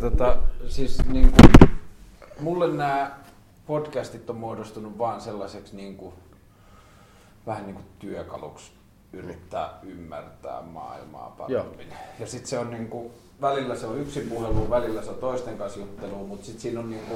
siis niinku, mulle nämä podcastit on muodostunut vaan sellaiseksi niinku, vähän niinku työkaluksi yrittää ymmärtää maailmaa paremmin. Ja sit se on niinku, välillä se on yksin puhelua, välillä se on toisten kanssa juttelua, mutta sit siinä on niinku,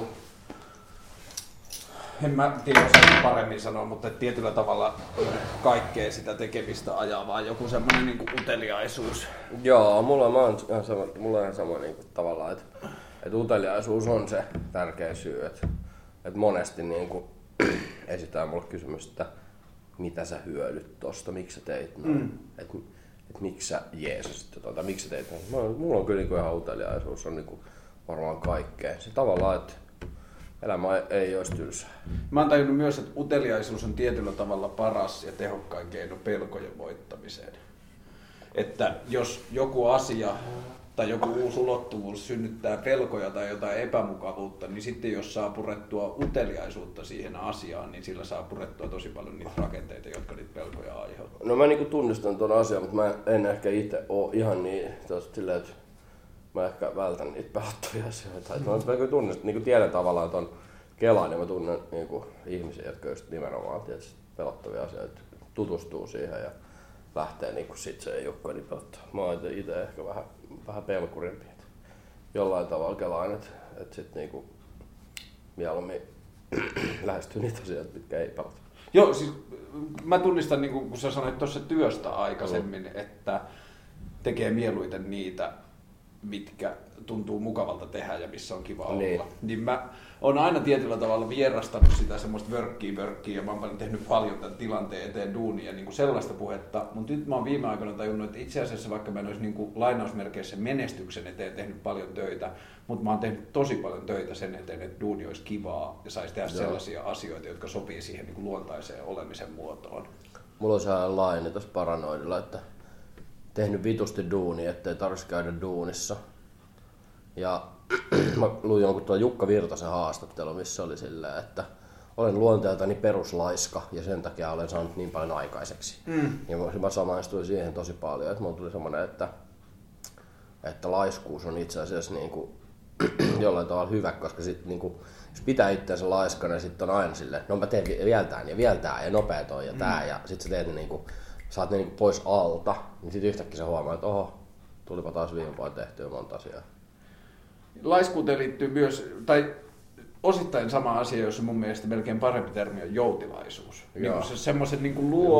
en mä tiedä osaa paremmin sanoa, mutta tietyllä tavalla kaikkea sitä tekemistä ajaa vaan joku semmoinen niinku uteliaisuus. Joo, mulla on ihan sama niinku, tavallaan, että uteliaisuus on se tärkeä syy, että monesti niinku, esitään mulle kysymys, että mitä sä hyödyt tosta, miksi sä teit noin, että miksi sä jeesasit jotain, tai miksi sä teit noin. Mulla on kyllä niinku ihan uteliaisuus, on niinku varmaan kaikkea. Se tavallaan, että elämä ei olisi tylsää. Mä oon tajunnut myös, että uteliaisuus on tietyllä tavalla paras ja tehokkain keino pelkojen voittamiseen. Että jos joku asia tai joku uusi ulottuvuus synnyttää pelkoja tai jotain epämukavuutta, niin sitten jos saa purettua uteliaisuutta siihen asiaan, niin sillä saa purettua tosi paljon niitä rakenteita, jotka niitä pelkoja aiheuttaa. No mä niinku tunnistan tuon asian, mutta mä en ehkä itse ole ihan niin silleen, että mä ehkä vältän niitä pelottavia asioita. Mä tunnistan, niin tiedän tavallaan ton Kelan, niin mä tunnen niin ihmisiä, jotka just nimenomaan tietysti pelottavia asioita, tutustuu siihen ja lähtee niin sit se ei olekaan niin pelottaa. Mä oon itse ehkä vähän pelkurimpi. Jollain tavalla Kelaan, että sit niinku mieluummin lähestyy niitä asioita, mitkä ei pelota. Joo, siis mä tunnistan, niin kun sä sanoit tuossa työstä aikaisemmin, että tekee mieluiten niitä, mitkä tuntuu mukavalta tehdä ja missä on kiva olla. Niin mä oon aina tietyllä tavalla vierastanut sitä semmoista vörkkiä ja mä oon tehnyt paljon tämän tilanteen eteen duunia niin kuin sellaista puhetta, mutta nyt mä oon viime aikoina tajunnut, että itse asiassa vaikka mä en olisi niin kuin lainausmerkeissä menestyksen eteen tehnyt paljon töitä, mutta mä oon tehnyt tosi paljon töitä sen eteen, että duuni olisi kivaa ja saisi tehdä sellaisia asioita, jotka sopii siihen niin kuin luontaiseen olemisen muotoon. Mulla on sellainen laini tässä paranoidilla, että tehnyt vitusti duunia, ettei tarvitsisi käydä duunissa. Ja mä luin jonkun tuon Jukka Virtasen haastattelun, missä oli silleen, että olen luonteeltani peruslaiska ja sen takia olen saanut niin paljon aikaiseksi. Ja mä samaistuin siihen tosi paljon, että mulla tuli semmoinen, että laiskuus on itse asiassa niinku jollain tavalla hyvä, koska sit niinku, jos pitää itseänsä laiskana, niin sitten on aina silleen, no mä teen vielä tää ja nopea toi ja tää ja sit sä teet ne niinku, saat ne niinku pois alta, niin sit yhtäkkiä sä huomaa, että oho, tulipa taas viime vuonna tehtyä monta asiaa. Laiskuuteen liittyy myös, tai osittain sama asia, jossa mun mielestä melkein parempi termi on joutilaisuus. Niin se semmoiset niinku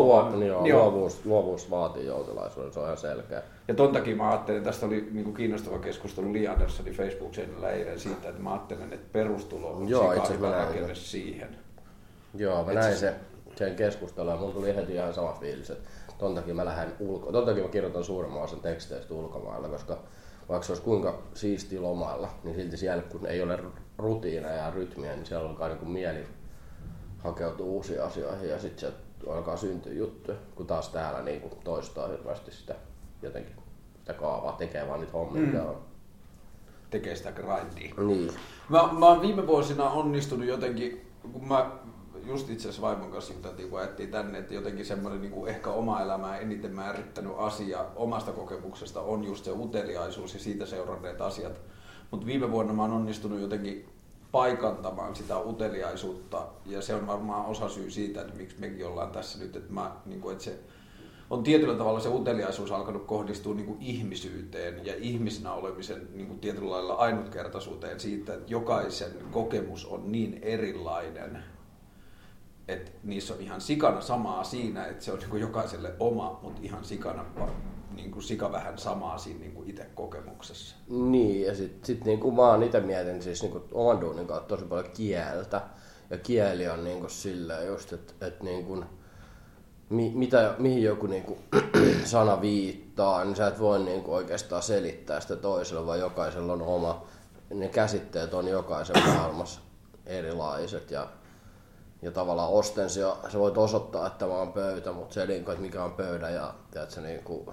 luovuus vaatii joutilaisuuden, se on ihan selkeä. Ja ton takia mä ajattelin, tästä oli niinku kiinnostava keskustelu Li Anderssonin Facebook-seinällä eilen siitä, että mä ajattelen, että perustulo on hyvä rakenne siihen. Joo, mä näin sen keskustelun ja mulla tuli heti ihan sama fiilis, että ton takia mä kirjoitan suuremman osan teksteistä ulkomailla, koska vaikka se olisi kuinka siistiä lomailla, niin silti siellä kun ei ole rutiineja ja rytmiä, niin siellä alkaa niin mieli hakeutua uusiin asioihin ja sitten se alkaa syntyä juttuja, kun taas täällä niin kuin toistaa hirveästi sitä jotenkin sitä kaavaa, tekee vaan niitä hommia. Tekee sitä grindia. Niin. Mä oon viime vuosina onnistunut jotenkin, kun mä just itse asiassa vaimon kanssa juteltiin, kun ajettiin tänne, että jotenkin semmoinen niin kuin ehkä oma elämää eniten määrittänyt asia omasta kokemuksesta on just se uteliaisuus ja siitä seuranneet asiat. Mutta viime vuonna mä oon onnistunut jotenkin paikantamaan sitä uteliaisuutta ja se on varmaan osa syy siitä, että miksi mekin ollaan tässä nyt, että se on tietyllä tavalla se uteliaisuus alkanut kohdistua niin kuin ihmisyyteen ja ihmisenä olemisen niin kuin tietyllä lailla ainutkertaisuuteen siitä, että jokaisen kokemus on niin erilainen, että niissä on ihan sikana samaa siinä, että se on niin jokaiselle oma, mutta ihan sikana niin sika vähän samaa siinä niin itse kokemuksessa. Niin, ja sit niin mä oon itse mietin siis niin oman duunin kautta tosi paljon kieltä. Ja kieli on niin silleen just, että niin mihin joku niin sana viittaa, niin sä et voi niin oikeastaan selittää sitä toiselle, vaan jokaisella on oma. Ne käsitteet on jokaisen maailmassa erilaiset. Ja tavallaan ostensio, sä voit osoittaa, että tämä on pöytä, mutta se että mikä on pöydä ja että se niinku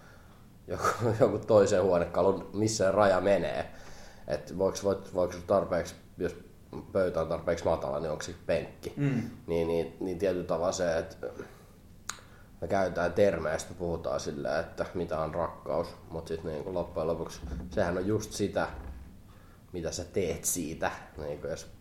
joku toisen huonekalun, missä raja menee. Että voiko tarpeeksi, jos pöytä on tarpeeksi matala, niin onko se penkki. Niin tietyllä tavalla se, että me käytetään termeistä, puhutaan sillä, että mitä on rakkaus, mutta sitten niin loppujen lopuksi sehän on just sitä, mitä sä teet siitä. Niin kuin jos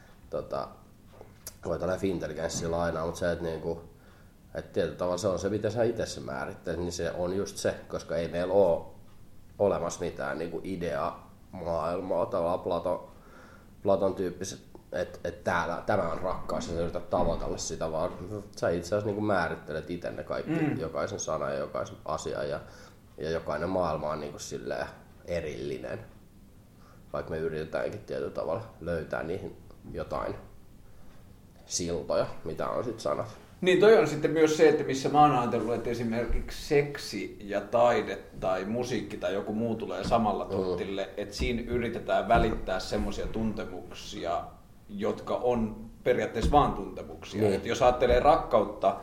voi tällä intelligenssiä lainaa, mutta se, että niinku, et tietyllä tavalla se on se, mitä sä itse määrittelet, niin se on just se, koska ei meillä ole olemassa mitään niinku idea-maailmaa, tavallaan Platon tyyppiset, että tämä on rakkaus ja sä yrität tavoitella sitä, vaan sä itse asiassa niinku määrittelet itse ne kaikki, jokaisen sanan ja jokaisen asian ja jokainen maailma on niinku silleen erillinen, vaikka me yritetäänkin tietyllä tavalla löytää niihin jotain siltoja, mitä on sitten sanat. Niin toi on sitten myös se, että missä mä oon ajatellut, että esimerkiksi seksi ja taide tai musiikki tai joku muu tulee samalla tontille, että siinä yritetään välittää semmoisia tuntemuksia, jotka on periaatteessa vaan tuntemuksia. Niin. Että jos ajattelee rakkautta,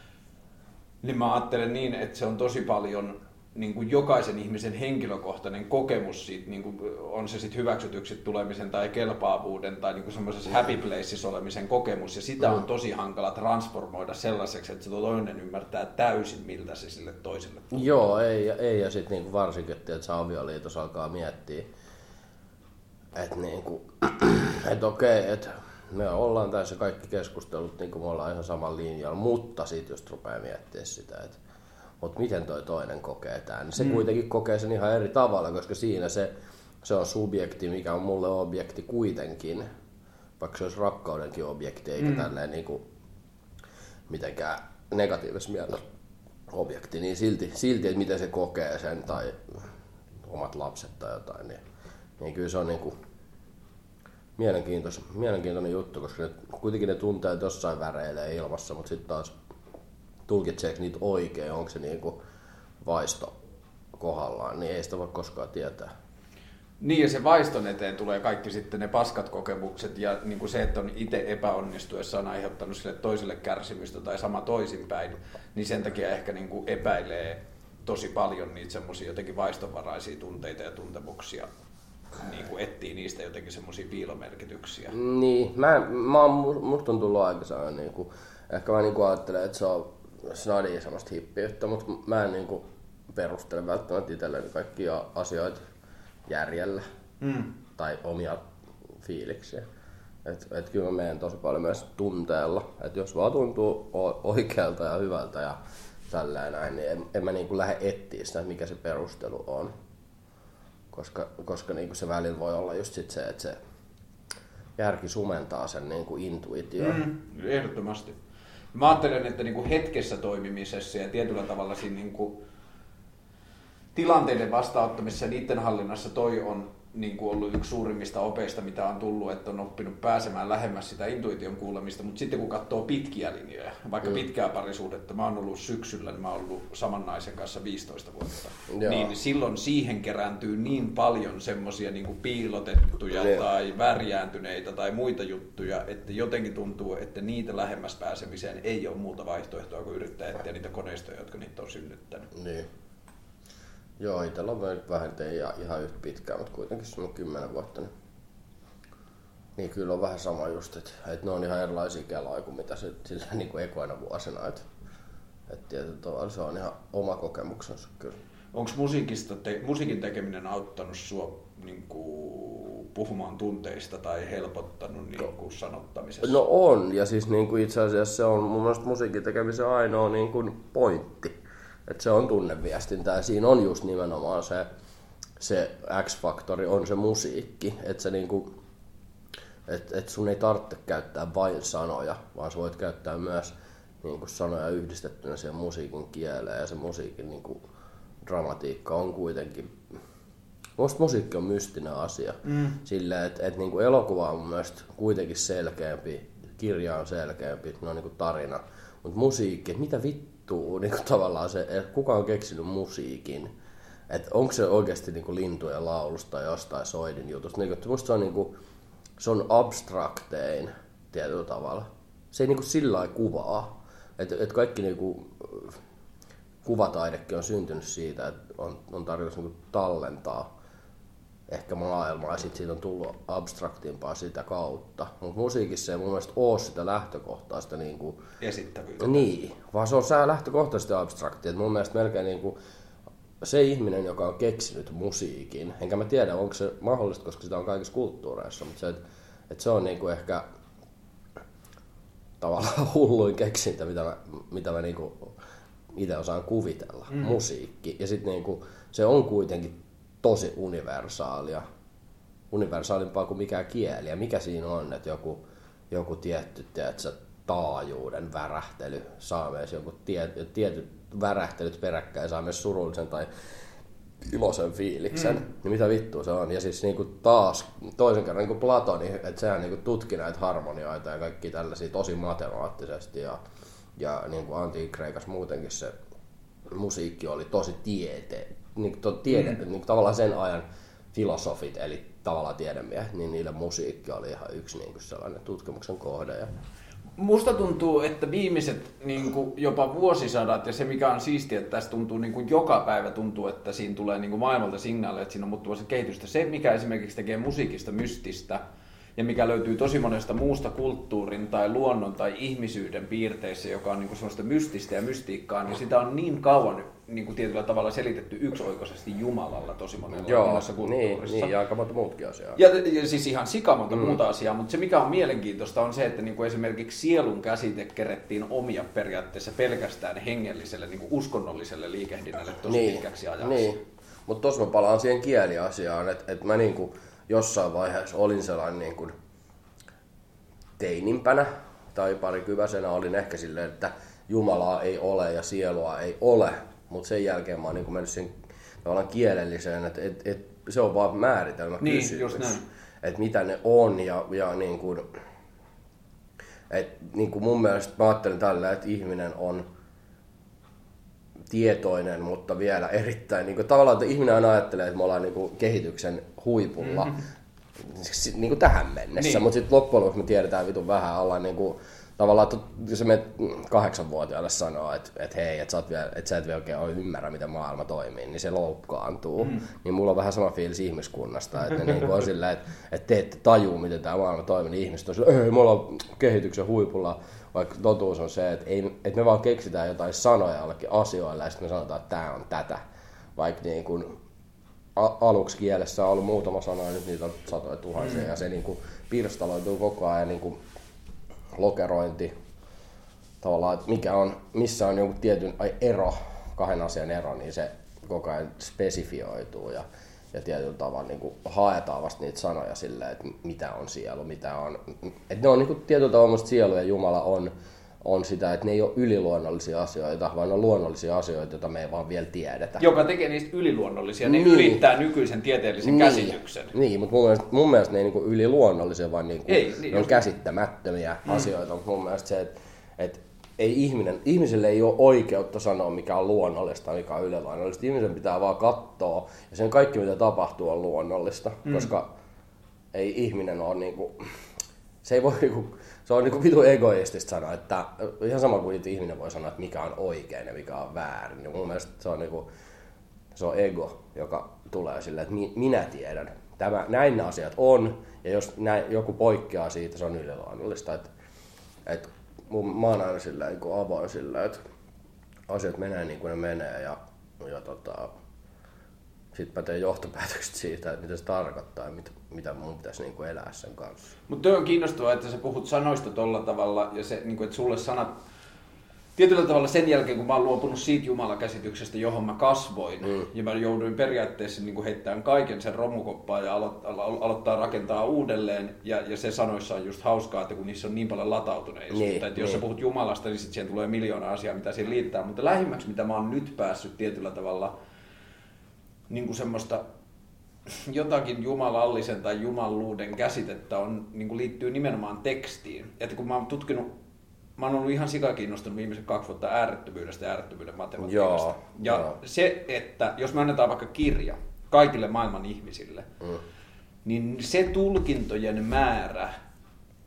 niin mä ajattelen niin, että se on tosi paljon niin kuin jokaisen ihmisen henkilökohtainen kokemus siitä, niin kuin on se sitten hyväksytyksi tulemisen tai kelpaavuuden tai niin kuin semmoisessa happy placeissa olemisen kokemus, ja sitä on tosi hankala transformoida sellaiseksi, että se toinen ymmärtää täysin, miltä se sille toiselle tuntuu. Joo, ei ja sitten niinku varsinkin, että sä avioliitos alkaa miettiä, että niinku, et okei, että me ollaan tässä kaikki keskustelut, niin kuin me ollaan ihan samalla linjalla, mutta sitten just rupeaa miettimään sitä, että mutta miten toi toinen kokee tämän, niin se kuitenkin kokee sen ihan eri tavalla, koska siinä se on subjekti, mikä on mulle objekti kuitenkin, vaikka se olisi rakkaudenkin objekti, eikä tälleen niinku mitenkään negatiivisessa mielessä objekti, niin silti että miten se kokee sen tai omat lapset tai jotain, niin kyllä se on niinku mielenkiintoinen juttu, koska kuitenkin ne tunteet jossain väreilee ilmassa, mutta sitten taas tulkitseeko niitä oikein, onko se niinku vaisto kohdallaan, niin ei sitä voi koskaan tietää. Niin, ja se vaiston eteen tulee kaikki sitten ne paskat kokemukset ja niin kuin se, että on itse epäonnistuessa on aiheuttanut sille toiselle kärsimystä tai sama toisinpäin, niin sen takia ehkä niin kuin epäilee tosi paljon niitä semmoisia jotenkin vaistonvaraisia tunteita ja tuntemuksia, niin kuin etsii niistä jotenkin semmoisia piilomerkityksiä. Niin, musta on tullut aika sellainen, niin kuin, ehkä mä niin kuin ajattelen, että se on snadia semmoista hippiyttä, mutta mä en niin kuin perustele välttämättä itselleni kaikkia asioita järjellä tai omia fiiliksiä. Et kyllä mä menen tosi paljon myös tunteella. Et jos vaan tuntuu oikealta ja hyvältä ja tälleen näin, niin en mä niinku lähde etsiä sitä, mikä se perustelu on. Koska niinku se välillä voi olla just sit se, että se järki sumentaa sen niinku intuition. Ehdottomasti. Mä ajattelen, että niinku hetkessä toimimisessa ja tietyllä tavalla siinä niinku tilanteiden vastaanottamisessa ja niiden hallinnassa toi on niin kuin ollut yksi suurimmista opeista, mitä on tullut, että on oppinut pääsemään lähemmäs sitä intuition kuulemista, mutta sitten kun katsoo pitkiä linjoja, vaikka pitkää parisuhdetta, mä oon ollut syksyllä, niin mä oon ollut saman naisen kanssa 15 vuotta, niin silloin siihen kerääntyy niin paljon semmoisia niin kuin piilotettuja tai värjääntyneitä tai muita juttuja, että jotenkin tuntuu, että niitä lähemmäs pääsemiseen ei ole muuta vaihtoehtoa kuin yrittää etsiä niitä koneistoja, jotka niitä on synnyttänyt. Niin. Joo, itsellä on vähän ihan yhtä pitkään, mutta kuitenkin se on 10 vuotta. Niin kyllä on vähän sama just, että ne on ihan erilaisia keloja kuin mitä se sillä niin kuin ekoina vuosina. Että tietyllä tavalla se on ihan oma kokemuksensa kyllä. Onko musiikin tekeminen auttanut sua niin kuin puhumaan tunteista tai helpottanut niin kuin sanottamisessa? No on, ja siis niin kuin itse asiassa se on mun mielestä musiikin tekemisen ainoa niin kuin pointti. Että se on tunneviestintä ja siinä on just nimenomaan se X-faktori on se musiikki. Että se niinku, et sun ei tarvitse käyttää vain sanoja, vaan sä voit käyttää myös niinku sanoja yhdistettynä siihen musiikin kieleen ja se musiikin niinku dramatiikka on kuitenkin. Musta musiikki on mystinen asia. Silleen, että niinku elokuva on mun mielestä kuitenkin selkeämpi, kirja on selkeämpi, ne on niinku tarina. Mutta musiikki, että mitä vittua, niinku tavallaan se, että kuka on keksinyt musiikin, että onko se oikeasti niinku lintujen laulusta tai jostain Soidin jutusta. Niinku, musta se on, niinku, se on abstraktein tietyllä tavalla. Se ei niinku sillä lailla kuvaa. Et kaikki niinku, kuvataidekin on syntynyt siitä, että on tarkoitus niinku tallentaa ehkä maailmaa ja sitten siitä on tullut abstraktimpaa sitä kautta. Mutta musiikissa ei mun mielestä ole sitä lähtökohtaista niinku esittävyyttä. Niin, vaan se on lähtökohtaisesti abstraktia. Mun mielestä melkein niinku se ihminen, joka on keksinyt musiikin, enkä mä tiedä, onko se mahdollista, koska sitä on kaikissa kulttuureissa, mutta se, että se on niinku ehkä tavallaan hulluin keksintä, mitä mä niinku itse osaan kuvitella, musiikki. Ja sitten niinku, se on kuitenkin tosi universaalia, universaalimpaa kuin mikään kieli. Ja mikä siinä on, että joku tietty, tiedätkö, taajuuden värähtely saa myös joku tietyt värähtelyt peräkkäin saa myös surullisen tai iloisen fiiliksen, niin mitä vittua se on. Ja siis niinku taas toisen kerran niinku Platoni, että sehän niinku tutki näitä harmonioita ja kaikki tällaisia tosi matemaattisesti ja niinku Antiikreikassa muutenkin se musiikki oli tosi niinku tavallaan sen ajan filosofit eli tavallaan tiedemiehet, niin niille musiikki oli ihan yksi niinku sellainen tutkimuksen kohde. Ja musta tuntuu, että viimeiset niin jopa vuosisadat, ja se mikä on siistiä, että tässä tuntuu niin joka päivä tuntuu, että siinä tulee niin maailmalta signaaleja, että siinä on muuttuvassa kehitystä. Se, mikä esimerkiksi tekee musiikista mystistä, ja mikä löytyy tosi monesta muusta kulttuurin tai luonnon tai ihmisyyden piirteissä, joka on niin sellaista mystistä ja mystiikkaa, niin sitä on niin kauan niin tietyllä tavalla selitetty yksioikoisesti Jumalalla tosi monessa kulttuurissa. Niin, ja aika monta muutkin asiaa. Ja siis ihan sikamonta muuta asiaa, mutta se mikä on mielenkiintoista on se, että niin kuin esimerkiksi sielun käsite kerettiin omia periaatteessa pelkästään hengelliselle, niin kuin uskonnolliselle liikehdinnälle tosi pitkäksi ajaksi. Niin, mutta tuossa mä palaan siihen kieliasiaan, että mä niin kuin jossain vaiheessa olin sellainen niin kuin teinimpänä tai parikyväisenä olin ehkä silleen, että Jumalaa ei ole ja sielua ei ole, mutta sen jälkeen mä oon niin mennyt sen tavallaan kielelliseen, että se on vaan määritelmä kysymys, että mitä ne on ja niin kuin, että niin kuin mun mielestä mä ajattelen tällä, että ihminen on tietoinen, mutta vielä erittäin, niin kuin, tavallaan että ihminen aina ajattelee, että me ollaan niin kuin kehityksen huipulla niin kuin tähän mennessä, mutta sitten loppujen lopuksi me tiedetään vitun vähän, ollaan niin kuin, tavallaan, että jos me 8-vuotiaalle sanoo, että hei, että sä et vielä oikein ymmärrä, miten maailma toimii, niin se loukkaantuu. Niin mulla on vähän sama fiilis ihmiskunnasta, että ne niin on sillä, että te ette tajuu, miten tämä maailma toimii, niin ihmiset on sillä, ei, me ollaan kehityksen huipulla, vaikka totuus on se, että me vaan keksitään jotain sanoja jollekin asioille ja sitten me sanotaan, että tämä on tätä. Vaikka niin kuin aluksi kielessä on ollut muutama sana ja nyt niitä on satoja tuhansia ja se niin kuin pirstaloituu koko ajan niin kuin lokerointi, tavallaan, että missä on joku tietyn ero, kahden asian ero, niin se koko ajan spesifioituu ja tietyllä tavalla niin kuin haetaan vasta niitä sanoja silleen, että mitä on sielu, mitä on. Että ne on niin kuin tietyllä tavalla sielu ja Jumala on sitä, että ne ei ole yliluonnollisia asioita, vaan ne on luonnollisia asioita, joita me ei vaan vielä tiedetä. Joka tekee niistä yliluonnollisia, ne ylittää nykyisen tieteellisen käsityksen. Niin, mutta mun mielestä ne ei niinku yliluonnollisia, vaan niinku ne on käsittämättömiä asioita. Mutta mun mielestä se, että ihmiselle ei ole oikeutta sanoa, mikä on luonnollista, mikä on yliluonnollista. Ihmisen pitää vaan katsoa, ja sen kaikki mitä tapahtuu on luonnollista, koska ei ihminen ole niinku, se ei voi niinku, se on niinku vitu egoistista sanoa, että ihan sama kuin ihminen voi sanoa, että mikä on oikein ja mikä on väärin. Niin mun mielestä se on ego, joka tulee silleen, että minä tiedän. Näin ne asiat on, ja jos joku poikkeaa siitä, se on yliluonnollista. Mä oon aina silleen, niin avoin silleen, että asiat menee niin kuin ne menee, ja sitten mä teen johtopäätökset siitä, että mitä se tarkoittaa ja mitä mun pitäisi niin kuin elää sen kanssa. Mutta toi on kiinnostavaa, että sä puhut sanoista tolla tavalla ja se, niin kuin, että sulle sanat tietyllä tavalla sen jälkeen, kun mä oon luopunut siitä Jumalakäsityksestä, johon mä kasvoin ja mä jouduin periaatteessa niin kuin heittämään kaiken sen romukoppaan ja aloittaa rakentaa uudelleen ja se sanoissa on just hauskaa, että kun niissä on niin paljon latautuneisuutta, että jos sä puhut Jumalasta, niin sitten siihen tulee miljoona asiaa, mitä siihen liittää, mutta lähimmäksi, mitä mä oon nyt päässyt tietyllä tavalla niin kuin semmoista jotakin jumalallisen tai jumalluuden käsitettä on, niin kuin liittyy nimenomaan tekstiin. Että kun mä oon mä oon ollut ihan sikakiinnostunut viimeiset 2 vuotta äärettömyydestä ja äärettömyyden matematiikasta. Se, että jos me annetaan vaikka kirja kaikille maailman ihmisille, niin se tulkintojen määrä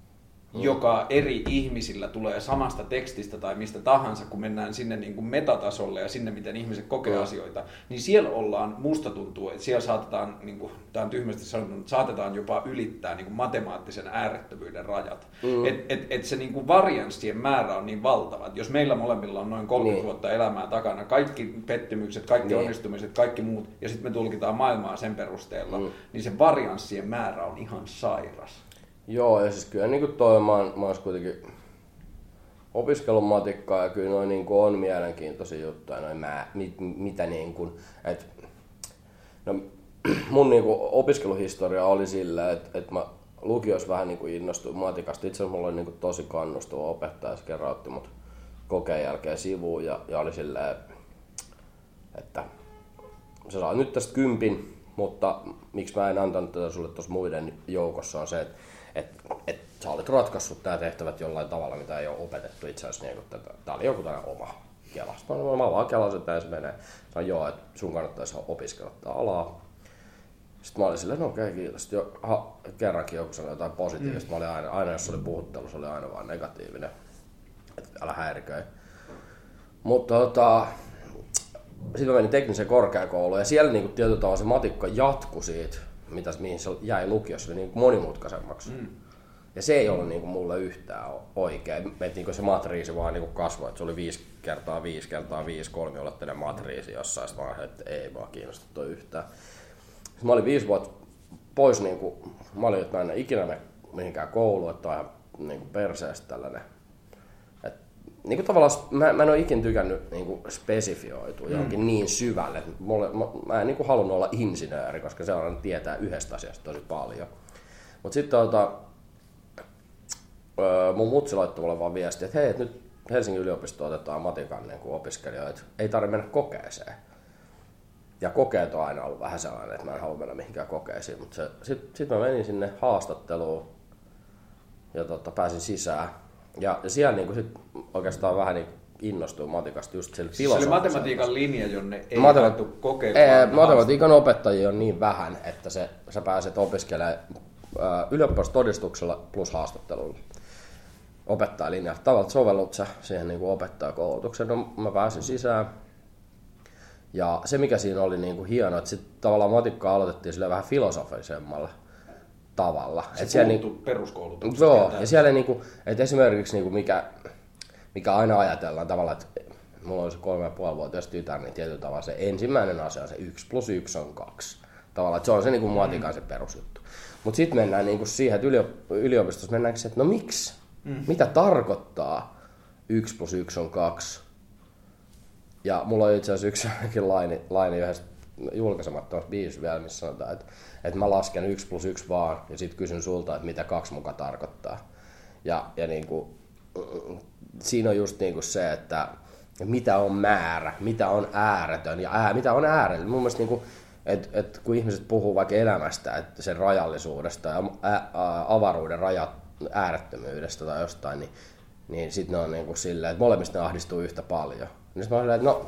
joka eri ihmisillä tulee samasta tekstistä tai mistä tahansa, kun mennään sinne niin kuin metatasolle ja sinne, miten ihmiset kokee asioita, niin siellä ollaan, musta tuntuu, että siellä saatetaan, niin kuin, tämä on tyhmästi sanottu, mutta saatetaan jopa ylittää niin kuin matemaattisen äärettömyyden rajat. Et se niin kuin varianssien määrä on niin valtava, että jos meillä molemmilla on noin 30 vuotta elämää takana, kaikki pettymykset, kaikki onnistumiset, kaikki muut, ja sitten me tulkitaan maailmaa sen perusteella, niin se varianssien määrä on ihan sairas. Joo, ja siis kyllä niin kuin toi, mä oon kuitenkin opiskellut matikkaa, ja kyllä noin niin kuin on mielenkiintoisia juttuja, noin mitä niin kuin, että no, mun niin kuin opiskeluhistoria oli sillä, että mä lukiossa vähän niin kuin innostuin matikasta. Itse asiassa mulla oli niin kuin tosi kannustava opettaja, se kerran otti mut kokeen jälkeen sivuun ja oli silleen, että sä saat nyt tästä 10, mutta miksi mä en antanut tätä sulle tuossa muiden joukossa on se, että sä olet ratkaissut tää tehtävät jollain tavalla, mitä ei ole opetettu itse asiassa. Niin tää oli joku tällainen oma kelasta. Mä vaan kelasin, että näin se menee. Sanoin, joo, että sun kannattaisi opiskella tää alaa. Sitten mä olin silleen, no okei, kiitos. Sitten kerrankin joku sanoi jotain positiivista. Mä olin aina jos oli puhuttelu, se oli aina vaan negatiivinen. Että älä häiriköi. Mutta sitten mä menin tekniseen korkeakouluun ja siellä niinku tietyllä tavalla se matikka jatkui siitä, mihin se jäi lukiossa, niin monimutkaisemmaksi. Ja se ei ollut niinku mulle yhtään oikein. Et niinku se matriisi vaan niinku kasvoi, että se oli 5x5x5 kolmiulotteinen matriisi jossain. Sitten mä olin, että ei vaan kiinnosta toi yhtään. Sitten mä olin 5 vuotta pois, niinku, mä olin, että mä en ikinä mene mihinkään kouluun, että on ihan niinku perseestä tällainen. Niinku tavallaan mä en ole ikinä tykännyt niinku spesifioitua johonkin niin syvälle. Mä en niinku halunnut olla insinööri, koska se on tietää yhdestä asiasta tosi paljon. Mut sitten mun mutsi laittoi mulle vaan viestiä, että hei, nyt Helsingin yliopistoon otetaan matikan niinku opiskelijoita. Ei tarvitse mennä kokeeseen. Ja kokeet on aina ollut vähän sellainen, että mä en halua mennä mihinkään kokeisiin. Mutta sit mä menin sinne haastatteluun ja pääsin sisään. Ja siellä niinku sit oikeastaan vähän niin innostuin matikasta just sille filosofiselle. Se oli matematiikan linja, jonne ei haettu kokeilemaan. Matematiikan opettajia on niin vähän, että sä pääset opiskelemaan ylioppilastodistuksella plus haastattelulla. Opettajalinja. Tavallaan sovellut sä siihen niinku opettajakoulutukseen. No, mä pääsin sisään. Ja se mikä siinä oli niinku hienoa, että sit tavallaan matikkaa aloitettiin sille vähän filosofisemmalla tavalla. Se puhuttu peruskoulutuksesta. Joo, ja siellä niinku, että esimerkiksi niinku mikä aina ajatellaan tavallaan, että mulla on se 3,5-vuotias tytär, niin tietyllä tavalla se ensimmäinen asia on se 1 + 1 on 2. Tavallaan, että se on se niinku matikan se perusjuttu. Mutta sitten mennään niinku siihen, että yliopistossa mennäänkin se, että no miksi? Mitä tarkoittaa 1 + 1 on 2? Ja mulla on itse asiassa yksi laini yhdessä julkaisemattomassa biisissä vielä, missä sanotaan, että mä lasken 1 + 1 vaan ja sit kysyn sulta, että mitä 2 muka tarkoittaa. Ja niinku, siinä on just niinku se, että mitä on määrä, mitä on ääretön ja mitä on äärellinen. Mun mielestä niinku, että kun ihmiset puhuu vaikka elämästä, että sen rajallisuudesta ja avaruuden äärettömyydestä tai jostain, niin sitten ne on niinku silleen, että molemmista ne ahdistuu yhtä paljon. Niin sitten mä olen, että no,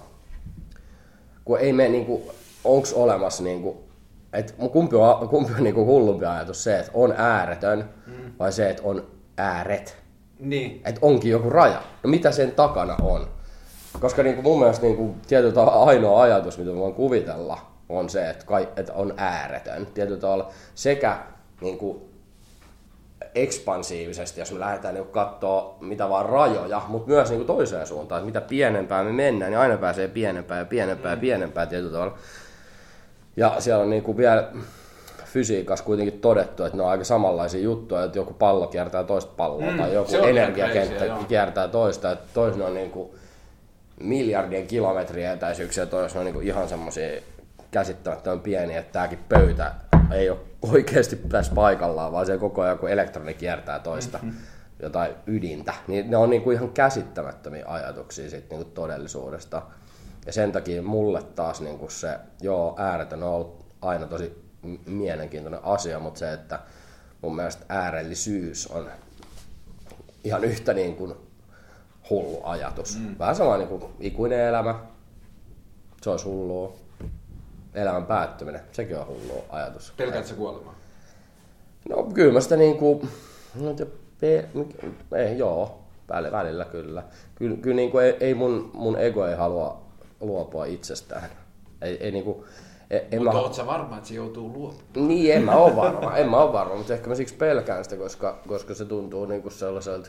kun ei me niinku, onks olemassa niinku, että kumpi on niinku hullumpi ajatus, se, että on ääretön vai se, että on ääret. Niin. Että onkin joku raja. No mitä sen takana on? Koska niinku mun mielestä niinku, tietyllä tavalla ainoa ajatus, mitä voin kuvitella, on se, että on ääretön. Tietyllä tavalla sekä niinku, ekspansiivisesti, jos me lähdetään niin katsoa mitä vaan rajoja, mutta myös niin toiseen suuntaan, että mitä pienempään me mennään, niin aina pääsee pienempään ja pienempään ja pienempään tietyllä tavalla. Ja siellä on niin vielä fysiikassa kuitenkin todettu, että ne on aika samanlaisia juttuja, että joku pallo kiertää toista palloa tai joku energiakenttä kiertää toista, että toisena on niin miljardien kilometriä etäisyyksiä, toisena on niin ihan semmoisia käsittämättömän pieniä, että tämäkin pöytä ei ole oikeasti tässä paikallaan, vaan se koko ajan kun elektroni kiertää toista jotain ydintä, niin ne on niinku ihan käsittämättömiä ajatuksia siitä niinku todellisuudesta. Ja sen takia mulle taas niinku se, ääretön on ollut aina tosi mielenkiintoinen asia, mutta se, että mun mielestä äärellisyys on ihan yhtä niin kuin hullu ajatus. Vähän sama niin kuin ikuinen elämä, se olisi hullua. Elämän päättyminen, sekin on hullu ajatus. Pelkäätkö sä kuolemaa? No kyllä mä sitä niinku, Joo, välillä kyllä. Kyllä niin kuin ei mun ego ei halua luopua itsestään. Ei niin kuin, mutta oot sä varma, että se joutuu luopumaan? Niin, en mä oo varma, mutta ehkä mä siksi pelkään sitä, koska se tuntuu niinku sellaiselta.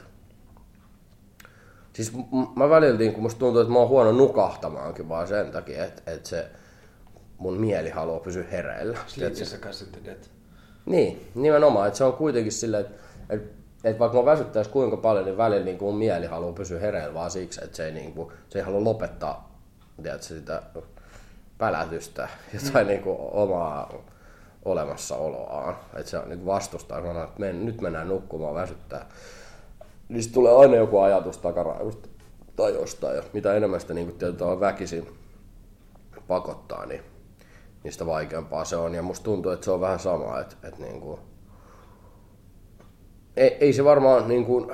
Siis mä välillä niin musta tuntuu, että mä oon huono nukahtamaankin vaan sen takia, että se mun mieli haluaa pysyä hereillä. Sleep is a cousin to death. Niin, nimenomaan, että se on kuitenkin silleen, että vaikka mä väsyttäis kuinka paljon, niin välillä niin mun mieli haluaa pysyä hereillä vaan siksi, että se ei halua lopettaa sitä pälätystä, jotain niinku omaa olemassaoloaan. Että se niinku vastustaa, sanoo, että nyt mennään nukkumaan, väsyttää. Niin sit tulee aina joku ajatus takaraivosta tai jostain. Ja mitä enemmän sitä niinku tietyllä väkisin pakottaa, niin sitä vaikeampaa se on. Ja musta tuntuu, että se on vähän sama, että niinku ei se varmaan niinku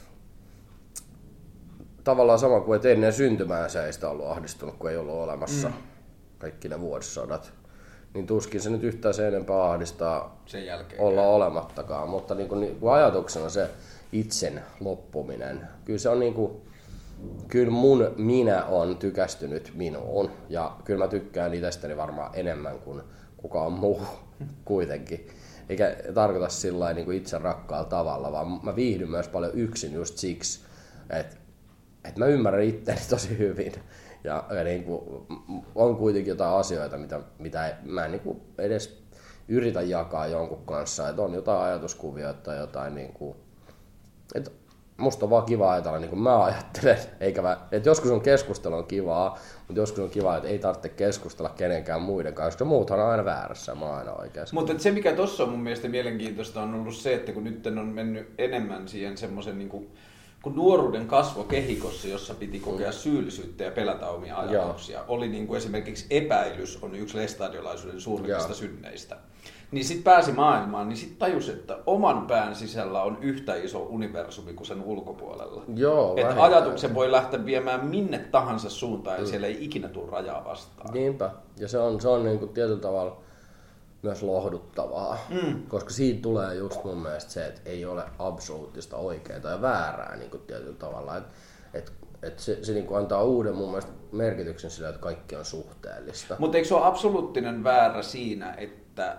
tavallaan sama kuin, että ennen syntymään se ei sitä ollut ahdistunut, kun ei ollut olemassa kaikki ne vuosisadat. Niin tuskin se nyt yhtään se enempää ahdistaa sen jälkeen olla olemattakaan, mutta niin kuin ajatuksena se itsen loppuminen, kyllä se on kyllä mun minä on tykästynyt minuun ja kyllä mä tykkään itsestäni varmaan enemmän kuin kukaan muu kuitenkin. Eikä tarkoita sillä niin kuin itse rakkaalla tavalla, vaan mä viihdyn myös paljon yksin just siksi, että mä ymmärrän itseäni tosi hyvin. Ja niin kuin, on kuitenkin jotain asioita, mitä mä en niin kuin edes yritä jakaa jonkun kanssa. Että on jotain ajatuskuvia tai jotain, niin kuin, että musta on vaan kiva ajatella niin kuin mä ajattelen. Että joskus on keskustelu on kivaa, mutta joskus on kiva, että ei tarvitse keskustella kenenkään muiden kanssa, koska muuthan on aina väärässä ja mä oon aina oikeassa. Mutta se mikä tossa on mun mielestä mielenkiintoista on ollut se, että kun nyt on mennyt enemmän siihen semmoisen niin kun nuoruuden kasvokehikossa, jossa piti kokea syyllisyyttä ja pelätä omia ajatuksia, oli niin kuin esimerkiksi epäilys on yksi lestadiolaisuuden suurimmista synneistä. Niin sitten pääsi maailmaan, niin sitten tajusi, että oman pään sisällä on yhtä iso universumi kuin sen ulkopuolella. Joo, että ajatuksen voi lähteä viemään minne tahansa suuntaan ja siellä ei ikinä tule rajaa vastaan. Niinpä. Ja se on niin kuin tietyllä tavalla myös lohduttavaa, koska siitä tulee just mun mielestä se, että ei ole absoluuttista oikeaa ja väärää niin kuin tietyllä tavalla. Että se niin kuin antaa uuden mun mielestä merkityksen sillä, että kaikki on suhteellista. Mutta eikö se ole absoluuttinen väärä siinä, että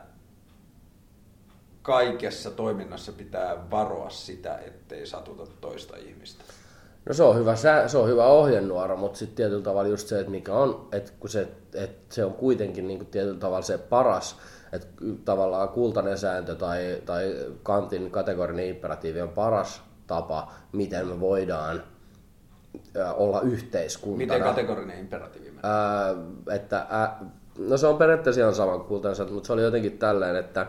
kaikessa toiminnassa pitää varoa sitä, ettei satuta toista ihmistä? No se on hyvä ohjenuora, mutta sitten tietyllä tavalla just se, että mikä on, että kun se on kuitenkin niin kuin tietyllä tavalla se paras, että tavallaan kultainen sääntö tai Kantin kategorinen imperatiivi on paras tapa, miten me voidaan olla yhteiskuntana. Miten kategorinen imperatiivi? No se on periaatteessa ihan sama kuin kultainen sääntö, mutta se oli jotenkin tällainen, että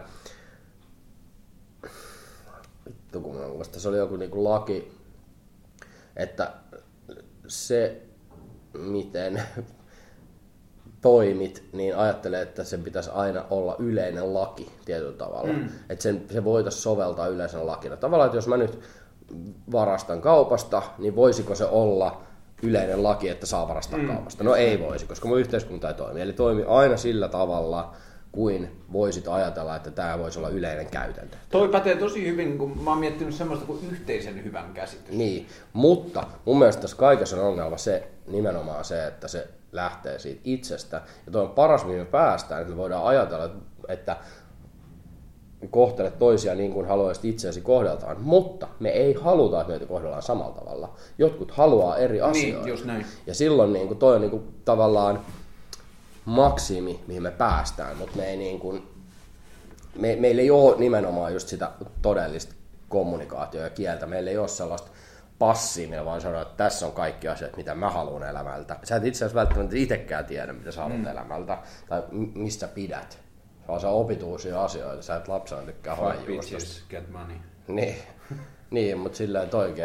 se oli joku niinku laki, että se miten toimit, niin ajattelee, että sen pitäisi aina olla yleinen laki tietyllä tavalla. Että se voitaisiin soveltaa yleisenä lakina. Tavallaan, että jos mä nyt varastan kaupasta, niin voisiko se olla yleinen laki, että saa varastaa kaupasta? No ei voisi, koska mun yhteiskunta ei toimi. Eli toimi aina sillä tavalla, kuin voisit ajatella, että tämä voisi olla yleinen käytäntö. Toi pätee tosi hyvin, kun mä oon miettinyt semmoista kuin yhteisen hyvän käsitys. Niin, mutta mun mielestä tässä kaikessa on ongelma nimenomaan se, että se lähtee siitä itsestä. Ja toi on paras, mihin me päästään, että me voidaan ajatella, että kohtelet toisia niin kuin haluaisit itseäsi kohdeltaan, mutta me ei haluta, että meitä kohdellaan samalla tavalla. Jotkut haluaa eri asioita. Niin, just näin. Ja silloin niin kuin toi on niin kuin tavallaan maksimi, mihin me päästään, mutta meillä ei ole nimenomaan just sitä todellista kommunikaatiota ja kieltä. Meillä ei ole sellaista passia, millä vaan sanoa, että tässä on kaikki asiat, mitä mä haluan elämältä. Sä et itse asiassa välttämättä itsekään tiedä, mitä sä haluat elämältä tai mistä pidät. Vaan sä opit uusia asioita, sä et lapsena tykkää bitches, get money. Niin, mutta silleen oikein,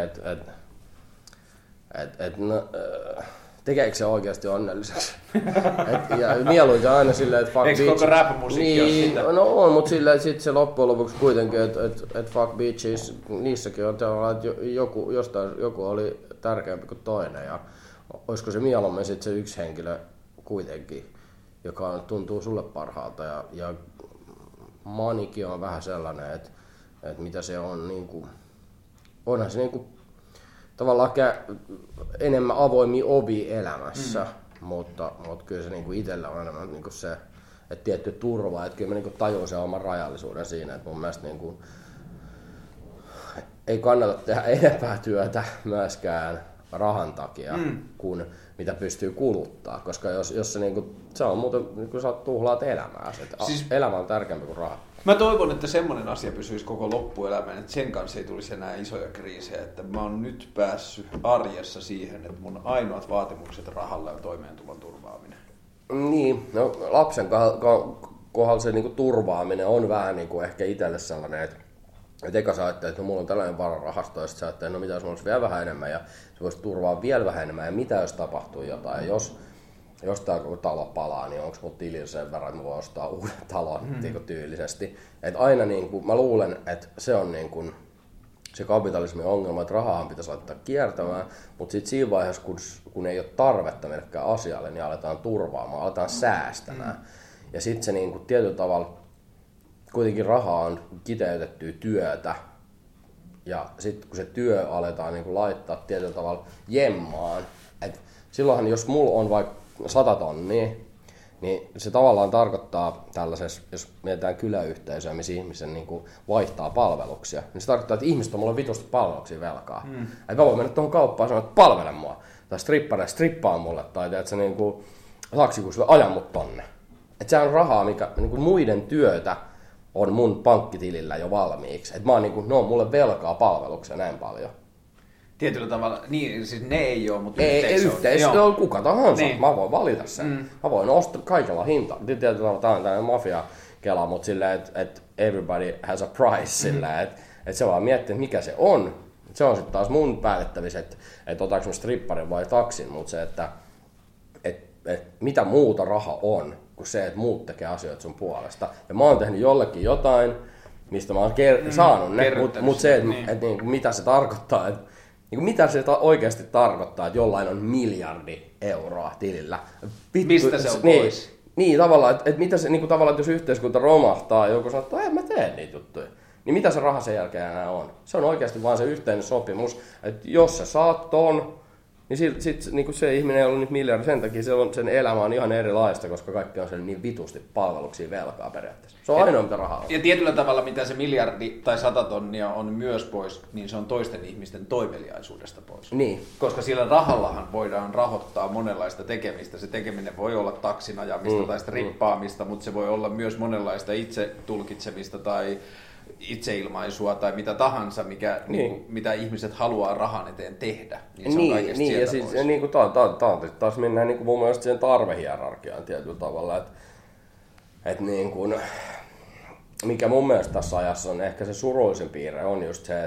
tekeekö se oikeasti onnelliseksi? Ja mieluiten aina silleen, että fuck bitches. Eikö koko rap-musiikki ole sitä? No on, mutta silleen sit se loppujen lopuksi kuitenkin, että fuck bitches, niissäkin on tavallaan, että joku oli tärkeämpi kuin toinen. Ja olisiko se mieluummin sit se yksi henkilö kuitenkin, joka tuntuu sulle parhaalta. Ja manikin on vähän sellainen, että mitä se on niin kuin onhan se niinku tavallaan enemmän avoimia ovi elämässä, mutta kyllä se niinku itsellä on enemmän niinku se, että tietty turva, että kyllä mä niinku tajun sen oman rajallisuuden siinä, että mun mielestä niinku ei kannata tehdä enempää työtä myöskään rahan takia, kuin mitä pystyy kuluttaa, koska jos se, niinku, se on muuten, niin sä tuhlaat elämää, siis, elämä on tärkeämpi kuin raha. Mä toivon, että semmoinen asia pysyisi koko loppuelämään, että sen kanssa ei tulisi enää isoja kriisejä, että mä oon nyt päässyt arjessa siihen, että mun ainoat vaatimukset rahalle on toimeentulon turvaaminen. Niin, no lapsen kohdalla se niinku turvaaminen on vähän niinku ehkä itselle sellainen, että eka sä ajattelet, että no, mulla on tällainen vararahasto, ja sitten sä ajattelet, no mitä jos mulla olisi vielä vähän enemmän, ja se voisi turvaa vielä vähän enemmän, ja mitä jos tapahtuu jotain, jos tää koko talo palaa, niin onko mulla tilillä sen verran, että mä voin ostaa uuden talon tyylisesti. Että aina niinku, mä luulen, että se on niinku se kapitalismin ongelma, että rahaa pitäisi laittaa kiertämään, mutta sitten siinä vaiheessa, kun ei ole tarvetta millekään asialle, niin aletaan turvaamaan, aletaan säästämään. Ja sitten se niinku tietyllä tavalla, kuitenkin rahaa on kiteytettyä työtä, ja sitten kun se työ aletaan niinku laittaa tietyllä tavalla jemmaan, että silloinhan jos mulla on vaikka 100 tonnia, niin se tavallaan tarkoittaa tällaisessa, jos mietitään kyläyhteisöä, missä ihmisen niinku vaihtaa palveluksia, niin se tarkoittaa, että ihmiset on mulle vitusti palveluksia velkaa. Että mä voin mennä tuohon kauppaan ja sanoa, että palvele mua, tai strippaa mulle, tai teet sä niinku taksikuski aja mut tonne. Että se on rahaa, mikä niinku muiden työtä on mun pankkitilillä jo valmiiksi. Että mä oon niinku, ne on mulle velkaa palveluksia näin paljon. Tietyllä tavalla, niin siis ne ei ole, mutta yhteisö on kuka tahansa. Niin. Mä voin valita sen. Mä voin ostaa kaikella hintaa. Tietyllä tavalla tää on tämmöinen mafia-kela, mutta silleen, että everybody has a price silleen, että se vaan miettii, että mikä se on. Se on sitten taas mun päätettävissä, että otaanko mä stripparin vai taksin, mutta se, että mitä muuta raha on, kuin se, että muut tekee asioita sun puolesta. Ja mä oon tehnyt jollekin jotain, mistä mä oon saanut ne, mutta se, että niinku, mitä se tarkoittaa, että niin mitä se oikeasti tarkoittaa, että jollain on miljardi euroa tilillä? Mistä se on pois? Niin, tavallaan, että mitä se, niin tavallaan, että jos yhteiskunta romahtaa ja joku sanoo, että en mä tee niitä juttuja, niin mitä se raha sen jälkeen enää on? Se on oikeasti vaan se yhteinen sopimus, että jos sä saat ton, niin sit niin se ihminen ei ollut nyt miljardi, sen takia sen elämä on ihan erilaista, koska kaikki on niin vitusti palveluksia velkaa periaatteessa. Se on ainoa, mitä rahaa on. Ja tietyllä tavalla, mitä se miljardi tai 100 tonnia on myös pois, niin se on toisten ihmisten toimeliaisuudesta pois. Niin. Koska sillä rahallahan voidaan rahoittaa monenlaista tekemistä. Se tekeminen voi olla taksin ajamista tai strippaamista, mutta se voi olla myös monenlaista itse tulkitsemista tai itseilmaisua tai mitä tahansa, mitä ihmiset haluaa rahan eteen tehdä. Niin se on kaikesta sieltä ja siis, niin taas mennään niin mun mielestä siihen tarvehierarkiaan tietyllä tavalla, että niin kuin, mikä mun mielestä tässä ajassa on ehkä se surullisin piirre on just se,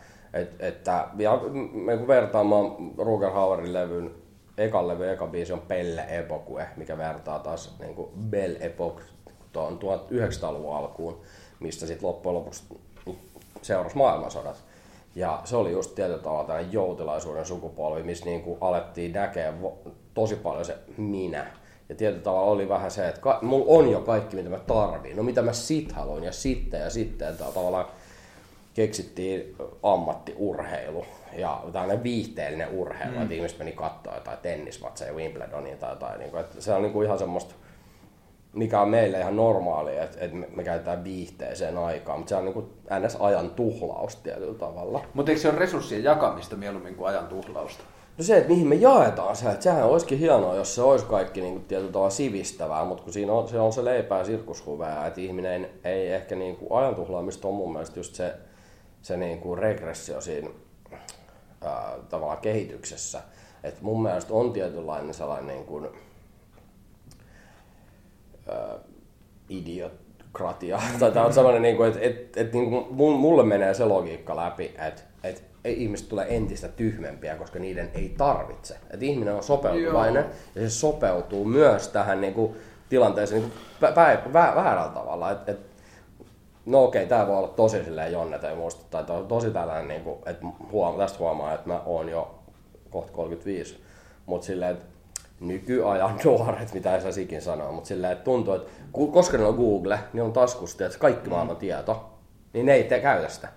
että ja me kun vertaamaan Rutger Hauerin levyn eka biisi on Belle Epoque, mikä vertaa taas niin kuin Belle Epoque tuon 1900-luvun alkuun, mistä sitten loppujen lopuksi seurasi maailmansodat. Ja se oli just tietyllä tavalla tämmöinen joutilaisuuden sukupolvi, missä niinku alettiin näkeä tosi paljon se minä. Ja tietyllä tavalla oli vähän se, että mulla on jo kaikki, mitä mä tarviin. No mitä mä sit haluan ja sitten. Että tavallaan keksittiin ammattiurheilu ja tämmöinen viihteellinen urheilu, että ihmiset meni katsoa jotain tennismatseja Wimbledonia tai jotain. Niin että se on niinku ihan semmoista, mikä on meille ihan normaalia, että me käytetään viihteeseen aikaa, mutta se on niin kuin NS-ajan tuhlaus tietyllä tavalla. Mutta eikö se ole resurssien jakamista mieluummin kuin ajan tuhlausta? No se, että mihin me jaetaan se, että sehän olisikin hienoa, jos se olisi kaikki niin kuin tietyllä tavalla sivistävää, mutta kun siinä on se leipää ja sirkushuveja, että ihminen ei ehkä niin kuin ajan tuhlaamista on mun mielestä just se niin kuin regressio siinä tavallaan kehityksessä. Että mun mielestä on tietynlainen sellainen niin kuin idiokratia. Tai tämä on sellainen, että mulle menee se logiikka läpi, että ihmiset tulee entistä tyhmempiä, koska niiden ei tarvitse. Että ihminen on sopeutuvainen ja se sopeutuu myös tähän tilanteeseen väärällä tavalla. No okei, tää voi olla tosi silleen Jonne tai muista, tai tosi tällainen, että tästä huomaa, että mä oon jo kohta 35, mutta silleen, että nykyajan nuoret, mitä ei saisi ikin sanoa, mutta silleen, että tuntuu, että koska ne on Google, niin on taskusta, että kaikki maailman tieto, niin ne ei käytä sitä.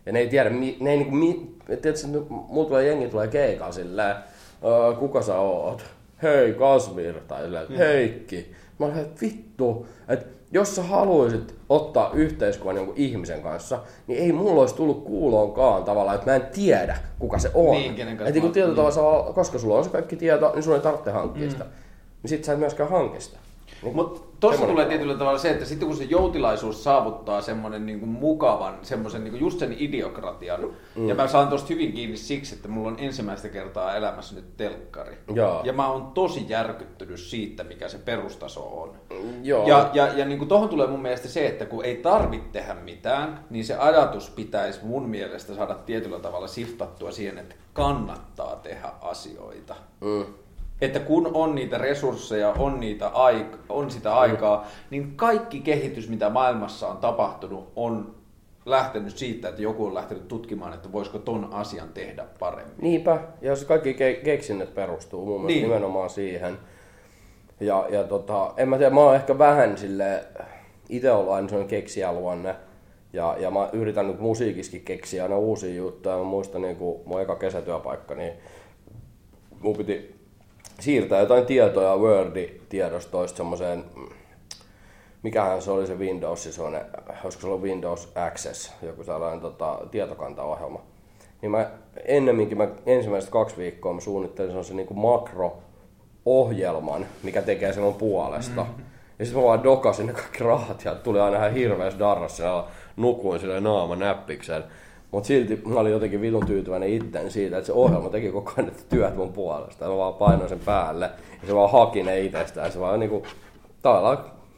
Ja ne ei tiedä, ne ei niinku, tiedätkö, mulla tulee jengi tulee keikalla silleen, kuka sä oot? Hei Kasmir, tai silleen, Heikki. Mä olen että vittu, että jos sä haluaisit ottaa yhteiskuvan jonkun ihmisen kanssa, niin ei mulla olisi tullut kuuloonkaan tavallaan, että mä en tiedä, kuka se on. Niin, että kun tietyllä tavalla, koska sulla on se kaikki tieto, niin sun ei tarvitse hankkia sitä. Niin sit sä et myöskään hankki sitä. Niin, mutta tuossa tulee tietyllä tavalla se, että sitten kun se joutilaisuus saavuttaa semmoinen niinku mukavan, semmoisen niinku just sen idiokratian, ja mä saan tosta hyvin kiinni siksi, että mulla on ensimmäistä kertaa elämässä nyt telkkari. Ja mä oon tosi järkyttynyt siitä, mikä se perustaso on. Ja niinku tohon tulee mun mielestä se, että kun ei tarvitse tehdä mitään, niin se ajatus pitäisi mun mielestä saada tietyllä tavalla siftattua siihen, että kannattaa tehdä asioita. Että kun on niitä resursseja, on sitä aikaa, niin kaikki kehitys, mitä maailmassa on tapahtunut, on lähtenyt siitä, että joku on lähtenyt tutkimaan, että voisiko ton asian tehdä paremmin. Niinpä, ja se kaikki keksinnöt perustuu mun mielestä nimenomaan siihen. Ja en mä tiedä, mä oon ehkä vähän silleen, ite ollut aina sellainen keksijäluonne, ja mä yritän nyt musiikissakin keksiä aina uusia juttuja. Mä muistan niin kun mun eka kesätyöpaikka, niin mun piti siirtää jotain tietoja Word-tiedostoista semmoiseen, mikähän se oli se Windows, olisiko se ollut Windows Access, joku sellainen tietokantaohjelma. Niin ennemminkin ensimmäiset 2 viikkoa mä suunnittelin sellaisen niin kuin makro-ohjelman, mikä tekee sen mun puolesta. Ja sitten mä vaan dokasin ne kaikki rahat ja tuli aina ihan hirveässä darrassa ja nukuin silleen naama näppikseen. Mutta silti mä olin jotenkin vitun tyytyväinen itteen siitä, että se ohjelma teki koko ajan työt mun puolesta. Ja mä vaan painoin sen päälle ja se vaan haki ne itsestään. Se vaan niinku, tavallaan,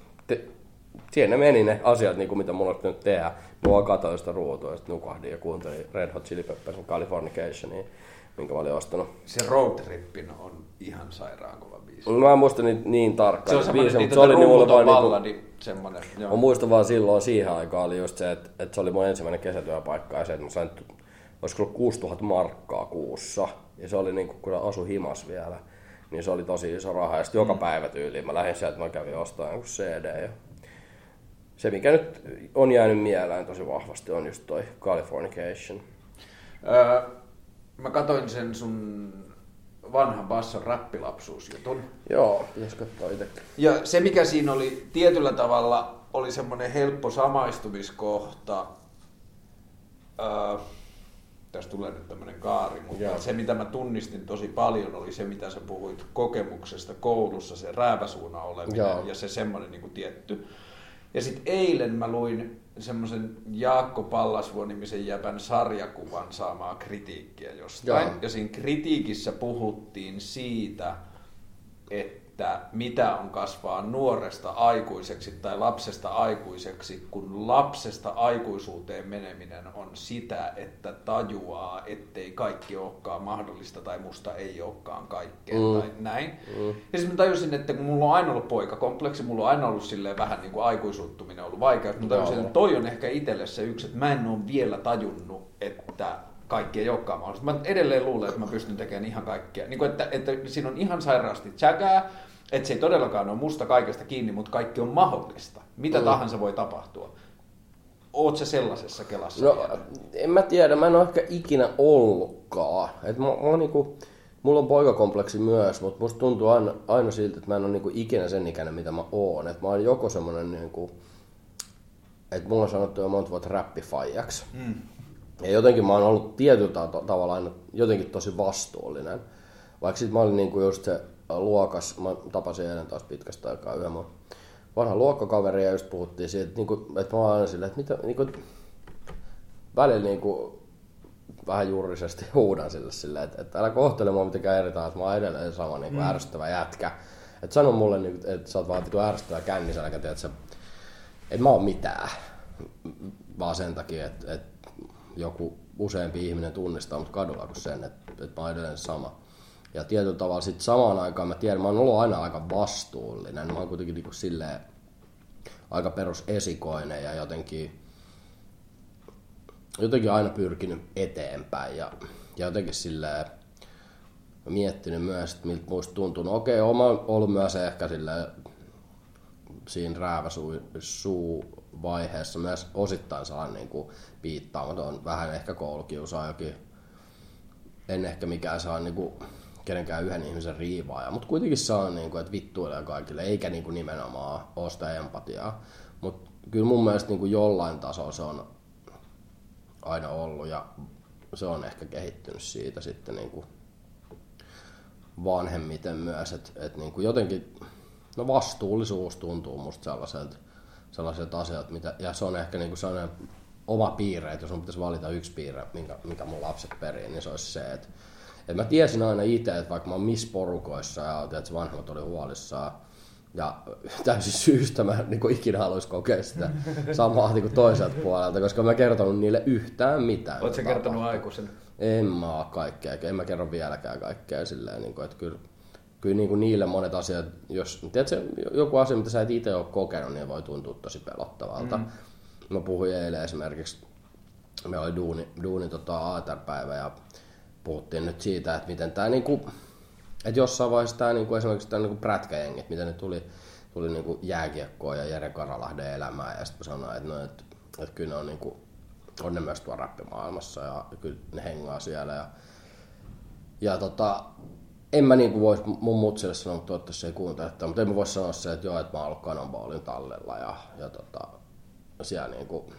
siinä meni ne asiat, niinku, mitä mulla olisi nyt tehdä. Mä vaan katsoin sitä ruutua ja sitten nukahdin ja kuuntelin Red Hot Chili Peppersin Californicationia, minkä mä olin ostanut. Se Road Trippin on ihan sairaan kova biisi. Mä en muista niin tarkkaan. Se on semmoinen rummuton balladi. Semmoinen, mä muistan vaan silloin siihen aikaan oli just se, että se oli mun ensimmäinen kesätyöpaikka ja se, että mä sain, olisiko ollut 6000 markkaa kuussa. Ja se oli niinku, kun asui himas vielä, niin se oli tosi iso raha. Ja sitten joka päivä tyyliin mä lähdin sieltä, mä kävin ostamaan joku CD. Ja se, mikä nyt on jäänyt mieleen tosi vahvasti, on just toi Californication. Mä katoin sen sun vanhan basson räppilapsuusjutun. Joo, pitäis katsoa itsekin. Ja se mikä siinä oli tietyllä tavalla oli semmoinen helppo samaistumiskohta. Tässä tulee nyt tämmöinen kaari, mutta se mitä mä tunnistin tosi paljon oli se mitä sä puhuit kokemuksesta koulussa, se rääpäsuuna oleminen ja se semmoinen niin kuin tietty. Ja sitten eilen mä luin semmoisen Jaakko Pallasvuo-nimisen jäbän sarjakuvan saamaa kritiikkiä jostain. Ja siinä kritiikissä puhuttiin siitä, että mitä on kasvaa nuoresta aikuiseksi tai lapsesta aikuiseksi, kun lapsesta aikuisuuteen meneminen on sitä, että tajuaa, ettei kaikki olekaan mahdollista tai musta ei olekaan kaikkea tai näin. Ja sitten mä tajusin, että kun mulla on aina ollut poikakompleksi, mulla on aina ollut silleen vähän niin kuin aikuisuuttuminen ollut vaikea, mutta tajusin, että toi on ehkä itselle se yksi, että mä en ole vielä tajunnut, että kaikki ei olekaan mahdollista. Mä edelleen luulen, että mä pystyn tekemään ihan kaikkea. Niin kuin, että siinä on ihan sairaasti tsäkää, että se ei todellakaan ole musta kaikesta kiinni, mutta kaikki on mahdollista. Mitä tahansa voi tapahtua. Oot sä sellaisessa kelassa? No, en mä tiedä. Mä en ole ehkä ikinä ollutkaan. Mulla on poikakompleksi myös, mutta musta tuntuu aina siltä, että mä en ole niinku ikinä sen ikäinen, mitä mä oon. Että mä oon joko semmonen, niinku, että mulla on sanottu jo monta vuotta räppifaijaksi. Ja jotenkin mä oon ollut tietyllä tavalla aina jotenkin tosi vastuullinen. Vaikka sit mä olin niinku just se luokas, mä tapasin eilen taas pitkästä aikaa yhden mun vanhan luokkakaveri ja just puhuttiin siitä, että mä oon aina silleen, että mitä, niinku, välillä niinku vähän juurisesti huudan silleen, että älä kohtele mua mitenkään eri tavalla, että mä oon edelleen sama niinku ärsyttävä jätkä. Että sano mulle, niinku, että sä oot vaan ärsyttävä kännisä, että mä oon mitään, vaan sen takia, että joku useampi ihminen tunnistaa mut kadulla kuin sen, että mä oon edelleen sama. Ja tietyllä tavalla sit samaan aikaan mä tiedän, mä oon ollut aina aika vastuullinen. Mä oon kuitenkin niinku silleen aika perusesikoinen ja jotenkin aina pyrkinyt eteenpäin. Ja jotenkin silleen miettinyt myös, että miltä muista tuntuu. No okei, oon ollut myös ehkä silleen siinä rääväsuu vaiheessa myös osittain sellainen niin kuin piittaamaton, vähän ehkä koulukiusaajakin. En ehkä mikään saa niin kuin kenenkään yhden ihmisen riivaaja, mutta kuitenkin saa, niin kuin, että vittuilee kaikille, eikä niin kuin nimenomaan ole sitä empatiaa. Mutta kyllä mun mielestä niin kuin jollain tasolla se on aina ollut ja se on ehkä kehittynyt siitä sitten niin kuin vanhemmiten myös, että niin kuin jotenkin no vastuullisuus tuntuu musta sellaiset asiat, ja se on ehkä niin kuin sellainen oma piirre, että jos mun pitäisi valita yksi piirre, mikä mun lapset perii, niin se olisi se, että mä tiesin aina itse, että vaikka mä oon missä porukoissa ja että vanhemmat oli huolissaan, ja täysin syystä mä niin kuin ikinä haluaisin kokea sitä samaa niin kuin toiselta puolelta, koska mä en kertonut niille yhtään mitään. Oletko sä kertonut aikuisen? En mä oo kaikkea, en mä kerro vieläkään kaikkea silleen, niin kuin, että kyllä niin kuin niille monet asiat, jos tiedätkö, joku asia, mitä sä et itse ole kokenut, niin voi tuntua tosi pelottavalta. Mä puhuin eilen esimerkiksi, meillä oli duuni aaterpäivä ja puhuttiin nyt siitä, että miten tää niinku, että jossain vaiheessa tää niinku esimerkiksi tää niinku prätkäjengit, miten ne tuli niinku jääkiekkoon ja Jere Karalahden elämään ja sitten sanoin, että no, et kyllä ne on niinku, on ne myös tuolla räppimaailmassa ja kyllä ne hengaa siellä ja en mä niinku vois mun mutsille sanoa, mutta toivottavasti se ei kuuntele, mutta en mä vois sanoa se, että joo, että mä oon ollut Cannonballin tallella ja siellä niinku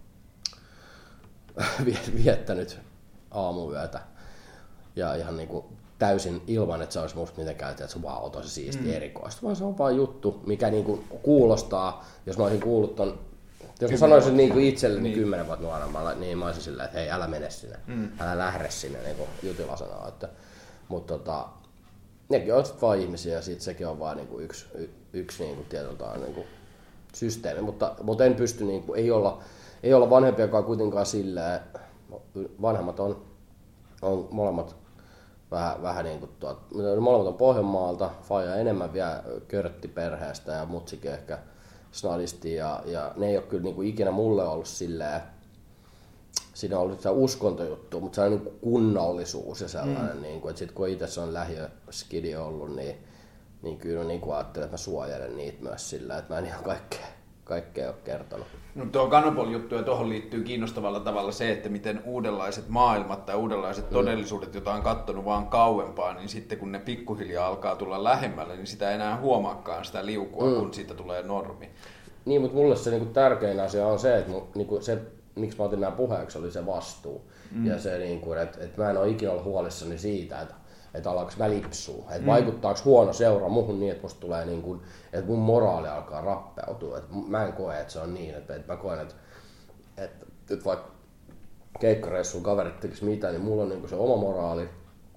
viettänyt aamuyötä ja ihan niinku täysin ilman, että se olisi musta mitenkään, että se vaan on tosi siisti erikoista, vaan se on vaan juttu, mikä niinku kuulostaa, jos mä olisin kuullut ton, jos mä sanoisin niinku itselleni 10 vuotta nuoremmalla, niin mä olisin silleen, että hei, älä mene sinne, älä lähde sinne, niinku Jutila sanoo, mutta nekin on vaan ihmisiä ja sekin on vaan niinku yksi niinku tietyltä niinku systeemi, mutta en pysty, niinku, ei olla vanhempiakaan kuitenkaan silleen, vanhemmat on molemmat vähän niin kuin molemmat on Pohjanmaalta, faija enemmän vielä körtti perheestä ja mutsikin ehkä snadisti ja ne ei ole kyllä niin kuin ikinä mulle ollut silleen, siinä on ollut se uskontojuttu, mutta sellainen niin kuin kunnollisuus ja sellainen, niin kuin, että sit kun itse on lähiöskidi ollut, niin kyllä on niin kuin ajattelen, että mä suojelen niitä myös sillä, että mä en ihan kaikkea ole kertonut. No tuo Cannonball-juttu ja tuohon liittyy kiinnostavalla tavalla se, että miten uudenlaiset maailmat tai uudenlaiset todellisuudet, joita on katsonut vaan kauempaa, niin sitten kun ne pikkuhiljaa alkaa tulla lähemmälle, niin sitä ei enää huomaakaan sitä liukua, kun siitä tulee normi. Niin, mutta mulle se niinku tärkein asia on se, että niinku se, miksi mä otin nämä puheeksi, oli se vastuu. Ja se, niinku, että mä en ole ikinä ollut huolissani siitä, että alkaako mä lipsua, että vaikuttaako huono seura muhun niin, että musta tulee niin kuin, että mun moraali alkaa rappeutua. Että mä en koe, että se on niin, että mä koen, että vaikka keikkareissuun kaverit tekis mitä, niin mulla on niin kuin se oma moraali.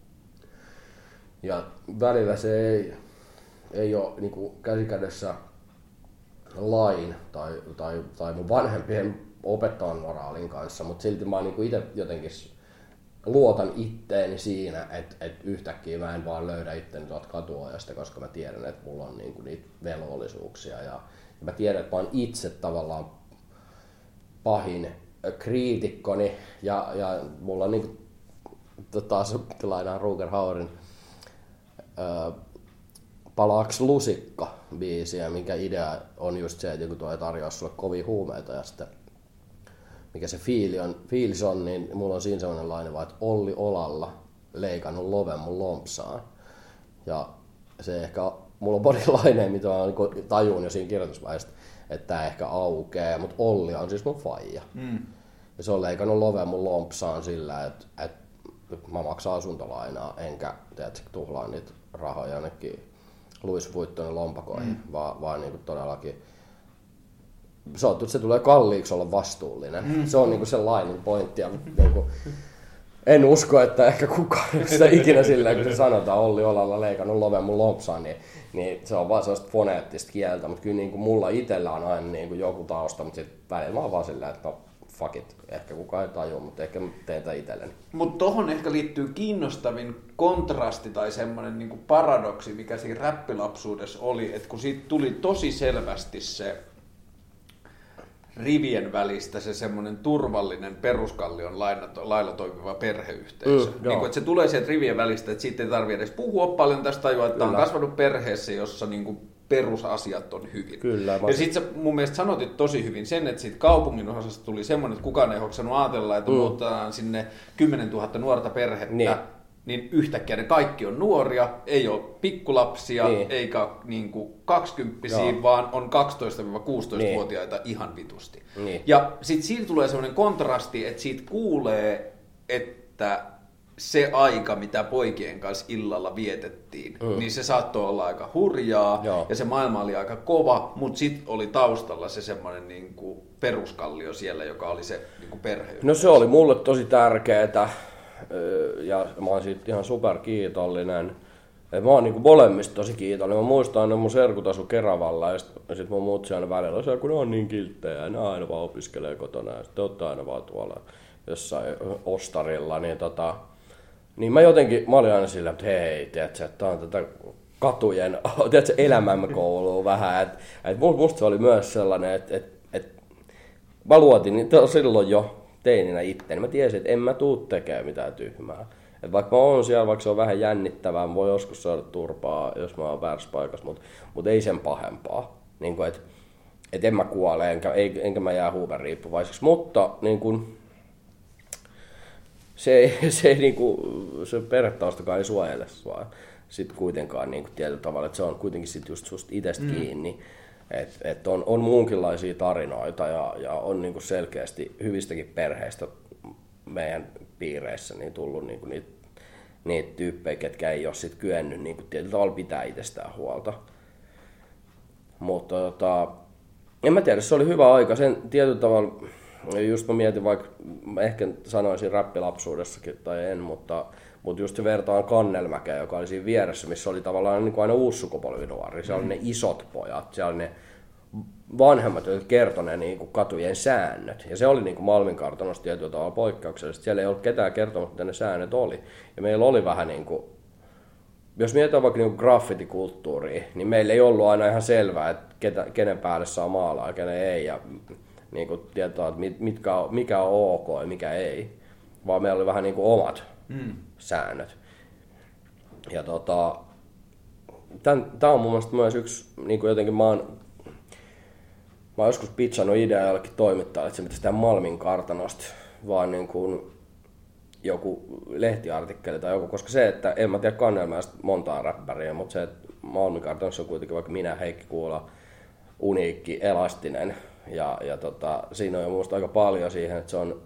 Ja välillä se ei ole niin kuin käsikädessä lain tai mun vanhempien opettavan moraalin kanssa, mutta silti mä niin kuin itse jotenkin luotan itteeni siinä, että yhtäkkiä mä en vaan löydä itteni tuolta katuojasta, koska mä tiedän, että mulla on niinku niitä velvollisuuksia. Ja mä tiedän, että mä oon itse tavallaan pahin kriitikkoni. Ja mulla on niinku, taas lainaan Ruger Hauerin Palaaks lusikka -biisiä, minkä idea on just se, että joku tuo tarjoaa sulle kovia huumeita ja sitten mikä se fiilis on, niin mulla on siinä sellainen laine vaan, että Olli Olalla leikannut loven mun lompsaan. Ja se ehkä, mulla on pari laineen, mitä mä tajuun jo siinä kirjoitusvaiheessa, että tää ehkä aukeaa, mutta Olli on siis mun faija. Ja se on leikannut loven mun lompsaan sillä, että mä maksan asuntolainaa, enkä tuhlaa niitä rahoja jonnekin Louis Vuittonin lompakoihin, vaan niin kuin todellakin se tulee kalliiksi olla vastuullinen. Se on niinku sellainen pointti. Ja niinku, en usko, että ehkä kukaan sitä ikinä silleen, kun se sanotaan Olli Olalla leikannut loven mun lompsaan, niin se on vaan sellaista foneettista kieltä. Mutta kyllä niinku mulla itsellä on aina niinku joku tausta, mutta sitten välillä mä oon vaan silleen, että no fuck it. Ehkä kukaan ei tajua, mutta ehkä mä teen tämän itselleni. Mutta tohon ehkä liittyy kiinnostavin kontrasti tai semmoinen niinku paradoksi, mikä siinä räppilapsuudessa oli, että kun siitä tuli tosi selvästi se rivien välistä se semmoinen turvallinen peruskallion lailla toimiva perheyhteisö. Niin että se tulee sieltä rivien välistä, että siitä ei tarvitse edes puhua paljon tästä tajua, että on kasvanut perheessä, jossa niin kuin perusasiat on hyvin. Kyllä, ja sitten sä mun mielestä sanotit tosi hyvin sen, että siitä kaupungin osasta tuli semmoinen, että kukaan ei hoksannut ajatella, että muutetaan sinne 10 000 nuorta perhettä, niin yhtäkkiä ne kaikki on nuoria, ei ole pikkulapsia, eikä niinku 20-vuotiaita, vaan on 12-16-vuotiaita ihan vitusti. Niin. Ja sitten siinä tulee semmoinen kontrasti, että siitä kuulee, että se aika, mitä poikien kanssa illalla vietettiin, niin se saattoi olla aika hurjaa, ja se maailma oli aika kova, mutta sitten oli taustalla se semmoinen niinku peruskallio siellä, joka oli se niinku perheyhteys. No se oli mulle tosi tärkeetä, ja mä oon siitä ihan superkiitollinen. Mä oon niinku molemmista tosi kiitollinen. Mä muistan aina mun serkut asu Keravalla, ja sit mun mutsi aina välillä se, kun ne on niin kilttejä, ja ne aina vaan opiskelee kotona, ja sitten ottaa aina vaan tuolla jossain ostarilla, niin mä olin aina sillä, että hei, tiedätkö, että tää on tätä katujen, tiedätkö, elämämme kouluun vähän, että musta se oli myös sellainen, että mä luotin niin silloin jo teininä itteen, mä tiesin, että en mä tuu tekemään mitään tyhmää. Et vaikka mä oon siellä, vaikka se on vähän jännittävää, mä voin joskus saada turpaa, jos mä oon väärässä paikassa, mutta ei sen pahempaa. Niin että en mä kuole, enkä mä jää huumen riippuvaiseksi, mutta niin kun, se perhetaustakaan ei suojele sua sit kuitenkaan niin tietyllä tavalla, että se on kuitenkin sit just susta itsestä kiinni. Että on muunkinlaisia tarinoita ja on niin selkeästi hyvistäkin perheistä meidän piireissä niin tullut niin niitä tyyppejä, ketkä ei ole sit kyennyt niin tietyllä tavalla pitää itsestään huolta. Mutta en mä tiedä, se oli hyvä aika. Sen tietyllä tavalla, just mä mietin, vaikka mä ehkä sanoisin räppilapsuudessakin tai en, mutta just se vertaan Kannelmäkeä, joka oli siinä vieressä, missä oli tavallaan niin kuin aina uusi sukupolvi nuori. Siellä oli ne isot pojat, siellä oli ne vanhemmat, jotka kertoi ne niin kuin katujen säännöt. Ja se oli niin kuin Malmin kartanossa tietyllä tavalla poikkeuksellisesti. Siellä ei ollut ketään kertomassa, mitä ne säännöt oli. Ja meillä oli vähän niin kuin, jos mietitään vaikka niin kuin graffitikulttuuria, niin meillä ei ollut aina ihan selvää, että kenen päälle saa maalaa ja kenen ei. Ja niin kuin tietoa, että mikä on ok ja mikä ei. Vaan meillä oli vähän niin kuin omat säännöt. Ja tää on mun mielestä myös yksi, niin kuin jotenkin mä oon joskus pitchannut ideaa jollekin toimittajalle, että se pitäisi tehdä Malmin kartanosta, vaan niin kuin joku lehtiartikkeli tai joku, koska se, että en mä tiedä Kannelmäestä montaa räppäriä, mutta se, että Malmin kartanossa on kuitenkin vaikka minä, Heikki Kuula, uniikki, elastinen, ja siinä on jo muista aika paljon siihen, että se on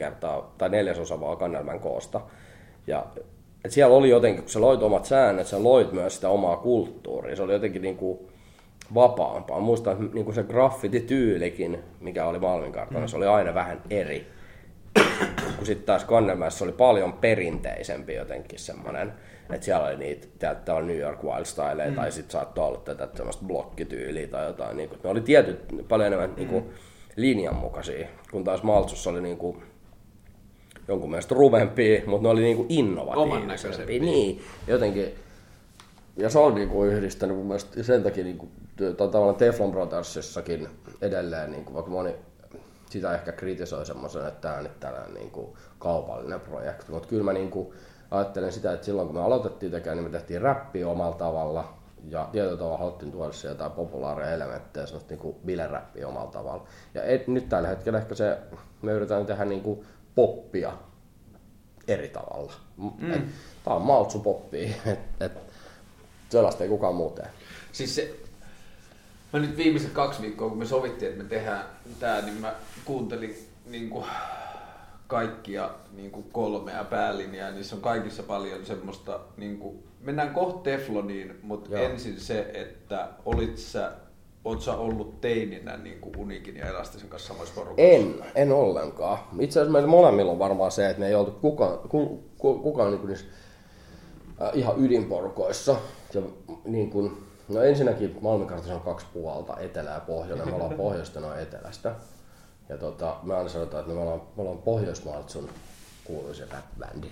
4/4 vaan Kannelmän koosta. Ja et siellä oli jotenkin, kun sä loit omat säännöt, sä loit myös sitä omaa kulttuuria. Se oli jotenkin niinku vapaampaa. Muistan, että niinku se graffitityylikin, mikä oli Malmin kartanossa, oli aina vähän eri. Kun sitten taas Kannelmäessä oli paljon perinteisempi jotenkin semmoinen, että siellä oli niitä, täällä New York Wild Style, tai sitten saattoi olla tätä semmoista blokkityyliä tai jotain. Niinku, ne oli tietyt paljon enemmän niinku linjanmukaisia, kun taas Maltsussa oli niinku jonkun mielestä rumempia, mutta ne oli niinku innovatiivisempia. Niin, jotenkin. Ja se on niinku yhdistänyt mun mielestä sen takia niinku, tavallaan Teflon Brothersissakin edelleen, niinku, vaikka moni sitä ehkä kritisoi semmoisen, että tämä on nyt tällainen niinku kaupallinen projekti. Mutta kyllä mä niinku ajattelen sitä, että silloin kun me aloitettiin tekemään, niin me tehtiin räppiä omalla tavalla. Ja tietyllä tavalla haluttiin tuoda se jotain populaaria elementtejä, semmoista niinku bileräppiä omalla tavalla. Ja nyt tällä hetkellä ehkä me yritetään tehdä niinku poppia eri tavalla. Tää on maltsupoppia, että sellaista ei kukaan muu tee. Siis mä nyt viimeiset 2 viikkoa, kun me sovittiin, että me tehdään tää, niin mä kuuntelin niinku kaikkia niinku 3 päälinjaa, niissä on kaikissa paljon semmoista, niinku, mennään kohta Tefloniin, mutta ensin se, että oot sä ollut teininä niin kuin Uniikin ja Elastisen kanssa samoissa porukassa? En ollenkaan. Itse asiassa meillä molemmilla on varmaan se, että me ei oltu kukaan niin kuin niissä ihan ydinporukoissa. Ja, niin kuin, no ensinnäkin Malmin kartanossa on 2 puolta, etelä ja pohjoinen. Me ollaan pohjoista ja etelästä. Ja me aina sanotaan, että me ollaan Pohjoismaaltsun kuuluisen rap-bändi.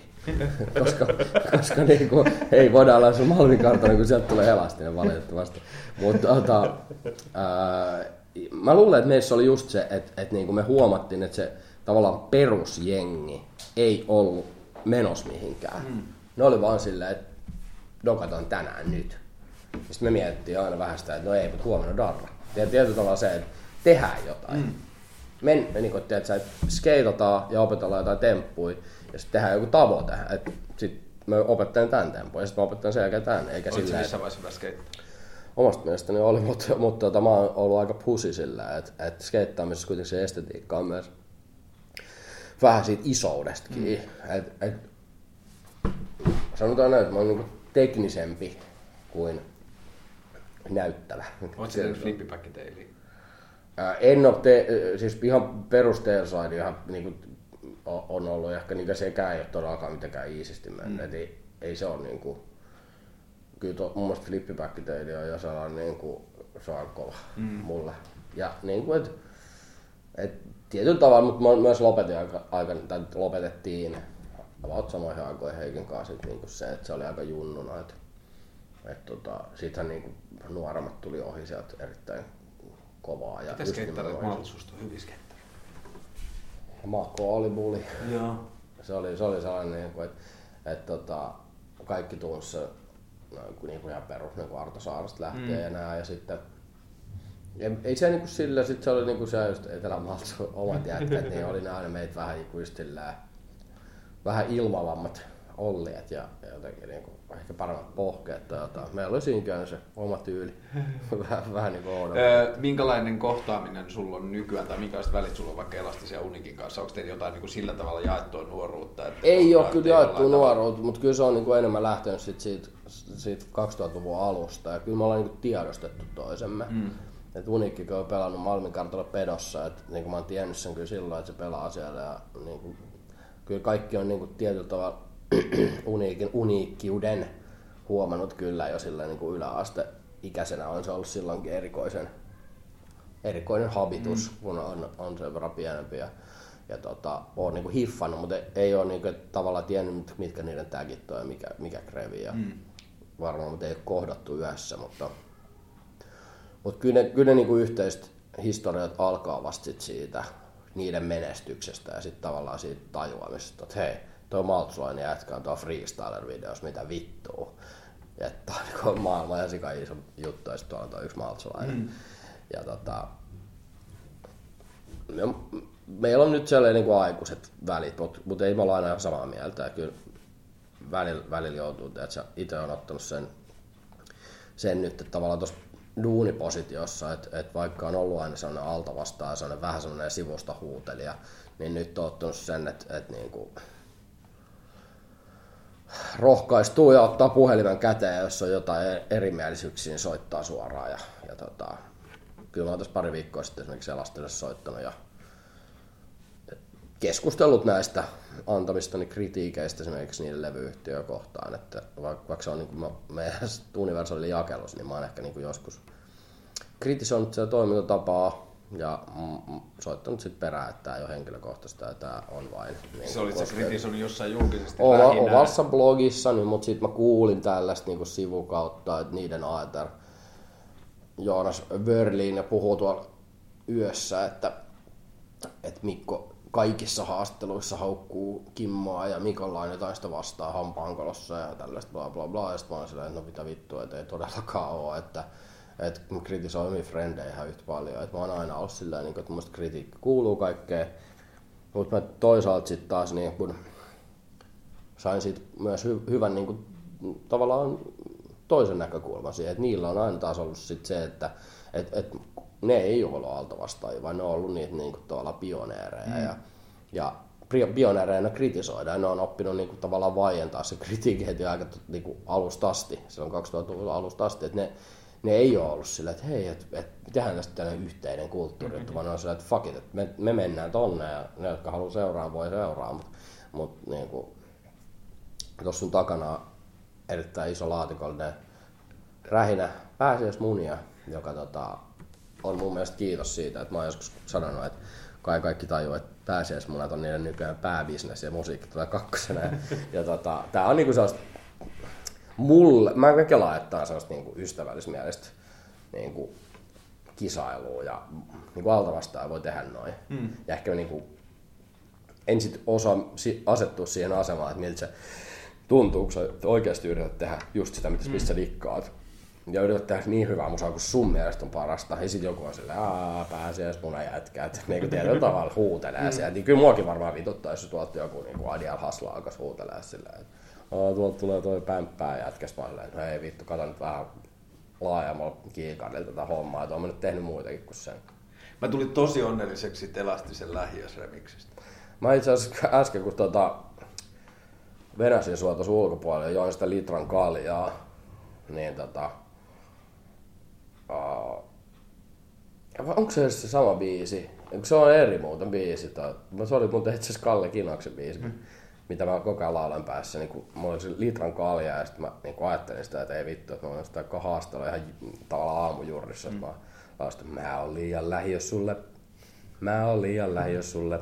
koska niinku, ei voida olla sun Malmin kartano, kun sieltä tulee Elastinen valitettavasti. Mutta mä luulen, että meissä oli just se, että niinku me huomattiin, että se tavallaan perusjengi ei ollut menos mihinkään. Ne oli vaan silleen, että dokataan tänään nyt. Sitten me mietittiin aina vähän sitä, että no ei, mutta huomenna darra. Ja tietyllä tavalla se, että tehdään jotain. Me niin kuin, että skeitataan ja opetellaan jotain temppuja ja sitten tehdään joku tavoite. Sitten mä opettelen tämän tempun ja sitten mä opettelen sen jälkeen tämän. Eikä oletko sillä, missä vaiheessa hyvä skeittaa? Omasta mielestäni oli, mutta mä oon ollut aika pusi sillä, että skeittaamisessa kuitenkin se estetiikka on myös vähän siitä isoudestakin. Sanotaan näin, että mä oon niinku teknisempi kuin näyttävä. Oletko tehnyt flippipäkkiteiliä? En ole, siis ihan perusteelsaidi ihan niinku on ollut ehkä niinku sekään ei ole todellakaan mitenkään iisisti mennyt. Ei se ole niinku, kyllä mun mielestä flippipäkkiteili on jo sellainen niinku, se on kova mulle. Ja niinku et tietyllä tavalla, mutta myös lopetettiin about samoihin aikoihin Heikin kanssa niinku se, että se oli aika junnuna. Siitähän niinku nuoremmat tuli ohi sieltä erittäin kovaa. Mitä skeittarit Maltsusta on hyvin skeittarit? Makko oli buli. Joo. Se oli sellainen, että kaikki tunsi niinku ihan perus niinku Arto Saaresta lähtien ja nää ja sitten ei se niinku sillä, sit se oli niinku se just Etelä-Maltsu omat jätkät, niin oli ne aina meitä vähän niinku just sillä vähän ilmavammat ollijat ja jotenkin niinku ehkä paremmat pohkeet. Meillä oli siinäkin se oma tyyli. vähän niinku oudon. Minkälainen kohtaaminen sulla on nykyään tai minkälaiset välit sulla on vaikka Elastisen ja Unikin kanssa? Onko teillä jotain niinku sillä tavalla jaettua nuoruutta? Ei ole kyllä jaettua nuoruutta, mutta kyllä se on niinku enemmän lähtenyt siitä 2000-luvun alusta ja kyllä me ollaan niinku tiedostettu toisemme. Et Unikkikin on pelannut Malminkartalla pedossa, että niinku mä oon tiennyt sen kyllä silloin, että se pelaa siellä ja niinku, kyllä kaikki on niinku tietyllä tavalla uniikkiuden huomannut kyllä jo sillä niinku yläasteikäisenä on se ollut silloinkin erikoinen habitus, kun on sen verran pienempi ja on niinku hiffannut, mutta ei ole niinku tavallaan tiennyt mitkä niiden tagit on ja mikä krevi ja varmaan mutta ei ole kohdattu yhdessä, mutta kyllä ne niinku yhteiset historiat alkaa vasta siitä niiden menestyksestä ja sitten tavallaan siitä tajuamisesta, että hei, toi maltsulainen jätkä on tuo freestyler-videos, mitä vittua. Että on maailman ja sika iso juttu ja sitten tuolla on yksi maltsulainen. Ja meillä on nyt sellainen niin kuin aikuiset välit, mutta ei me olla aina ihan samaa mieltä. Ja kyllä välillä joutuu, että itse on ottanut sen nyt että tavallaan tuossa duunipositiossa, että vaikka on ollut aina sellainen alta vastaan ja sellainen vähän sellainen sivusta huutelija, niin nyt on ottanut sen, että niin kuin rohkaistuu ja ottaa puhelimen käteen, jos on jotain erimielisyyksiä, niin soittaa suoraan. Kyllä mä oon tässä pari viikkoa sitten esimerkiksi Elastille soittanut ja keskustellut näistä antamistani kritiikeistä esimerkiksi niiden levyyhtiöön kohtaan. Että vaikka se on niin meidän Universalin jakelus, niin mä oon ehkä niin joskus kritisoinut sitä toimintatapaa ja soittanut sitten perään, että tämä ei ole henkilökohtaista ja tämä on vain... Niin se oli se kritisoinut jossain julkisesti omassa blogissani, mutta sitten mä kuulin tällaista niin sivukautta, että niiden Aeter Joonas Wörlin ja puhuu tuolla yössä, että Mikko kaikissa haastatteluissa haukkuu Kimmoa ja Mikolla on jotain sitä vastaan hampaankolossa ja tällaista bla bla bla. Ja sitten mä oon silleen, että no mitä vittua, että ei todellakaan ole, että kritisoi omia frendejä ihan yhtä paljon. Että mä oon aina ollut silleen, että musta kritiikki kuuluu kaikkeen. Mutta mä toisaalta sitten taas niin kun sain siitä myös hyvän niin kun, tavallaan toisen näkökulman siihen, että niillä on aina taas ollut sit se, että ne ei ole ollut altavastaajia, vaan ne on ollut niitä niin kuin, tavallaan pioneereja. Ja pioneereina kritisoidaan. Ne on oppinut niin kuin, tavallaan vaientaa se kritiikki heti aika niin kuin, alusta asti. Se on 2000-luvun alusta asti. Että ne ei ole ollut sillä, että hei, tehdään tästä tällainen yhteinen kulttuuri. Vaan ne on sillä, että fuck it, että me mennään tonne ja ne, jotka haluaa seuraa, voi seuraa. Mutta niin tuossa sun takana on erittäin iso laatikollinen rähinä pääsiäismunia, joka on mun mielestä kiitos siitä, että mä oon joskus sanonut, että kaikki tajuu, että pääsiäismunat on niiden nykyään pääbisnes ja musiikki tulee kakkosena. Ja tää on niinku sellaista mulle, mä en kelaa, että tää on sellaista niinku ystävällismielistä niinku kisailua ja niinku altavastaan voi tehdä noin. Ja ehkä niinku en sit osaa asettua siihen asemaan, että miltä se tuntuu, kun sä oikeasti yrität tehdä just sitä, mistä dikkaat. ja yrität tehdä niin hyvää musaa kuin sun mielestä on parasta. Ja sit joku on silleen, pääsiäispuna jätkät, niinku tietyllä tavalla huutelee sieltä. Niin kyllä muakin varmaan vituttaa, jos tuolta joku niinku Adial Hasla alkas huutelee silleen, että tuolta tulee toi pämppää jätkäs. Mä silleen, no ei vittu, kato nyt vähän laajemmalla kiikardilla tätä hommaa, että oon mä nyt tehnyt muitakin kuin sen. Mä tulin tosi onnelliseksi siitä Elastisen lähiös-remiksistä. Mä itse asiassa äsken, kun venäsin sua tuossa ulkopuolella ja join sitä litran kaljaa, niin onko se se sama biisi? Se on eri muuten biisi. Se oli muuten itse asiassa Kalle Kinoksen biisi, mitä mä koko ajan laulan päässä. Niin kun mulla oli se litran kaljaa ja sitten mä niin ajattelin sitä, että ei vittu, että mä olen sitä haastella ihan tavallaan aamujurrissa. Mm. Mä oon liian lähiös sulle, mä oon liian lähiös sulle.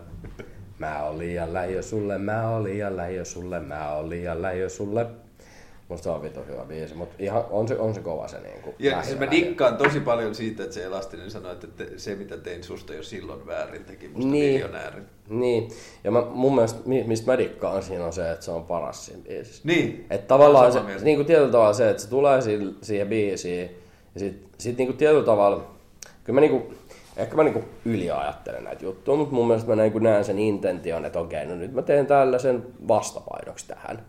Mä oon liian lähiö sulle, mä oon liian lähiö sulle, mä oon liian lähiö sulle. Musta se on vittu hyvä biisi, mutta ihan on se kova se niinku. Ja siis mä dikkaan tosi paljon siitä, että se Elastinen sanoi, että se mitä tein susta jo silloin väärin teki musta miljonäärin. Niin, ja mun mielestä mistä mä dikkaan siinä on se, että se on paras siinä biisissä. Niin. Että tavallaan se, niinku tietyllä tavalla se, että se tulee siihen biisiin ja sit niinku tietyllä tavalla, kyllä mä ehkä mä yliajattelen näitä juttuja, mutta mun mielestä mä näen sen intention, että okei, no nyt mä teen tällaisen vastapainoksi tähän.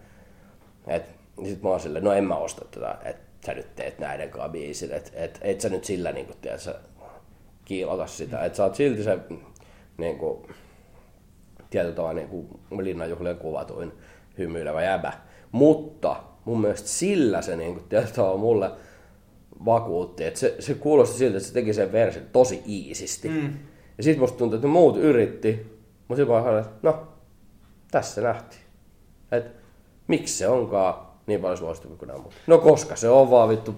Sit mä oon silleen, no en mä osta tätä, että sä nyt teet näiden kanssa biisit, että et sä nyt sillä niinku, tiedätkö, kiilota sitä, että sä oot silti se niinku, tietyllä tavalla niinku linnanjuhlien kuvatuin hymyilevä jäbä. Mutta mun mielestä sillä se niinku, tietyllä tavalla mulle vakuutti, että se kuulosti siltä, että se teki sen version tosi iisisti. Ja sit musta tuntui, että muut yritti, mutta sit mä olin, että no, tässä nähtiin. Että miksi se onkaan niin paljon suosittu kuin nämä muut? No koska se on vaan vittu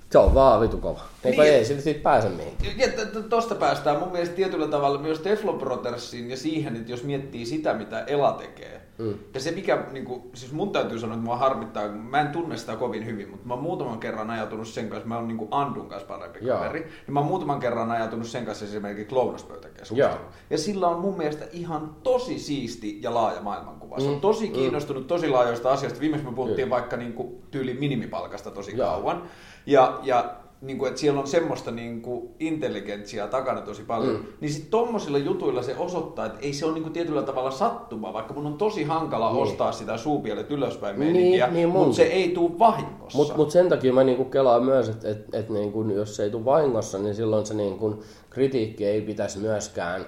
kova. Niin, ei siitä pääse mihinkään. Ja tosta päästään mun mielestä tietyllä tavalla myös Teflon Brothersiin ja siihen, että jos miettii sitä, mitä Ela tekee. Ja se mikä, siis mun täytyy sanoa, että mua harmittaa, mä en tunne sitä kovin hyvin, mutta mä oon muutaman kerran ajatunut sen kanssa, mä oon Andun kanssa parempi kaveri, niin mä oon muutaman kerran ajatunut sen kanssa esimerkiksi lounaspöytäkeskustelua. Ja sillä on mun mielestä ihan tosi siisti ja laaja maailmankuva. Se on tosi kiinnostunut tosi laajoista asioista. Viimeksi me puhuttiin vaikka tyyli minimipalkasta tosi kauan. Ja että siellä on semmoista intelligentsiaa takana tosi paljon, niin sitten tommosilla jutuilla se osoittaa, että ei se ole tietyllä tavalla sattuma, vaikka mun on tosi hankala ostaa sitä suupielet ylöspäin meininkiä, mutta se ei tule vahingossa. Mutta sen takia mä kelaan myös, että jos se ei tule vahingossa, niin silloin se kritiikki ei pitäisi myöskään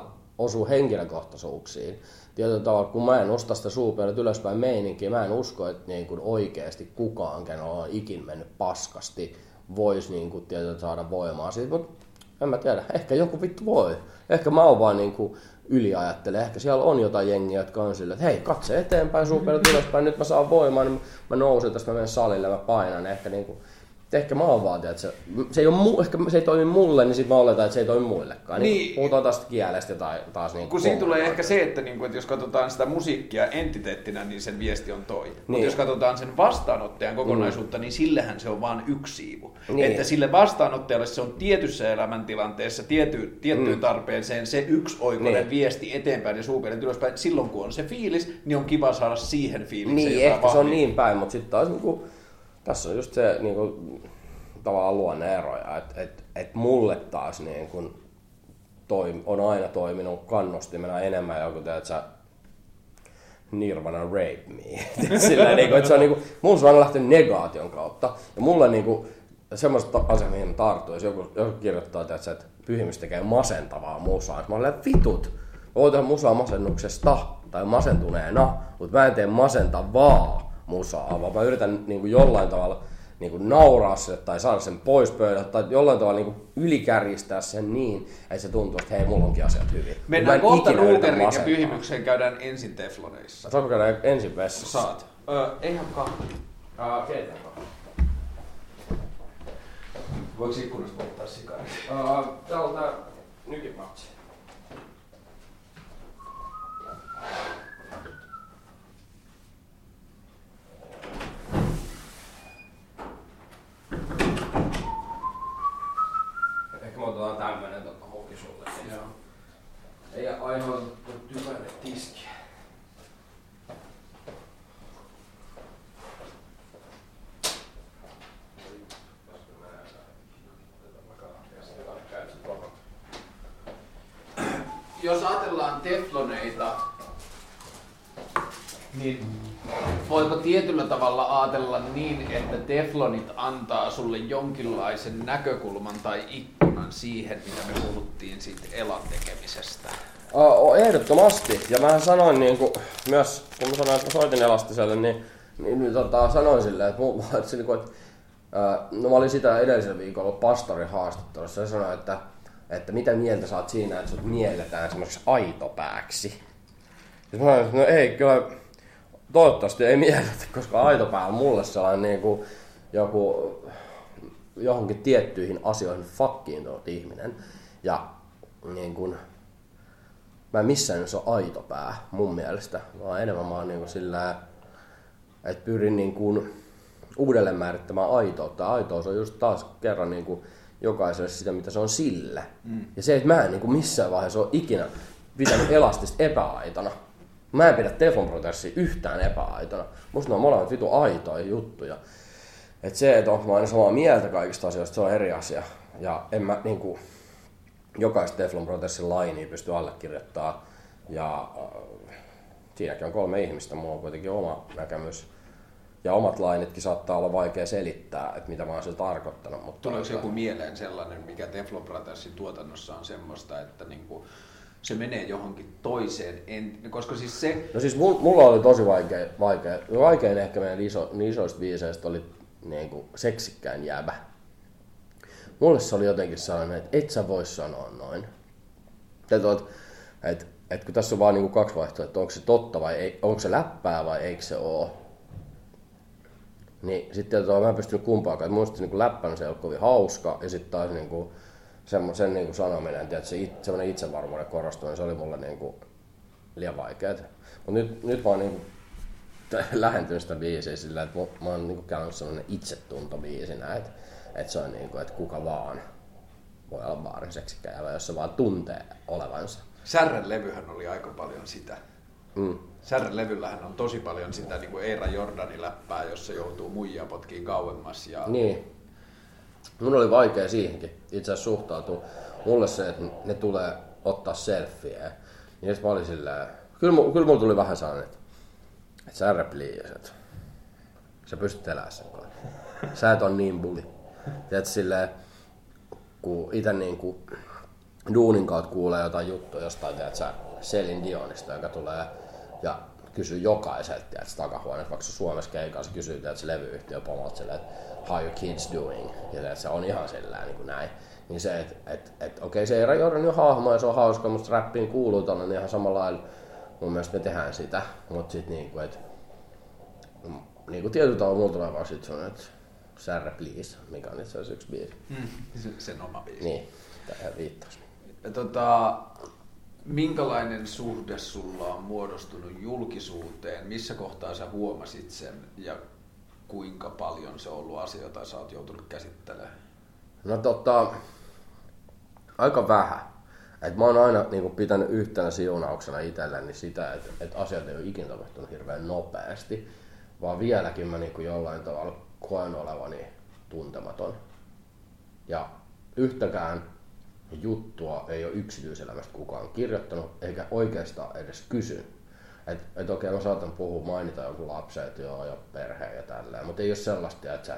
osu henkilökohtaisuuksiin. Tietyllä tavalla, kun mä en osta sitä suupielet ylöspäin meininkiä, mä en usko, että oikeasti kukaan, kenellä on ikin mennyt paskasti, voisi tietysti saada voimaa siitä, mutta en mä tiedä, ehkä joku vittu voi. Ehkä mä oon vaan yliajattelen, ehkä siellä on jotain jengiä, jotka on sillä, että hei, katse eteenpäin, suupielet ylöspäin, nyt mä saan voimaa, niin mä nousen tästä, mä menen salille, mä painan, ehkä mä oon vaan, että se ei toimi mulle, niin sit mä oletan, että se ei toimi muillekaan. Niin, puhutaan tästä kielestä tai taas kun siinä tulee ehkä se, että jos katsotaan sitä musiikkia entiteettinä, niin sen viesti on toi. Niin. Mutta jos katsotaan sen vastaanottajan kokonaisuutta, niin sillähän se on vain yksi siivu. Niin. Että sille vastaanottajalle se on tietyssä elämäntilanteessa, tiettyyn tarpeeseen se yksioikoinen viesti eteenpäin ja suupielet ylöspäin. Silloin kun on se fiilis, niin on kiva saada siihen fiilikseen niin, jotain ehkä se on niin päin, mutta sitten taas tässä on just se tavallaan luonne-eroja, että mulle taas on aina toiminut kannustimena enemmän joku, että Nirvana rape me. Sillä että se on mulla se on aina lähtenyt negaation kautta. Ja mulle semmoista asiaa, mihin mä tarttuin, jos joku kirjoittaa, että Pyhimys tekee masentavaa musaa. Mä olen vitut. Mä voin tehdä musaa masennuksesta tai masentuneena, mutta mä en tee masentavaa musaa, vaan mä yritän jollain tavalla nauraa sille tai saada sen pois pöydältä tai jollain tavalla ylikärjistää sen niin, että se tuntuu, että hei, mulla onkin asiat hyvin. Mennään kohta Ruukerin ja Pyhimykseen, käydään ensin Tefloneissa. Saanko käydä ensin vessassa? Saat. Eihän kahvi. Keitän kahvi. Voiko ikkunasta polttaa sikarit? Täällä on tää nykimatsi. Ehkä me otetaan tämmönen muki sulle. Joo. Ei aiheuta tykälle tiskiä. jos ajatellaan tefloneita, niin voiko tietyllä tavalla ajatella niin, että teflonit antaa sulle jonkinlaisen näkökulman tai ikkunan siihen, mitä me puhuttiin siitä elan tekemisestä? Ehdottomasti. Ja mä sanoin niinku, myös, kun mä sanoin, että mä soitin Elastiselle, niin sanoin silleen, että no mä olin sitä edellisellä viikolla pastorin haastattelussa ja sanoin, että mitä mieltä sä oot siinä, että sut mielletään semmoiseksi aitopääksi. Ja mä sanoin, että no ei, kyllä toivottavasti ei mielletä, koska aitopää on mulle sellainen niinku joku johonkin tiettyihin asioihin fakkiintunut ihminen. Ja niin kun, mä en missään nimessä ole aitopää mun mielestä, vaan enemmän mä oon niinku sillä, että pyrin niinku uudelleen määrittämään aitoutta. Aitous on just taas kerran niinku jokaiselle sitä, mitä se on sille. Ja se, että mä en niinku missään vaiheessa ole ikinä pitänyt Elastista epäaitona. Mä en pidä teflonprotessia yhtään epäaitona. Musta ne on molemmat vitu aitoja juttuja. Et se, että onko mä aina samaa mieltä kaikista asioista, se on eri asia. Ja en mä niinku jokaista teflonprotessin lainia pysty allekirjoittamaan. Ja siinäkin on 3 ihmistä, mulla on kuitenkin oma näkemys. Ja omat lainitkin saattaa olla vaikea selittää, että mitä mä oon sillä tarkoittanut. Mutta tuleeko joku mieleen sellainen, mikä teflonprotessin tuotannossa on semmoista, että niinku se menee johonkin toiseen, koska siis se... No siis mulla oli tosi vaikein ehkä meidän isoista biiseistä oli niinku seksikkäin jäbä. Mulle se oli jotenkin sellainen, että et sä vois sanoa noin. Että kun tässä on vaan niinku 2 vaihtoehtoa, että onko se totta vai ei, onko se läppää vai eikö se oo. Niin sitten mä en pystynyt kumpaakaan. Musta niinku läppänä se ei ole kovin hauska ja sitten taas niinku sen niinku sanominen, että semmoinen itsevarmuuden korostuminen, se oli mulle niinku liian vaikeaa. Mutta nyt mä oon niinku lähentynyt sitä biisiä sillä, että mä oon niinku käynyt semmoinen itsetuntobiisinä, että se on niinku, että kuka vaan voi olla baarin seksikkäjä, jos se vaan tuntee olevansa. Särren levyhän oli aika paljon sitä. Särren levyllähän on tosi paljon sitä niin kuin Eira Jordanin läppää, jossa joutuu muijia potkiin kauemmas. Ja... Niin. Mun oli vaikea siihenkin itse asiassa suhtautua. Mulle se, että ne tulee ottaa selfieä. Niin mä olin silleen, kyllä mulla tuli vähän sellainen, että särre please, että sä pystyt elämään sen kanssa. Sä et on niin bully. Tiedätkö silleen, kun ite niinku duunin kautta kuulee jotain juttua jostain, tiedätkö Celine Dionista, joka tulee ja kysyy jokaiselta, tiedätkö, takahuoneessa, vaikka Suomessa keikassa kysyy, tiedätkö, se levyyhtiö pomolta silleen, että how your kids doing, ja tiedätkö, se on ihan sillään niin kuin näin. Niin se, että okei, se Eira Jordan on hahmo ja se on hauska, mutta räppiin kuuluu tonne, niin ihan samalla lailla mun mielestä me tehdään sitä, mutta sit niinku, että niinku tietyllä tavalla mulla tulee vaan sit sellainen, että särre please, mikä on itse asiassa yksi biisi. Sen oma biisi. Niin, tähän viittaus. Minkälainen suhde sulla on muodostunut julkisuuteen? Missä kohtaa sä huomasit sen ja kuinka paljon se on ollut asioita, jota sä oot joutunut käsittelemään? No aika vähän. Et mä oon aina niinku pitänyt yhtenä siunauksena itselleni sitä, että asiat ei ole ikinä tapahtunut hirveän nopeasti, vaan vieläkin mä niinku jollain tavalla koen olevani tuntematon. Ja yhtäkään juttua ei ole yksityiselämästä kukaan kirjoittanut, eikä oikeastaan edes kysy. Että okei, mä saatan mainita jonkun lapset ja perheen ja tälleen, mutta ei ole sellaista, että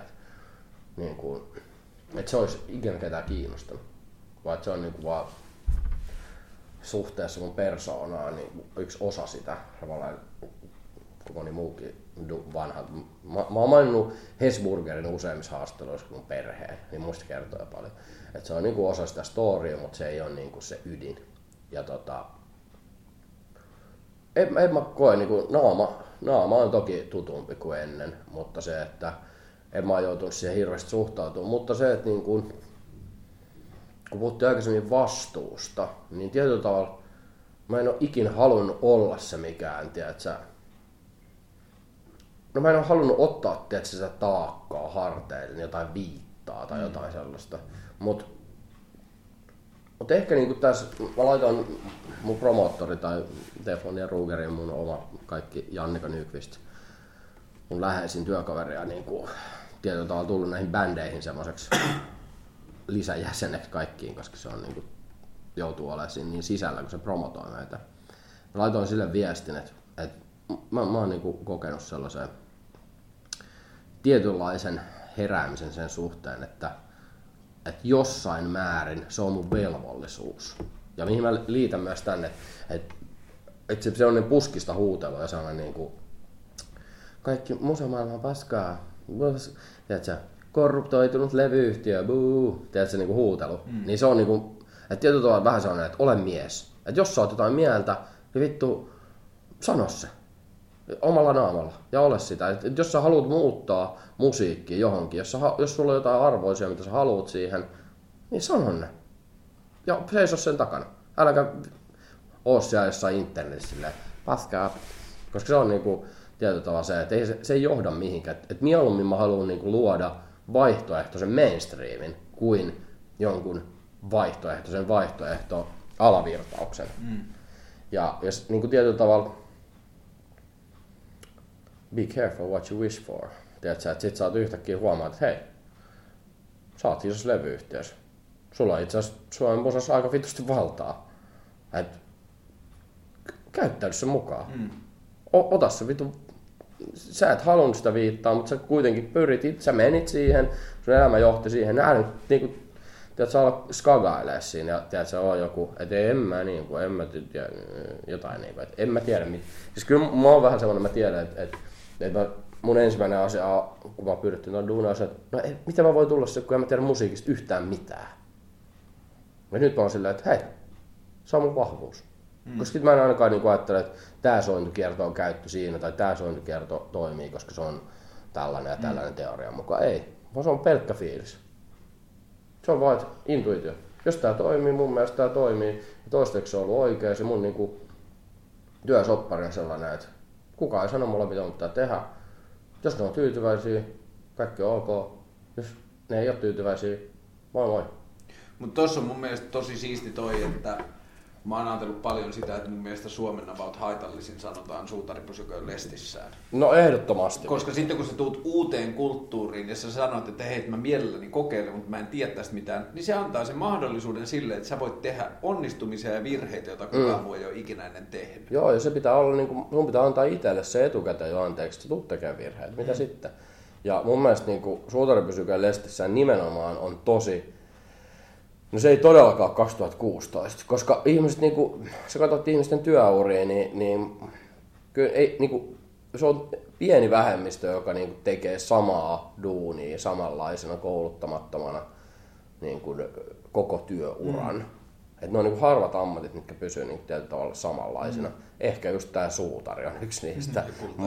se olisi ikinä ketään kiinnostanut. Vaan se on niinku vaan suhteessa mun persoonaan niin yksi osa sitä, tavallaan kuin moni muukin vanha. Mä oon maininnut Hesburgerin useimmissa haastatteluissa mun perheen, niin muista kertoo paljon. Että se on niinku osa sitä storya, mutta se ei ole niinku se ydin. Ja en mä koe, niinku naama on toki tutumpi kuin ennen, mutta se, että en mä joutunut siihen hirveästi suhtautumaan. Mutta se, että niinku, kun puhuttiin aikaisemmin vastuusta, niin tietyllä tavalla mä en ole ikinä halunnut olla se mikään, tiedätkö? No mä en ole halunnut ottaa, tiedätkö, sitä taakkaa harteille, jotain viittaa tai jotain sellaista. Mut ehkä niinku tässä, mä laitan mun promoottori tai Teflon ja Rugerin, mun oma kaikki Jannika Nyqvist, mun läheisin työkaveri ja niinku tietyllä tavalla tullut näihin bändeihin semmoiseksi lisäjäseneksi kaikkiin, koska se on niinku joutuu olemaan siinä niin sisällä, kun se promotoi meitä. Mä laitoin sille viestin, että mä oon niinku kokenut sellaisen tietynlaisen heräämisen sen suhteen, että jossain määrin se on mun velvollisuus. Ja mihin mä liitän myös tänne, että se on puskista huutelu ja sellainen niinku kaikki musamaailma on paskaa, tiedätkö, korruptoitunut levyyhtiö, buu, tiedätkö, niinku huutelu. Niin se on niinku, että tietyllä tavalla vähän sellainen, että ole mies. Että jos sä oot jotain mieltä, niin vittu, sano se. Omalla naamalla. Ja ole sitä. Et jos sä haluat muuttaa musiikkia johonkin, jos sulla on jotain arvoisia, mitä sä haluat siihen, niin sano ne. Ja seiso sen takana. Äläkä oo siellä jossain internetissä silleen, paskaa. Koska se on niinku tietyllä tavalla se, että se ei johda mihinkään. Et mieluummin mä haluan niinku luoda vaihtoehtoisen mainstreamin kuin jonkun vaihtoehto alavirtauksen. Ja jos niin kuin tietyllä tavalla be careful what you wish for. Tiedätkö, että sit sä oot yhtäkkiä huomaat, että hei, sä oot isossa levyyhtiössä. Sulla on itse asiassa Suomen musassa aika vitusti valtaa. Et käyttäydy sen mukaan. Ota se vitu. Sä et halunnut sitä viittaa, mutta sä kuitenkin pyrit, sä menit siihen, sun elämä johti siihen. Nää nyt niinku, tiedät sä olla skagailee siinä ja tiedät sä on joku, et en mä niinku, en mä tiedä, jotain niinku, et en mä tiedä mit. Siis kyllä mä oon vähän semmonen, mä tiedän, että mun ensimmäinen asia, kun mä pyrittiin tuon duunaan, että no miten mä voin tulla se, kun en mä tiedä musiikista yhtään mitään. Ja nyt mä oon silleen, että hei, se on mun vahvuus. Koska sit mä en ainakaan niinku ajattele, että tää sointukierto on käyttö siinä tai tää sointukierto toimii, koska se on tällainen ja tällainen teorian mukaan. Ei, vaan se on pelkkä fiilis. Se on vaan intuitio. Jos tää toimii, mun mielestä tää toimii, ja toistaiseksi se on ollut oikein, se mun niinku työsoppari on sellainen, että kukaan ei sano mulle mitä mun pitää tehdä. Jos ne on tyytyväisiä, kaikki on ok. Jos ne ei ole tyytyväisiä, moi moi. Mutta tossa on mun mielestä tosi siisti toi, että mä oon ajatellut paljon sitä, että mun mielestä Suomen about haitallisin sanotaan suutari pysyköön lestissään. No ehdottomasti. Koska sitten kun sä tuut uuteen kulttuuriin ja sä sanot, että hei, mä mielelläni kokeilen, mutta mä en tiedä tästä mitään, niin se antaa sen mahdollisuuden sille, että sä voit tehdä onnistumisia ja virheitä, joita kukaan muu ei ole ikinä ennen tehnyt. Joo, ja se pitää olla, niin kuin, sun pitää antaa itselle se etukäteen jo anteeksi, että tuut tekemään virheitä. Mitä sitten? Ja mun mielestä niin suutari pysyköön lestissään nimenomaan on tosi. No se ei todellakaan 2016, koska ihmiset, niinku, sä katsot ihmisten työuria, niin kyllä ei, niinku, se on pieni vähemmistö, joka niinku tekee samaa duunia samanlaisena kouluttamattomana niinku, koko työuran. Et ne on niinku harvat ammatit, mitkä pysyy niinku tietyllä tavalla samanlaisina. Ehkä just tää suutari on yksi niistä.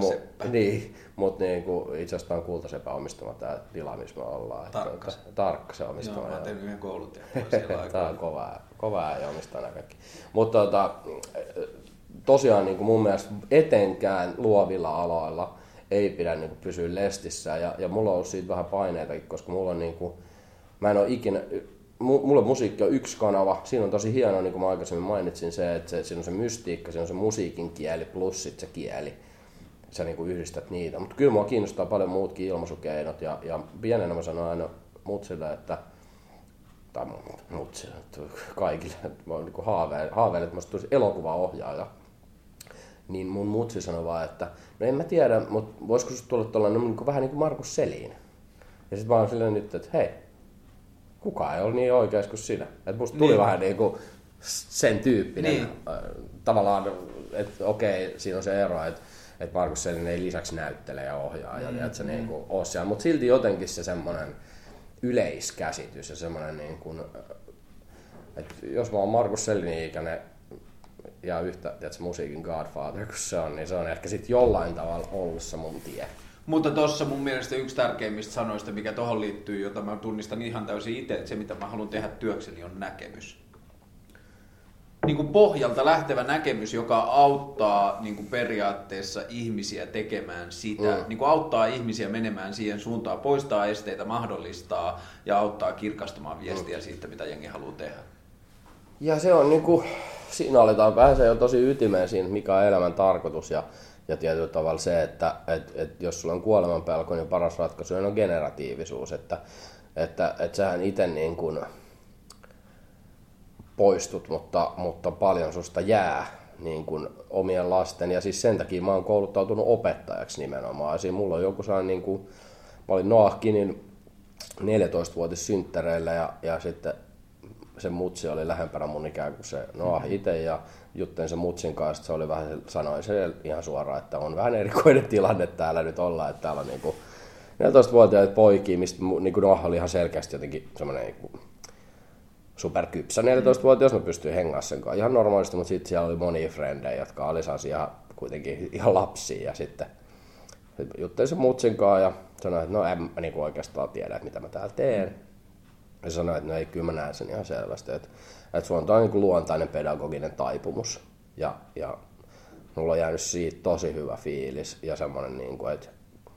Mutta niinku, itse asiassa on Kultasepä omistama tää tila, missä me ollaan. Tarkka se omistama. Joo, mä oon tehnyt yhden kouluttajan. Tää on kovaa ja omistaa nää kaikki. Mutta tosiaan niinku mun mielestä etenkään luovilla aloilla ei pidä niinku pysyä lestissä. Ja mulla on ollut siitä vähän paineitakin, koska mulla on niinku, mä en oo ikinä. Mulle musiikki on yksi kanava. Siinä on tosi hienoa, niin kuin mä aikaisemmin mainitsin, se, että siinä on se mystiikka, siinä on se musiikin kieli plus sit se kieli. Sä niin kuin yhdistät niitä. Mutta kyllä mua kiinnostaa paljon muutkin ilmaisukeinot. Ja pienenä mä sanoin aina mutsille, että tai mutsille, kaikille, että mä niin haaveilen, että mä tulisi elokuvaohjaaja. Niin mun mutsi sanoi vaan, että no en mä tiedä, mutta voisiko susta tulla tollainen niin vähän niin kuin Markus Selin. Ja sit mä oon silleen nyt, että hei, kukaan ei ole niin oikeas kuin sinä. Et musta tuli vähän niinku sen tyyppinen tavallaan, että okei, siinä on se ero, että Markus Selin ei lisäksi näyttele ja ohjaa ja että se niinku oo siellä. Mutta silti jotenkin se semmoinen yleiskäsitys ja semmoinen niinku, että jos mä oon Markus Selinin ikäinen ja yhtä tiedätkö, musiikin Godfather kun se on, niin se on ehkä sit jollain tavalla ollut se mun tie. Mutta tuossa mun mielestä yksi tärkeimmistä sanoista, mikä tuohon liittyy, jota mä tunnistan ihan täysin itse, että se mitä mä haluan tehdä työkseni on näkemys. Niin kuin pohjalta lähtevä näkemys, joka auttaa niin kuin periaatteessa ihmisiä tekemään sitä, niin kuin auttaa ihmisiä menemään siihen suuntaan, poistaa esteitä, mahdollistaa ja auttaa kirkastamaan viestiä siitä, mitä jengi haluaa tehdä. Ja se on niinku, siinä aletaan pääsee jo tosi ytimeen siinä, mikä on elämän tarkoitus ja tietyllä tavalla se, että jos sulla on kuolemanpelko, niin paras ratkaisu on generatiivisuus. Että sähän itse niin kuin poistut, mutta paljon susta jää niin kuin omien lasten. Ja siis sen takia mä oon kouluttautunut opettajaksi nimenomaan. Siinä mulla on joku sellainen, niin kuin, mä olin Noah Kinin 14-vuotis synttäreillä ja sitten se mutsi oli lähempänä mun ikään kuin se Noah itse ja juttelin sen mutsin kanssa, se oli vähän, sanoi se ihan suoraan, että on vähän erikoinen tilanne täällä nyt olla, että täällä on niin kuin 14-vuotiaita poikia, mistä niin kuin Noah oli ihan selkeästi jotenkin semmoinen niin superkypsä 14-vuotias, mä pystyin hengaamaan sen kanssa ihan normaalisti, mutta sitten siellä oli monia frendejä, jotka oli ihan kuitenkin ihan lapsia ja sitten juttelin sen mutsin kanssa ja sanoin, että no en mä niin oikeastaan tiedä, että mitä mä täällä teen. Ja sanoin, että no ei, kyllä mä näen sen ihan selvästi, että sulla on tämä niin luontainen pedagoginen taipumus ja mulla on jäänyt siitä tosi hyvä fiilis ja semmoinen, niin kuin, että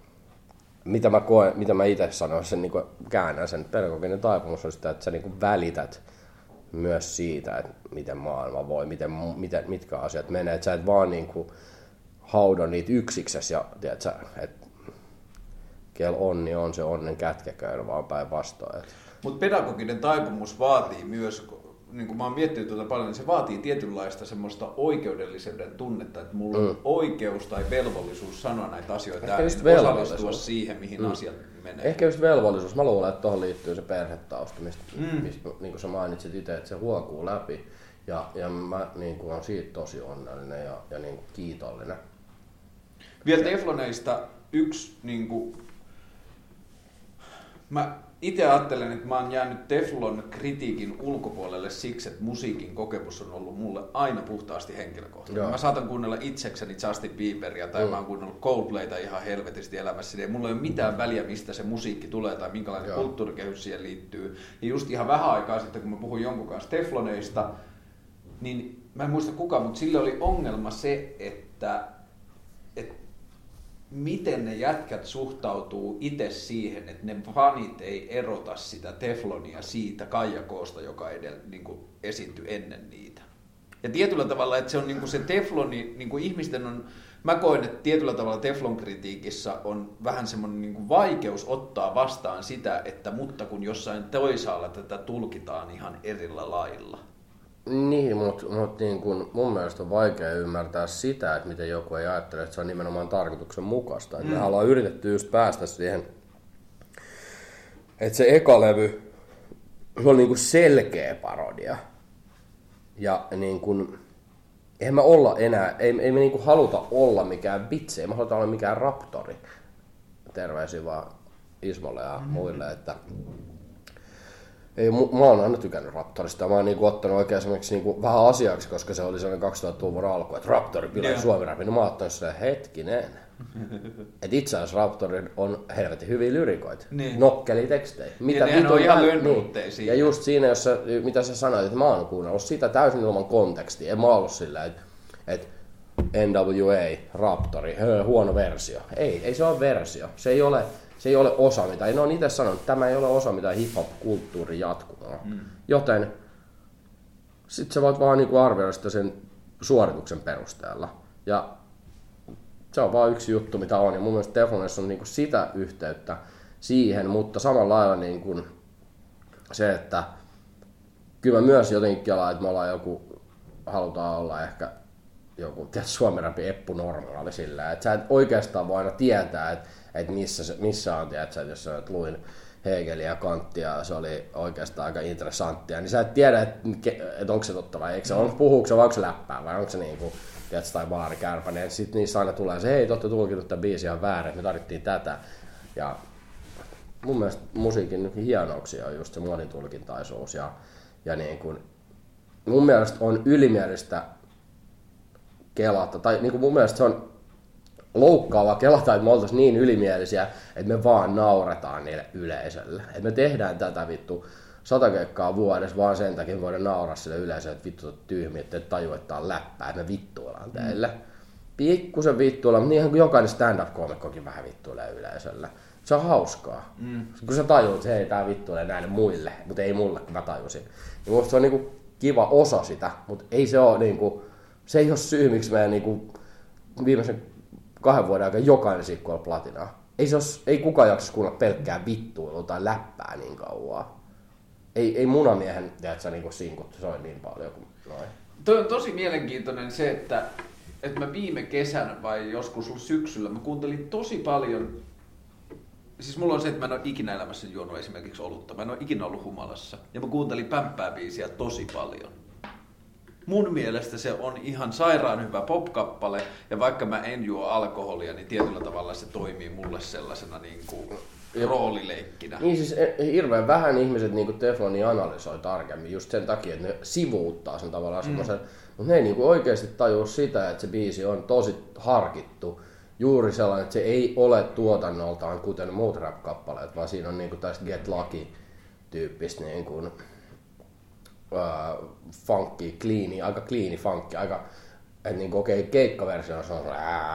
mitä mä itse sanoin, sen niin kuin käännän sen pedagoginen taipumus on sitä, että sä niin kuin välität myös siitä, että miten maailma voi, mitkä asiat menee, että sä et vaan niin kuin haudo niitä yksiksessä ja tiedät sä, että kel onni on se onnen kätkeköön, vaan päinvastoin. Mutta pedagoginen taipumus vaatii myös, niin kuin mä oon miettinyt tuota paljon, niin se vaatii tietynlaista semmoista oikeudellisuuden tunnetta, että mulla on oikeus tai velvollisuus sanoa näitä asioita ja osallistua siihen, mihin asiat menee. Ehkä just velvollisuus. Mä luulen, että tuohon liittyy se perhetausta, mistä niin kuin sä mainitsit itse, että se huokuu läpi. Ja mä niin kuin olen siitä tosi onnellinen ja niin kuin kiitollinen. Vielä Tefloneista yksi, niin kuin, mä itse ajattelen, että mä oon jäänyt Teflon kritiikin ulkopuolelle siksi, että musiikin kokemus on ollut mulle aina puhtaasti henkilökohtainen. Mä saatan kuunnella itsekseni Justin Bieberia tai mä oon kuunnellut Coldplayta ihan helvetisti elämässäni. Mulla ei ole mitään väliä, mistä se musiikki tulee tai minkälainen kulttuurikehys siihen liittyy. Ja just ihan vähän aikaa sitten, kun mä puhuin jonkun kanssa Tefloneista, niin mä en muista kuka, mutta sille oli ongelma se, että miten ne jätkät suhtautuu itse siihen, että ne fanit ei erota sitä Teflonia siitä Kaijakoosta, joka niin kuin esiintyi ennen niitä. Ja tietyllä tavalla, että se on niin kuin se Tefloni, niin kuin ihmisten on, mä koen, että tietyllä tavalla Teflon kritiikissä on vähän semmoinen niin kuin vaikeus ottaa vastaan sitä, että mutta kun jossain toisaalla tätä tulkitaan ihan erillä lailla. Niin, mutta niin kun mun mielestä on vaikea ymmärtää sitä, että miten joku ei ajattele, että se on nimenomaan tarkoituksen mukaista. Me ollaan yritetty just päästä siihen, että se eka levy se on niin kuin selkeä parodia. Ja niin kuin, eihän me olla enää, ei me niin kuin haluta olla mikään vitsi, ei me haluta olla mikään raptori. Terveisiä vaan Ismolle ja muille, että ei, mä oon aina tykännyt Raptorista. Mä oon niinku ottanut oikein esimerkiksi niinku vähän asiaksi, koska se oli sellainen 2000-luvun alku, että Raptori pilaa Suomi-rapin. No mä oon ottanut silleen, hetkinen. Et itse asiassa Raptorin on helvetin hyviä lyrikoita. Niin. Nokkeli tekstejä. Mitä ja on ihan lönnuutteisia. Ja just siinä, mitä sä sanoit, että mä oon kuunnellut sitä täysin ilman kontekstia. En mä ollut silleen, että NWA, Raptori, huono versio. Ei se ole versio. Se ei ole osa mitään. Ne on itse sanonut, että tämä ei ole osa mitään hip-hop-kulttuurin jatkumoa. Joten sit sä voit vaan niinku arvioida sitä sen suorituksen perusteella. Ja se on vaan yksi juttu, mitä on. Ja mun mielestä Teflonissa on niinku sitä yhteyttä siihen, mutta samalla lailla niinku se, että kyllä mä myös jotenkin kelaan, että me ollaan halutaan olla ehkä joku suomi-rapin Eppu Normaali sillä, että sä et oikeastaan voi aina tietää, että missä on, tiedät, että jos sä luin Hegeliä ja Kanttia, se oli oikeastaan aika interessanttia, niin sä et tiedä, että onko se totta vai eikö se, puhuuko se vai onko se läppää vai onko se niinku, tiedät, tai baarikärpäinen, sitten niissä aina tulee se, hei, te olette tulkinut tämän biisin ihan väärin, että me tarvittiin tätä. Ja mun mielestä musiikin hienouksia on just se monitulkintaisuus ja niin kuin, mun mielestä on ylimielistä kelata, tai niin kuin mun mielestä se on loukkaava kelata, että me oltaisiin niin ylimielisiä, että me vaan nauretaan niille yleisölle. Että me tehdään tätä vittu 100 keikkaa vuodessa vaan sen takia, että voidaan nauraa sille yleisölle, että vittu on tyhmiä, että et tajua, että on läppää, että me vittuillaan teille. Pikkusen vittuilla, mutta niin kuin jokainen stand-up-koomikkokin vähän vittuilee yleisölle. Se on hauskaa. Kun sä tajuut, että hei, tää vittuilee näille muille, mutta ei mulle, kun mä tajusin. Niin musta se on niinku kiva osa sitä, mutta ei se ole niinku, se ei ole syy, miksi meidän niinku viimeisen 2 vuoden aikana jokainen sinkku on platinaa. Ei kukaan jaksa kuulla pelkkää vittuilua tai läppää niin kauan. ei munamiehen, tiedätkö, niinku sinkut soi niin paljon kuin noin. Toi on tosi mielenkiintoinen se, että mä viime kesänä vai joskus syksyllä mä kuuntelin tosi paljon. Siis mulla on se, että mä en ole ikinä elämässä juonut esimerkiksi olutta. Mä en ole ikinä ollut humalassa. Ja mä kuuntelin Pämppää-biisiä tosi paljon. Mun mielestä se on ihan sairaan hyvä pop-kappale. Ja vaikka mä en juo alkoholia, niin tietyllä tavalla se toimii mulle sellaisena niin kuin roolileikkinä. Niin siis hirveän vähän ihmiset niin Teflonia analysoi tarkemmin just sen takia, että ne sivuuttaa sen tavallaan semmoisen. Mutta ne ei niin oikeasti tajua sitä, että se biisi on tosi harkittu. Juuri sellainen, että se ei ole tuotannoltaan kuten muut rap-kappaleet, vaan siinä on niinku tästä Get Lucky-tyyppistä niinku, funky, aika cleani funkki, aika, että niinku okei, keikkaversio se on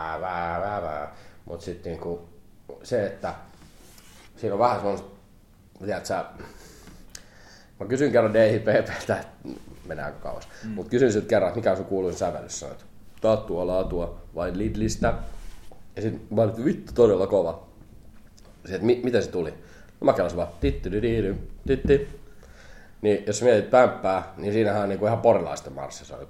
mutta sitten niinku se, että siinä on vähän semmoista, tiedätkö, mä kysyin kerran DIPP:ltä, mennään aika kauas, mutta kysyin siltä kerran, että mikä on sun kuuluisin sävellys, sanoit, taattua laatua vain Lidlistä. Ja sit mä olin, vittu todella kova. Sitten, miten se tuli? No mä kelasin vaan titti. Niin jos mietit Pämppää, niin siinähän on niinku ihan porilaisten marssi. Se oli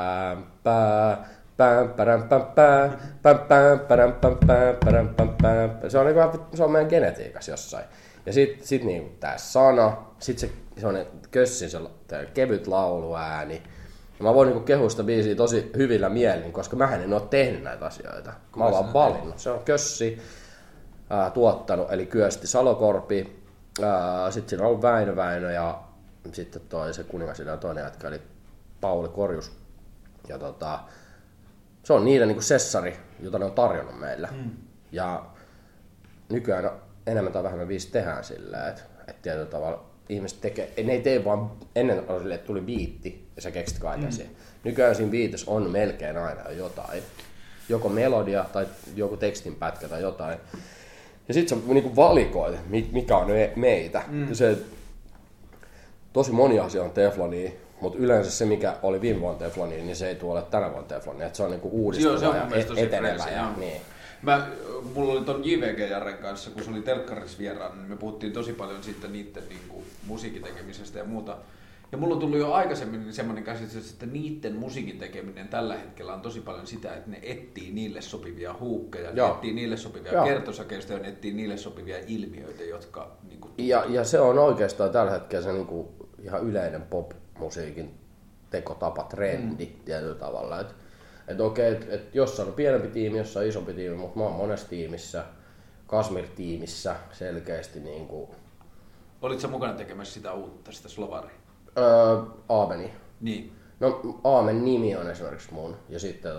se on niinku, se on meidän genetiikassa jossain. Ja sit niinku tää sana, sit se on kössin se kevyt lauluääni. Ja mä voin niinku kehua sitä biisiä tosi hyvillä mielin, koska mähän en oo tehnyt näitä asioita. Mä oon vaan valinnut. Se on Kössi tuottanut, eli Kyösti Salokorpi. Sitten siinä on ollut Väinö ja sitten se kuningas ja toinen jätkä, eli Pauli Korjus. Ja se on niiden niinku sessari, jota ne on tarjonnut meille. Ja nykyään enemmän tai vähemmän biisi tehdään silleen, että tietyllä tavalla ihmiset tekee, ne ei tee vaan, ennen oli, että tuli biitti ja sä keksit kaiken siihen. Nykyään siinä biitissä on melkein aina jotain. Joko melodia tai joku tekstinpätkä tai jotain. Ja sit sä niinku valikoit, mikä on meitä. Ja se, tosi moni asia on Teflonia, mutta yleensä se, mikä oli viime vuonna Teflonia, niin se ei tule olemaan tänä vuonna Teflonia. Että se on niinku uudistuva ja etenevä. Niin. Mulla oli ton JVG Jarren kanssa, kun se oli telkkarissa vieraana, niin me puhuttiin tosi paljon siitä niiden niinku musiikin tekemisestä ja muuta. Ja mulla on tullut jo aikaisemmin semmoinen käsitys, että niiden musiikin tekeminen tällä hetkellä on tosi paljon sitä, että ne etsii niille sopivia huukkeja, ne etsii niille sopivia kertosäkeistä ja ne etsii niille sopivia ilmiöitä, jotka niinku ja se on oikeastaan tällä hetkellä se niinku ihan yleinen pop-musiikin tekotapa, trendi tietyllä tavalla. Että okei, että jossain on pienempi tiimi, jossain on isompi tiimi, mutta mä oon monessa tiimissä, Kasmir-tiimissä selkeästi niinku. Olitko sä mukana tekemässä sitä uutta, sitä Slovaria? Aameni. Niin. No Aamen nimi on esimerkiksi mun ja sitten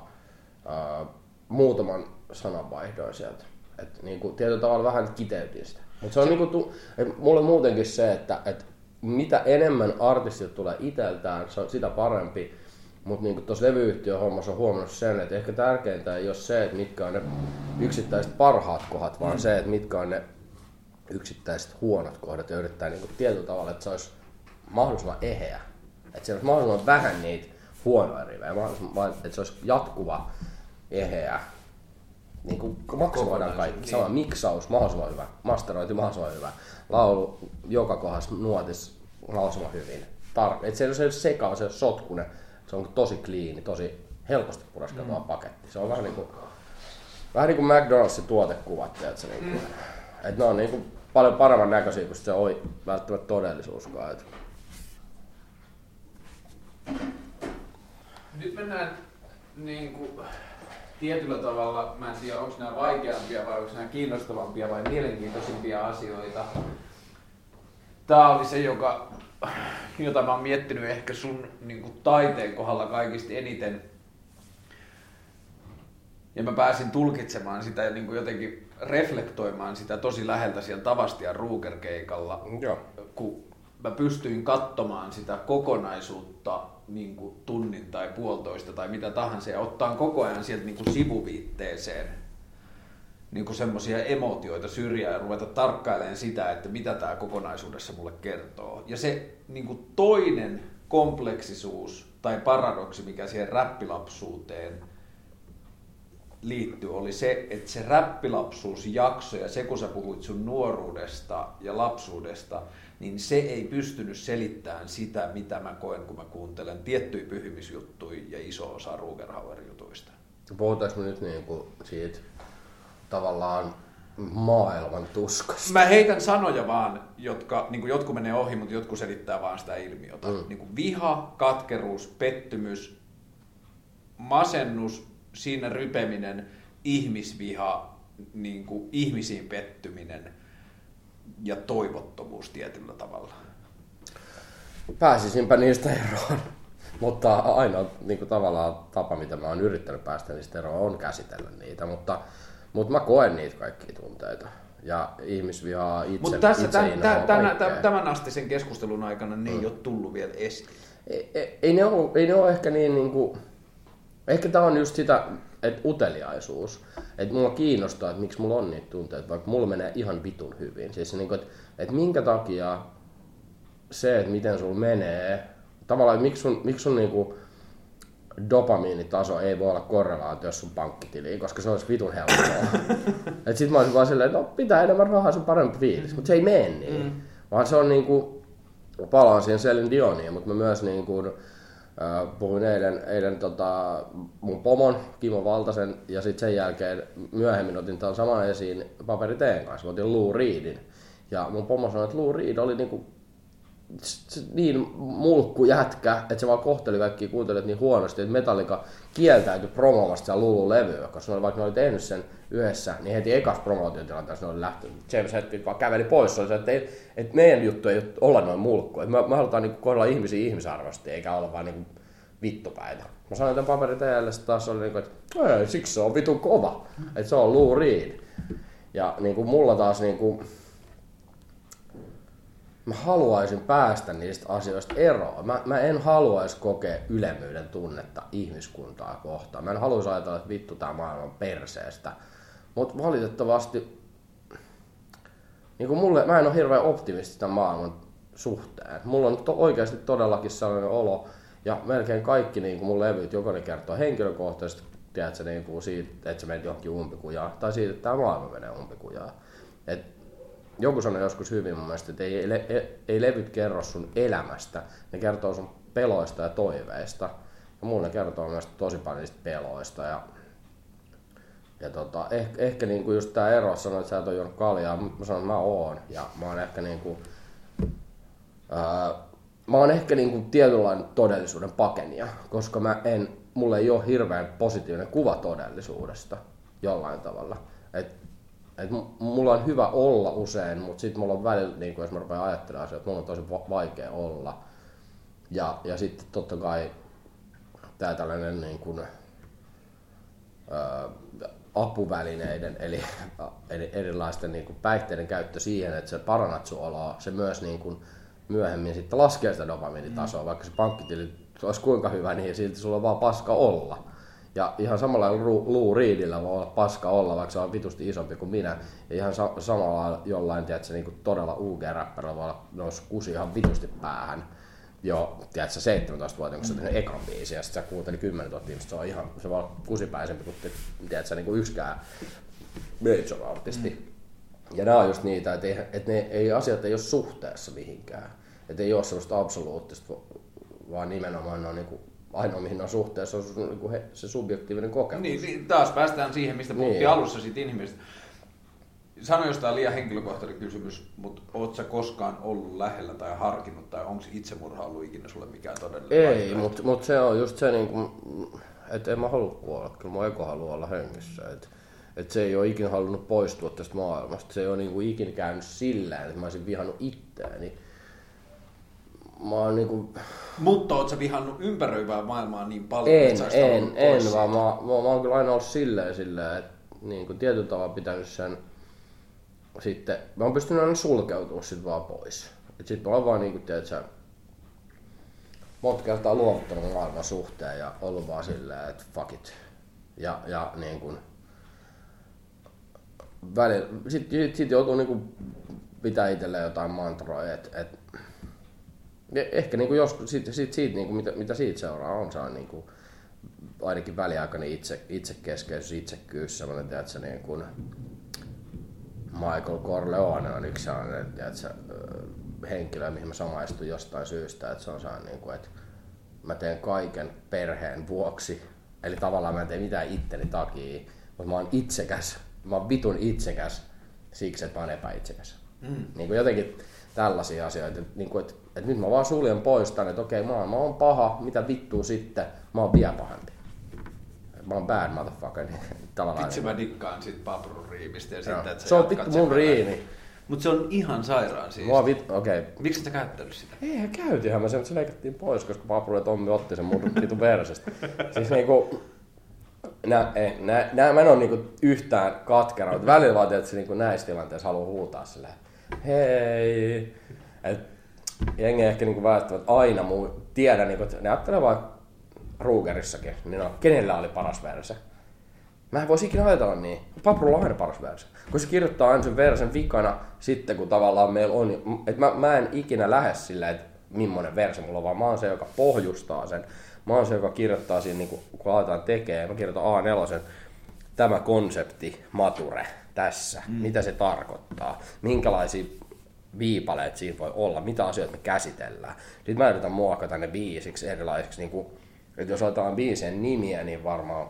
muutaman sanan vaihdoin sieltä. Että niinku tietyllä tavalla vähän kiteytin sitä. Mutta se on niinku, mulle muutenkin se, että mitä enemmän artistit tulee iteltään, se on sitä parempi. Mutta niin tuossa levyyhtiön hommassa on huomannut sen, että ehkä tärkeintä ei ole se, että mitkä on ne yksittäiset parhaat kohdat, vaan se, että mitkä on ne yksittäiset huonot kohdat ja yrittää niin tietyllä tavalla, että se olisi mahdollisimman eheä. Että siellä olisi mahdollisimman vähän niitä huonoja rivejä, että se olisi jatkuva, eheä. Niin kuin maksimoidaan kaikki. Niin. Sama miksaus, mahdollisimman hyvä, masterointi, mahdollisimman hyvä, laulu joka kohdassa, nuotis, mahdollisimman hyvin. Että se ei ole sekava, se ei ole sotkunen. Se on tosi clean, tosi helposti puraskeltava paketti. Se on vähän niin kuin McDonald'sin tuotekuvat, että ne on niin kuin paljon paremman näköisiä kuin se on välttämättä todellisuuskaan. Nyt mennään niin kuin tietyllä tavalla, mä en tiedä onko nämä vaikeampia vai onko nämä kiinnostavampia vai mielenkiintoisimpia asioita. Tää oli se, jota mä oon miettinyt ehkä sun niin kuin taiteen kohdalla kaikista eniten. Ja mä pääsin tulkitsemaan sitä ja niin kuin jotenkin reflektoimaan sitä tosi läheltä siellä Tavastian Ruger-keikalla. Joo. Kun mä pystyin katsomaan sitä kokonaisuutta niin kuin tunnin tai puolitoista tai mitä tahansa ja ottaa koko ajan sieltä niin kuin sivuviitteeseen niin kuin semmoisia emootioita syrjään ja ruveta tarkkailemaan sitä, että mitä tämä kokonaisuudessa mulle kertoo. Ja se niin kuin toinen kompleksisuus tai paradoksi, mikä siihen räppilapsuuteen liittyi, oli se, että se räppilapsuusjakso ja se, kun sä puhuit sun nuoruudesta ja lapsuudesta, niin se ei pystynyt selittämään sitä, mitä mä koen, kun mä kuuntelen tiettyjä pyhimysjuttuja ja iso osa Rugerhauer-jutuista. Puhutaanko me nyt niinku siitä tavallaan maailman tuskasta? Mä heitän sanoja vaan, jotka niin jotkut menee ohi, mutta jotkut selittää vaan sitä ilmiötä. Niin viha, katkeruus, pettymys, masennus, siinä rypeminen, ihmisviha, niin kuin ihmisiin pettyminen ja toivottomuus tietyllä tavalla. Pääsisinpä niistä eroon, mutta ainoa niin kuin tavallaan tapa, mitä mä oon yrittänyt päästä niistä eroon, on käsitellä niitä, mutta mä koen niitä kaikkia tunteita ja ihmisvihaa, mutta tässä tämän astisen keskustelun aikana ne ei ole tullut vielä esiin. Ei ne ole ehkä niin kuin, ehkä tää on just sitä, että uteliaisuus, että mua kiinnostaa, että miksi mulla on niitä tunteita, vaikka mulla menee ihan vitun hyvin. Siis niin kuin, että minkä takia se, että miten sulla menee, tavallaan, että miksi sun niin kuin dopamiinitaso ei voi olla korrelaatio sun pankkitiliin, koska se olisi vitun helppoa. Et sit mä olisin vaan silleen, että no, pitää enemmän rahaa, se on parempi fiilis, mutta se ei mene niin. Vaan se on niinku, palaan siihen Celine Dioniin, mutta mä myös niinku, puhuin eilen mun pomon, Kimo Valtasen, ja sitten sen jälkeen myöhemmin otin tämän saman esiin Paperi Teen kanssa, mä otin Lou Reedin. Ja mun pomo sanoi, että Lou Reed oli niinku niin mulkku jätkä, että se vaan kohteli kaikkia kuuntelijat niin huonosti, että Metallica kieltäytyi promoomasta sitä Lulu-levyä, koska vaikka ne oli tehnyt sen yhdessä, niin heti ekassa promootiotilanteessa ne oli lähtenyt. James Hetfield vaan käveli pois, se oli se, että meidän juttu ei olla noin mulkku. Me halutaan niinku kohdella ihmisiä ihmisarvosti, eikä olla vaan niinku vittupäitä. Mä sanoin tämän paperiteelle, että taas oli niinku, että siksi se on vitun kova, että se on Lou Reed. Ja niinku mulla taas niinku, mä haluaisin päästä niistä asioista eroon. Mä en haluaisi kokea ylemmyyden tunnetta ihmiskuntaa kohtaan. Mä en haluaisi ajatella, että vittu tää maailman perseestä. Mutta valitettavasti niin mulle, mä en ole hirveän optimisti tämän maailman suhteen. Mulla on oikeasti todellakin sellainen olo, ja melkein kaikki niin mun levyt, joko ne kertoo henkilökohtaisesti, tiedätkö, niin siitä, että sä menet johonkin umpikujaan, tai siitä, että tämä maailma menee umpikujaan. Joku sanoi joskus hyvin mun mielestä, että ei levyt kerro sun elämästä, ne kertoo sun peloista ja toiveista. Ja mulle ne kertoo myös tosi paljon niistä peloista. Ehkä niinku just tää ero, sanoit, että sä et ole juonut kaljaa, mä sanon, että mä oon. Ja mä oon ehkä niinku, tietynlainen todellisuuden pakenija, koska mulla ei ole hirveän positiivinen kuva todellisuudesta jollain tavalla. Et mulla on hyvä olla usein, mutta sitten mulla on välillä, niin jos mä rupean ajattelemaan asioita, että mulla on tosi vaikea olla. Ja sitten totta kai tää tällainen niin kuin, apuvälineiden, eli erilaisten niin kuin päihteiden käyttö siihen, että sä parannat sun oloa, se myös niin kuin myöhemmin sitten laskee sitä dopamiinitasoa, vaikka se pankkitili olisi kuinka hyvä, niin silti sulla on vaan paska olla. Ja ihan samalla Lou Reedillä voi olla paska olla, vaikka se on vitusti isompi kuin minä. Ja ihan samalla jollain, tiedätkö, niin kuin todella UG-räppärillä voi olla noussut kusi ihan vitusti päähän. Jo, tiedätkö, 17-vuotiaana, kun sä tehnyt ekan biisin ja sit sä kuuntelin 10 000 ihmistä, se voi olla kusipäisempi kuin, tiedätkö, niin kuin yksikään major-artisti. Ja nämä on just niitä, että asiat ei ole suhteessa mihinkään. Että ei ole sellaista absoluuttista, vaan nimenomaan ne on niin kuin ainoa mihin on suhteessa on se subjektiivinen kokemus. Niin, taas päästään siihen, mistä puhuttiin alussa siitä inhimillistä. Sano jostain liian henkilökohtainen kysymys, mutta ootko sä koskaan ollut lähellä tai harkinnut, tai onko itsemurha ollut ikinä sulle mikään todellinen ei, mutta se on just se, niin että en mä halua kuolla, kyllä mun ego haluaa olla hengissä. Että se ei ole ikinä halunnut poistua tästä maailmasta, se ei ole niin kuin ikinä käynyt sillä, että mä olisin vihannut itseäni. Mä oon niinku... Mutta oot sä vihannut ympäröivää maailmaa niin paljon, että sä olisit halunnut pois vaan mä oon kyllä aina ollut silleen, että niinku tietyllä tavalla pitänyt sen sitten, mä oon pystynyt aina sulkeutumaan sit vaan pois. Et sit mä oon vaan niinku, tiedätkö, monta kertaa luovuttanut maailman suhteen ja ollut vaan silleen, että fuck it. Ja niinku, välillä, sit joutuu niinku pitää itselleen jotain mantroja, että ehkä niinku joskus siitä niinku mitä siitä seuraa on saa niinku ainakin väliaikainen itsekeskeisyys, itsekkyys, sellainen, tiedätkö, niin kuin Michael Corleone on yksi sellainen, tiedätkö, henkilö, mihin mä samaistun jostain syystä, että se on sellainen, niin kuin, että mä teen kaiken perheen vuoksi, eli tavallaan mä en tee mitään itteni takia, mutta mä oon itsekäs, mä oon vitun itsekäs siksi, että mä oon epäitsekäs. Niin kuin jotenkin tällaisia asioita, niin kuin, että nyt mä vaan suljen pois tänne, että okei, mä oon paha, mitä vittua sitten, mä oon vielä pahempi. Mä oon bad motherfucker. Vitsi mä dikkaan sit paprun riimistä ja sitten, että se on vittu mun riimi. Mut se on ihan sairaan siis. Okay. Miksi sä käyttänyt sitä? Eihän käytihän mä sen, mutta se leikattiin pois, koska Papru ja Tommi otti sen mun vitun versestä. Siis niinku, mä en oo niinku yhtään katkeroita. Välillä vaan että se niinku näissä tilanteissa haluaa huutaa silleen, hei. Et jengi ehkä niinku välttämättä aina tiedä, niinku, että ne ajattelee vaan Rugerissakin, niin no, kenellä oli paras verse. Mä en voisi ikinä ajatella niin. Paprulla on aina paras verse. Kun se kirjoittaa aina sen versen vikana sitten, kun tavallaan meillä on... Että mä en ikinä lähde silleen, että millainen verse mulla on, vaan mä oon se, joka pohjustaa sen. Mä oon se, joka kirjoittaa siinä, niin kun aletaan tekemään. Mä kirjoitan A4, tämä konsepti, mature, tässä. Mitä se tarkoittaa? Minkälaisia viipaleet siinä voi olla? Mitä asioita me käsitellään? Sitten mä yritän muokata ne biisiksi erilaisiksi. Niin kuin, että jos otetaan biisien nimiä, niin varmaan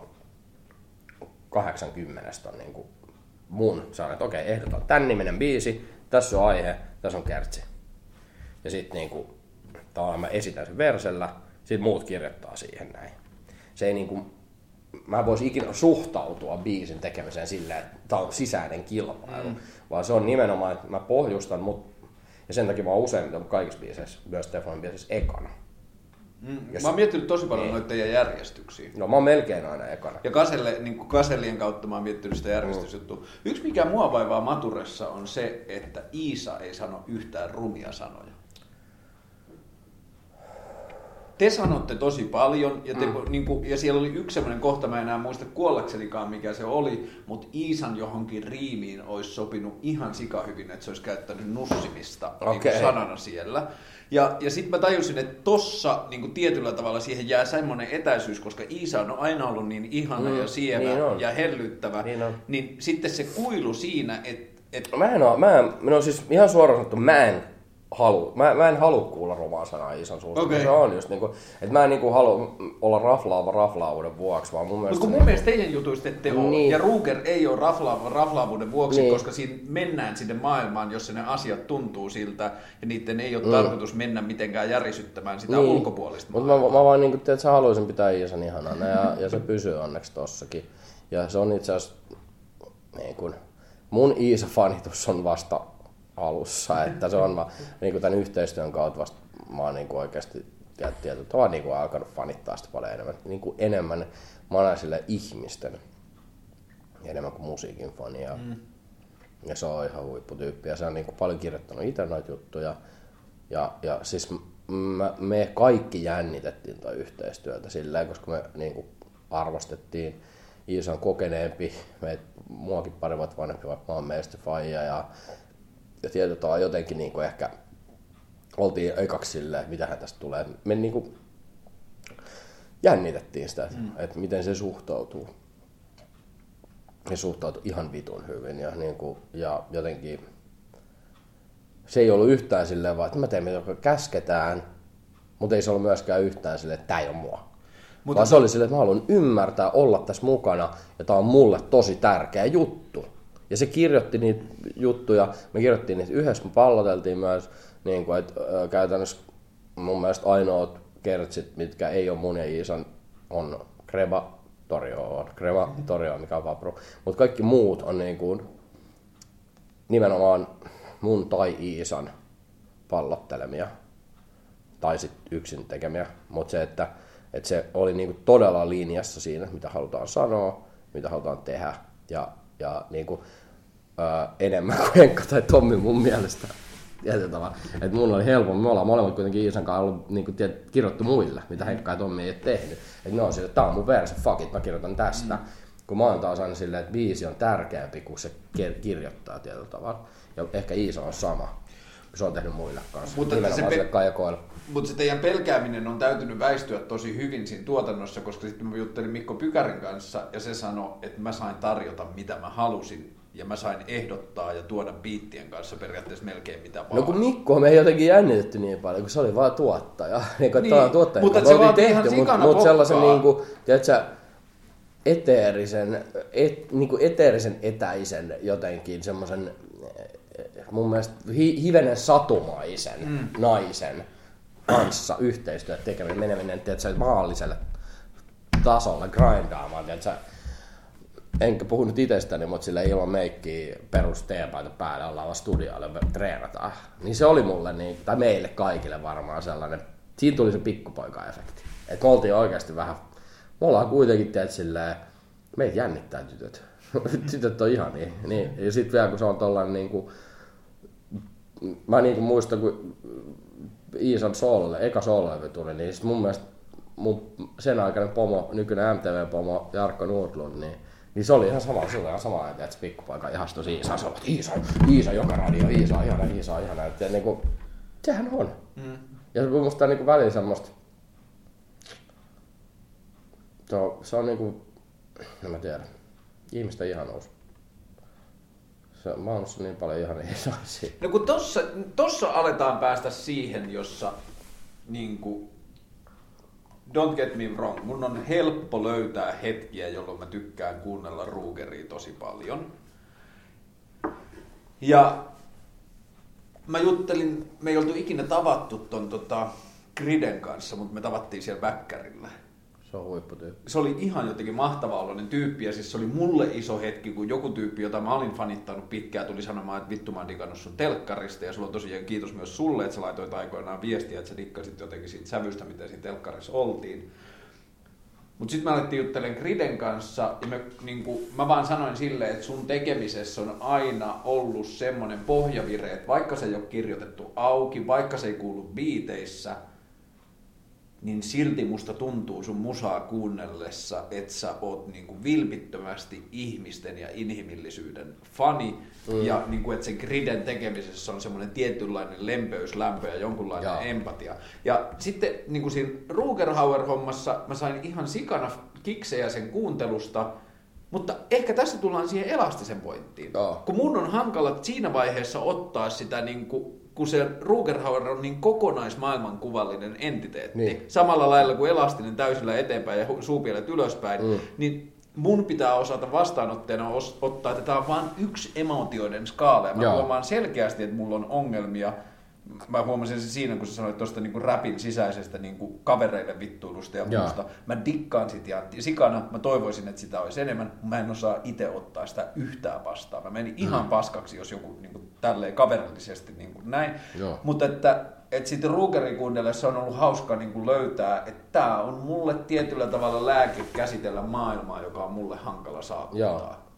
80 on niin kuin mun sanon, että okei, ehdotan tämän niminen biisi, tässä on aihe, tässä on kertsi. Ja sitten niin mä esitän sen versellä, sitten muut kirjoittaa siihen näin. Se ei niin kuin, mä en voisi ikinä suhtautua biisin tekemiseen silleen, että tää on sisäinen kilpailu, vaan se on nimenomaan, että mä pohjustan ja sen takia mä oon useimmiten kaikissa biiseissä, myös Tefonin biisissä ekana. Mä oon miettinyt tosi paljon noita teidän järjestyksiä. No mä oon melkein aina ekana. Ja Kasellien kautta mä oon miettinyt sitä järjestysjuttua. Yksi mikä mua vaivaa Maturessa on se, että Iisa ei sano yhtään rumia sanoja. Te sanotte tosi paljon ja, ja siellä oli yksi sellainen kohta, mä en enää muista kuollaksenikaan mikä se oli, mutta Iisan johonkin riimiin olisi sopinut ihan sikahyvin, että se olisi käyttänyt nussimista sanana siellä. Ja sitten mä tajusin, että tossa niin tietyllä tavalla siihen jää semmoinen etäisyys, koska Iisa on aina ollut niin ihana ja sievä niin ja hellyttävä, niin sitten se kuilu siinä, että... Mä en siis ihan suoraan sanottu, mä en halua kuulla rumaa sanaa Iisan suusta. Okay. Se on just niinku, että mä en niinku halua olla raflaavuuden vuoksi, vaan mun mielestä... Mun mielestä teidän jutuista ette ole, niin. Ja Ruger ei ole raflaavuuden vuoksi, niin. Koska siinä mennään sinne maailmaan, jossa ne asiat tuntuu siltä, ja niiden ei ole tarkoitus mennä mitenkään järisyttämään sitä ulkopuolista maailmaa. Mutta mä vaan niinku, että sä haluaisin pitää Iisan ihanana, ja se pysyy onneksi tossakin. Ja se on itse asiassa, niin kun, mun Iisa-fanitus on vasta alussa, että se on niin tämän yhteistyön kautta vasta mä oon niin oikeasti tietyllä tavalla niin alkanut fanittaa sitä paljon enemmän mä oon sille ihmisten enemmän kuin musiikin fani ja se on ihan huipputyyppi ja se on niin paljon kirjoittanut itse noita juttuja ja siis me kaikki jännitettiin toi yhteistyötä silleen, koska me niin arvostettiin Iisa on kokeneempi, muakin pari vuotta vanhempi, vaikka mä oon meistä faija ja tietyllä tavalla jotenkin niin ehkä oltiin ekaksi silleen, mitähän tästä tulee. Me niin jännitettiin sitä, että miten se suhtautuu. Se suhtautui ihan vitun hyvin ja jotenkin se ei ollut yhtään silleen vaan, että mä teen mitä joka käsketään, mutta ei se ollut myöskään yhtään silleen, että tää ei ole mua. Vaan se oli silleen, että mä haluan ymmärtää, olla tässä mukana ja tää on mulle tosi tärkeä juttu. Ja se kirjoitti niitä juttuja, me kirjoittiin niitä yhdessä, me palloteltiin myös, niin kuin, että käytännössä mun mielestä ainoat kertsit, mitkä ei ole mun ja Iisan, on Crematorio, mikä on Vapru. Mutta kaikki muut on niin kuin, nimenomaan mun tai Iisan pallottelemia tai sitten yksin tekemiä. Mutta se, että se oli niin kuin todella linjassa siinä, mitä halutaan sanoa, mitä halutaan tehdä. Ja niinku, enemmän kuin Henkka tai Tommi mun mielestä. Että mun oli helpompi, me ollaan molemmat kuitenkin Iisan kanssa ollut niinku, kirjoittu muille, mitä Henkka ja Tommi ei ole tehnyt. Että ne on silleen, että tää on mun verse, fuck it, mä kirjoitan tästä. Kun mä oon taas aina silleen, että biisi on tärkeämpi kuin se kirjoittaa tietyllä tavalla. Ja ehkä Iisa on sama. se on tehnyt muille kanssa. Mutta nimenomaan sille kaijakoille. Mutta se teidän pelkääminen on täytynyt väistyä tosi hyvin siinä tuotannossa, koska sitten mä juttelin Mikko Pykärin kanssa ja se sanoi, että mä sain tarjota mitä mä halusin ja mä sain ehdottaa ja tuoda biittien kanssa periaatteessa melkein mitä vaan. No kun Mikko me ei jotenkin jännitetty niin paljon, kun se oli vaan tuottaja. Niin, tuottaja mutta se vaatii ihan sikana mutta sellaisen niinku, tiedätkö, eteerisen etäisen jotenkin semmoisen mun mielestä hivenen satumaisen naisen kanssa yhteistyöt tekeminen, meneminen maalliselle tasolle grindaamaan, tiedätkö? Enkä puhu nyt itsestäni, mutta sillä ilman meikkiä perus teepaita päälle ollaan vaan studioille treenataan. Niin se oli mulle, niin, tai meille kaikille varmaan sellainen, siinä tuli se pikkupoika-efekti. Että me oltiin oikeasti vähän, me ollaan kuitenkin tiedät silleen, meitä jännittää tytöt. Tytöt on ihan niin. Ja sit vielä kun se on tollainen niinku, mä niinku muistan kun Iisan eka soololevy tuli, niin sit mun mielestä sen aikainen pomo, nykyinen MTV-pomo Jarkko Nordlund, niin se oli ihan sama, että se pikkupoika ihastui Iisaan, se oli Iisa joka radio, Iisa on ihana, että niinku, sehän on. Ja se musta niinku välillä semmoista, se on niinku, en mä tiedä, ihmisten ihanuus. Mä oon niin paljon ihania isaisia. No kun tossa aletaan päästä siihen, jossa niinku, don't get me wrong, mun on helppo löytää hetkiä, jolloin mä tykkään kuunnella Rugeria tosi paljon. Ja mä juttelin, me ei oltu ikinä tavattu ton Griden kanssa, mutta me tavattiin siellä Väkkärillä. Se on huipputyyppi. Se oli ihan jotenkin mahtava oloinen tyyppi ja siis se oli mulle iso hetki, kun joku tyyppi, jota mä olin fanittanut pitkään, tuli sanomaan, että vittu mä oon digannut sun telkkarista ja sulla on tosiaan kiitos myös sulle, että sä laitoit aikoinaan viestiä, että sä dikkasit jotenkin siitä sävystä, miten siinä telkkarissa oltiin. Mut sit me alettiin juttelemaan Griden kanssa ja mä vaan sanoin silleen, että sun tekemisessä on aina ollut semmonen pohjavire, että vaikka se ei ole kirjoitettu auki, vaikka se ei kuulu biiteissä, niin silti musta tuntuu sun musaa kuunnellessa, että sä oot niinku vilpittömästi ihmisten ja inhimillisyyden fani. Ja niinku, että sen Griden tekemisessä on semmoinen tietynlainen lempeys, lämpö ja jonkunlainen empatia. Ja sitten niinku siinä Rugerhauer-hommassa mä sain ihan sikana kiksejä sen kuuntelusta, mutta ehkä tässä tullaan siihen elastisen pointtiin. Kun mun on hankala siinä vaiheessa ottaa sitä niinku, kun se Rugerhauer on niin kokonaismaailmankuvallinen entiteetti, niin. Samalla lailla kuin elastinen täysillä eteenpäin ja suupielet ylöspäin, niin mun pitää osata vastaanotteena ottaa, että tämä on vain yksi emootioiden skaala. Ja mä huomaan selkeästi, että mulla on ongelmia. Mä huomasin se siinä, kun sä sanoit tuosta niinku rapin sisäisestä niinku kavereille vittuilusta ja muusta. Mä dikkaan sit ja sikana, mä toivoisin, että sitä olisi enemmän. Mä en osaa itse ottaa sitä yhtään vastaan. Mä menin ihan paskaksi, jos joku niinku tälleen kaverillisesti niinku näin. Mutta että sitten Rugerin kuunnellessa on ollut hauska niinku löytää, että tää on mulle tietyllä tavalla lääke käsitellä maailmaa, joka on mulle hankala saavuttaa.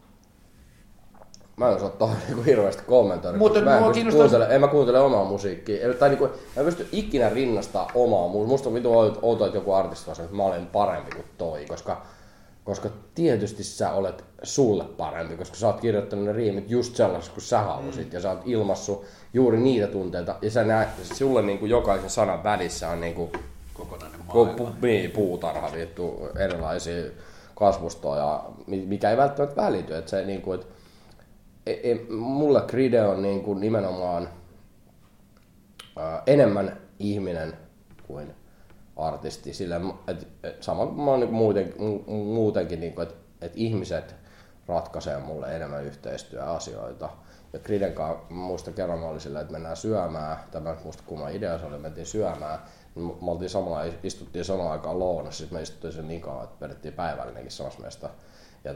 Mä en osaa tohon niinku hirveästi kommentoida, en mä kuuntele omaa musiikkia. Tai niinku, mä en pysty ikinä rinnastaa omaa musiikkia. Musta on vitu outoa, että joku artisti on sanonut, että mä olen parempi kuin toi, koska tietysti sä olet sulle parempi, koska sä oot kirjoittanut ne riimit just sellaisessa kuin sä halusit ja sä oot ilmassut juuri niitä tunteita ja sä näet, sulle niinku jokaisen sanan välissä on niinku kokonainen maailma. Puutarha vittu, erilaisia kasvustoja, mikä ei välttämättä välity, että se niinku, että mulle Gride on niin kuin nimenomaan enemmän ihminen kuin artisti. Sillä, sama kuin mä oon niin muutenkin, niin kuin, että ihmiset ratkaisee mulle enemmän yhteistyöasioita. Ja Griden kanssa muista kerran mä olin sillä, että mennään syömään. Tämä muista kumman idea se oli, mentiin syömään. Me oltiin istuttiin samaan aikaan lounassa, sitten me istuttiin sen niin kauan, että vedettiin päivällinenkin samassa meistä. Ja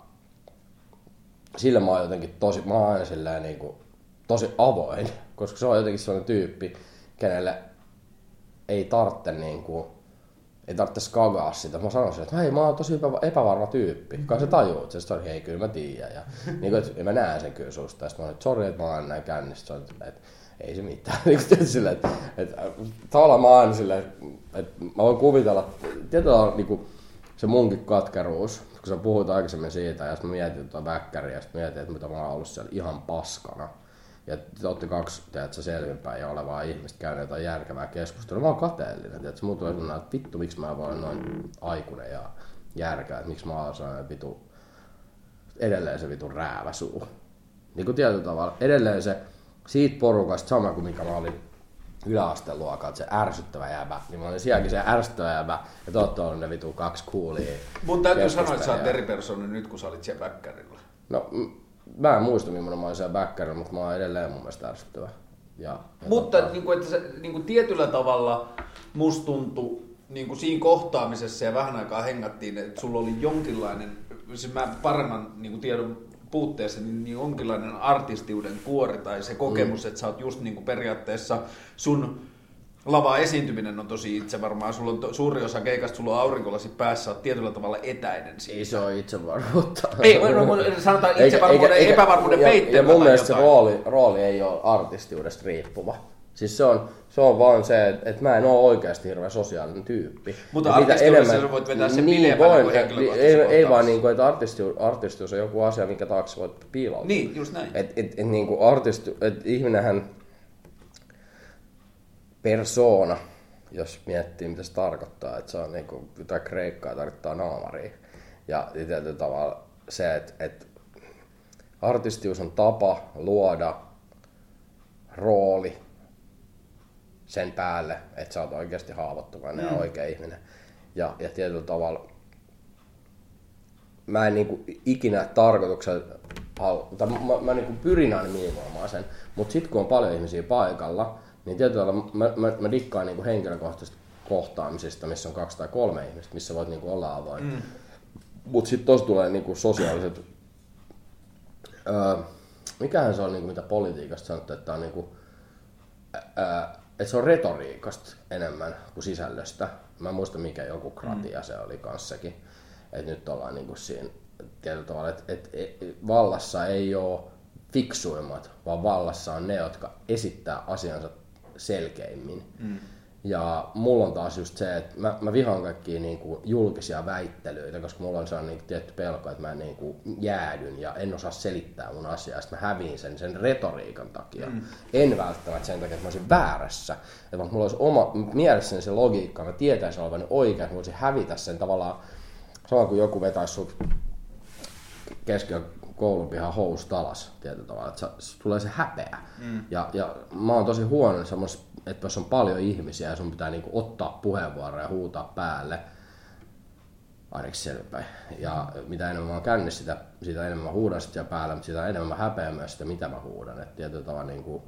sillä mä oon jotenkin mä oon aina silleen niinku tosi avoin, koska se on jotenkin sellainen tyyppi, kenelle ei tarvitse skagaa sitä. Mä sanoisin, että hei, mä oon tosi epävarma tyyppi. Kai se tajuu, että se on, hei, kyllä mä tiedän. Ja niinku, että mä näen sen kyllä susta. Ja sit mä oon, että sori, että mä oon näin käynnissä. Että ei se mitään. Että tavallaan mä oon aina silleen, että mä voin kuvitella, tietyllä niinku se munkin katkeruus, kun sä puhuit aikaisemmin siitä, ja sitten mä mietin tuota Väkkäriä, ja sitten mietin, että mitä mä oon ollut siellä ihan paskana. Ja te olette kaksi selvinpäin ja olevaa ihmistä käyneet jotain järkevää keskustelua. Mä oon kateellinen. Mulla tulee sellainen, että vittu, miksi mä voin noin aikuinen ja järkää, että miksi mä oon sellainen edelleen se vitun rääväsuu. Niin kuin tietyllä tavalla, edelleen se siitä porukasta sama kuin mikä mä olin yläasteen luokalla, se ärsyttävä jäbä, niin mä olin sielläkin se ärsyttävä jäbä, ja te ootte ollut ne vitu 2 coolia. Mun täytyy sanoa, että sä oot eri persona nyt, kun sä olit siellä väkkärillä. No, mä en muista, millainen mä olin siellä väkkärillä, mutta mä oon edelleen mun mielestä ärsyttävä. Mutta niin kuin, että se, niin kuin tietyllä tavalla musta tuntui niin kuin siinä kohtaamisessa ja vähän aikaa hengattiin, että sulla oli jonkinlainen, siis mä paremman niin kuin tiedon puutteessa, niin jonkinlainen artistiuden kuori tai se kokemus, että sä oot just niin kuin periaatteessa sun lava-esiintyminen on tosi itsevarmaa. Sulla on suuri osa keikasta, sulla on aurinkolasit päässä, oot tietyllä tavalla etäinen siitä. Ei se ole itsevarmuutta. Ei, sanotaan itsevarmuuden, epävarmuuden peitteellä. Ja mun mielestä se rooli ei ole artistiudesta riippuva. Siis se on vaan se, että mä en ole oikeasti hirveän sosiaalinen tyyppi. Mutta artistiudessa sä voit vetää sen pidempänä kuin henkilökohtaisen ei vaan niin kuin, että artistius on joku asia, minkä taakse voit piiloutua. Niin, just näin. Niin kuin ihminenhän persona, jos miettii mitä se tarkoittaa, että se on niin kuin jotain kreikkaa tarkoittaa naamaria. Ja tietyllä tavalla se, että artistius on tapa luoda rooli sen päälle, että sä oot oikeasti haavoittuvainen ja oikea ihminen. Ja tietyllä tavalla mä en niinku ikinä tarkoituksella, mä niinku pyrin aina minimoimaan sen, mutta sit kun on paljon ihmisiä paikalla, niin tietyllä tavalla mä dikkaan niinku henkilökohtaisesta kohtaamisesta, missä on 2 tai 3 ihmistä, missä voit niinku olla avoin. Mut sit tossa tulee niinku sosiaaliset, mikähän se on niinku mitä politiikasta sanottu, että on niinku, että se on retoriikasta enemmän kuin sisällöstä. Mä en muista mikä joku kratia se oli kanssakin. Että nyt ollaan niinku siinä tietyllä tavalla, että vallassa ei ole fiksuimmat, vaan vallassa on ne, jotka esittää asiansa selkeimmin. Ja mulla on taas just se, että mä vihaan kaikkia niinku julkisia väittelyitä, koska mulla on sellainen niinku tietty pelko, että mä niinku jäädyn ja en osaa selittää mun asiaa, sitten mä häviin sen retoriikan takia. En välttämättä sen takia, että mä olisin väärässä, että mulla olisi oma mielessäni se logiikka, mä tietäisin olevani oikein, että mä voisin hävitä sen tavallaan, sama kuin joku vetäisi sut keskellä koulunpihan housut alas tietyllä tavalla, että tulee se häpeä. Ja mä oon tosi huono semmoisessa, että jos on paljon ihmisiä ja sun pitää niinku ottaa puheenvuoroja ja huutaa päälle, ainakin selväpäin. Ja mitä enemmän mä oon kännissä, sitä enemmän mä huudan sitä päälle, mutta sitä enemmän mä häpeän myös sitä, mitä mä huudan. Että tietyllä tavalla niinku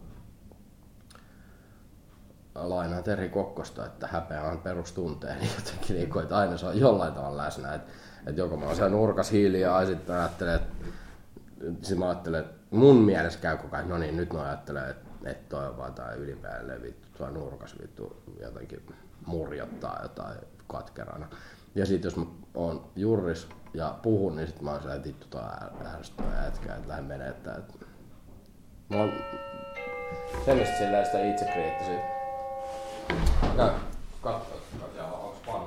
lainaan Terhi Kokkosta, että häpeä on perustunteen, niin jotenkin niinku, että aina se on jollain tavalla läsnä. Että joko mä oon siellä nurkas hiljaa ja sitten mä ajattelen, että mun mielestä käy koko ajan, no niin, nyt mä ajattelen, että toi on vaan tää ylipäälle vittu, tuo nurkas vittu jotenkin murjottaa jotain katkerana. Ja sit jos mä oon juris ja puhun, niin sit mä oon sellainen, että vittu toi ärsyttävä jätkä, että lähden menee, että mä oon semmoista silleen sitä itsekriittisiä. Näin, katso, onks panu?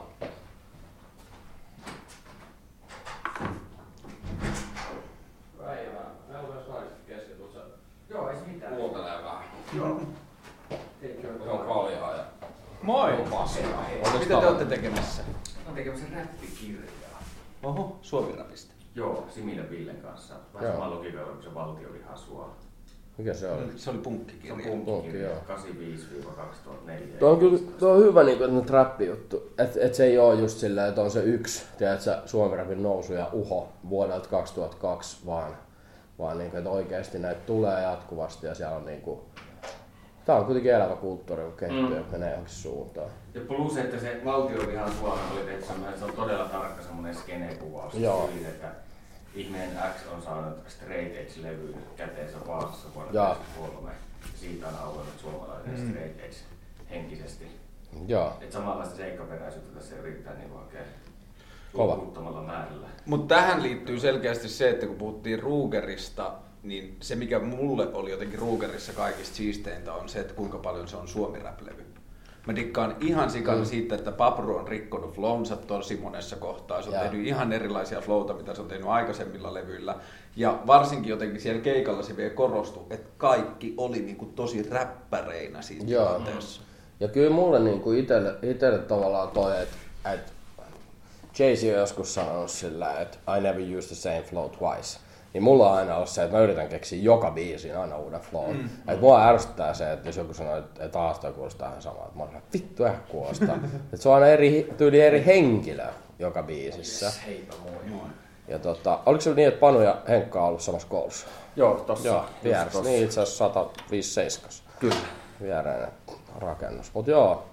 Joo, ei se mitään. Kuuntelee vähän. Joo. Se on kaljaa ja Moi! paskaa. Mitä te olette tekemässä? Mä oon tekemässä räppikirjaa. Oho, Suomi-rapista. Joo, Similä Villen kanssa. Vähän sama logiikalla kuin se Valtionvihasua. Mikä se oli? Se oli Se punkkikirja. on Punkki, punkkikirja joo. 85-2004. Tuo on kyllä hyvä niin trappi-juttu, että se ei ole just silleen, että on se yksi, tiedätkö, Suomi-rapin nousu ja uho vuodelta 2002, vaan niin kuin, että oikeasti näitä tulee jatkuvasti ja siellä on niinku, tää on kuitenkin elävä kulttuuri, kun kehittyy ja menee johonkin suuntaan. Ja plus, että se Valtionvihasua oli tehty semmoinen, se on todella tarkka semmoinen skene-kuvaus. Joo. Siitä, että ihminen X on saanut Straight Edge-levyn käteensä Vaasassa vuonna 1993. Siitä on auennut suomalainen Straight Edge henkisesti. Joo. Et samanlaista seikkaperäisyyttä tässä yritetään niin hakea Kova. luovuttamalla määrällä. Mutta tähän liittyy selkeästi se, että kun puhuttiin Rugerista, niin se mikä mulle oli jotenkin Rugerissa kaikista siisteintä on se, että kuinka paljon se on Suomi-rap-levy. Mä dikkaan ihan sikana siitä, että Papru on rikkonut flownsa tosi monessa kohtaa. Se on tehnyt ihan erilaisia flowta, mitä se on tehnyt aikaisemmilla levyillä. Ja varsinkin jotenkin siellä keikalla se vielä korostui, että kaikki oli niinku tosi räppäreinä siinä tilanteessa. Ja kyllä mulle niinku itelle tavallaan toi, että Jay-Z on joskus sanonut sillä, että I never use the same flow twice. Niin mulla on aina ollut se, että mä yritän keksiä joka biisiin aina uuden flown. Että mua ärsyttää se, että jos joku sanoo, että taas toi kuulostaa ihan samaa. Mä oon vittu ehkä kuulostaa. Että se on aina eri henkilö joka biisissä. Heipä moi. Ja oliko se niin, että Panu ja Henkka on ollut samassa koulussa? Joo, tossa. Joo, vieressä. Niin itse asiassa 157. Kyllä. Viereinen rakennus. Mut joo,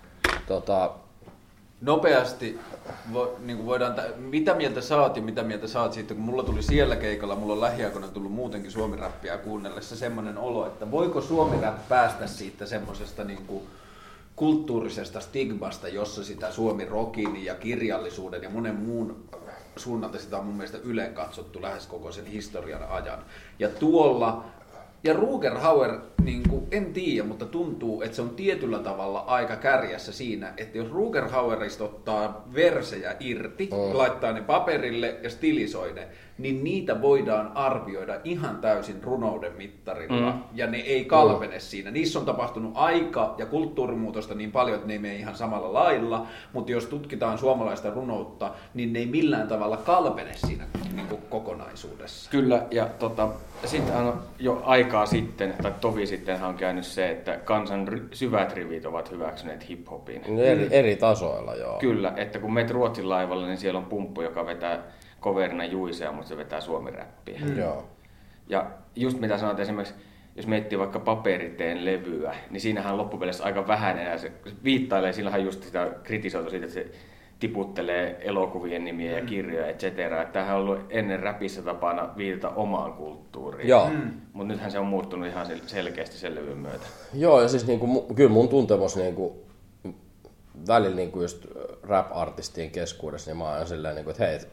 Nopeasti niin voidaan, mitä mieltä saat siitä, kun mulla tuli siellä keikalla, mulla on lähiaikoina tullut muutenkin suomiräppiä kuunnellessa semmoinen olo, että voiko suomirap päästä siitä semmoisesta niin kuin kulttuurisesta stigmasta, jossa sitä suomi-rockin ja kirjallisuuden ja monen muun suunnalta sitä on mun mielestä yleen katsottu lähes koko sen historian ajan. Ja tuolla ja Ruger Hauer, niin kuin, en tiedä, mutta tuntuu, että se on tietyllä tavalla aika kärjessä siinä, että jos Ruger Hauerista ottaa versejä irti, laittaa ne paperille ja stilisoi ne, niin niitä voidaan arvioida ihan täysin runouden mittarilla, ja ne ei kalpene siinä. Niissä on tapahtunut aika- ja kulttuurimuutosta niin paljon, että ne ei mene ihan samalla lailla, mutta jos tutkitaan suomalaista runoutta, niin ne ei millään tavalla kalpene siinä niin kuin kokonaisuudessa. Kyllä, ja sitten on jo aikaa sitten, tai tovi sitten on käynyt se, että kansan syvät rivit ovat hyväksyneet hiphopin. Eri tasoilla, joo. Kyllä, että kun meet Ruotsin laivalle, niin siellä on pumppu, joka vetää coverina juisea, mutta se vetää suomiräppiä. Joo. Ja just mitä sanoit esimerkiksi, jos miettii vaikka Paperiteen levyä, niin siinähän on loppupeleissä aika vähän enää. Se viittailee, sillähän just sitä kritisoitu siitä, että se tiputtelee elokuvien nimiä ja kirjoja, etc. Tämähän on ollut ennen räpissä tapana viitata omaan kulttuuriin. Mutta nythän se on muuttunut ihan selkeästi sen levyn myötä. Joo, ja siis niinku, kyllä mun tuntemus niinku, välillä niinku just rap-artistien keskuudessa, niin mä oon silleen, niinku, että hei,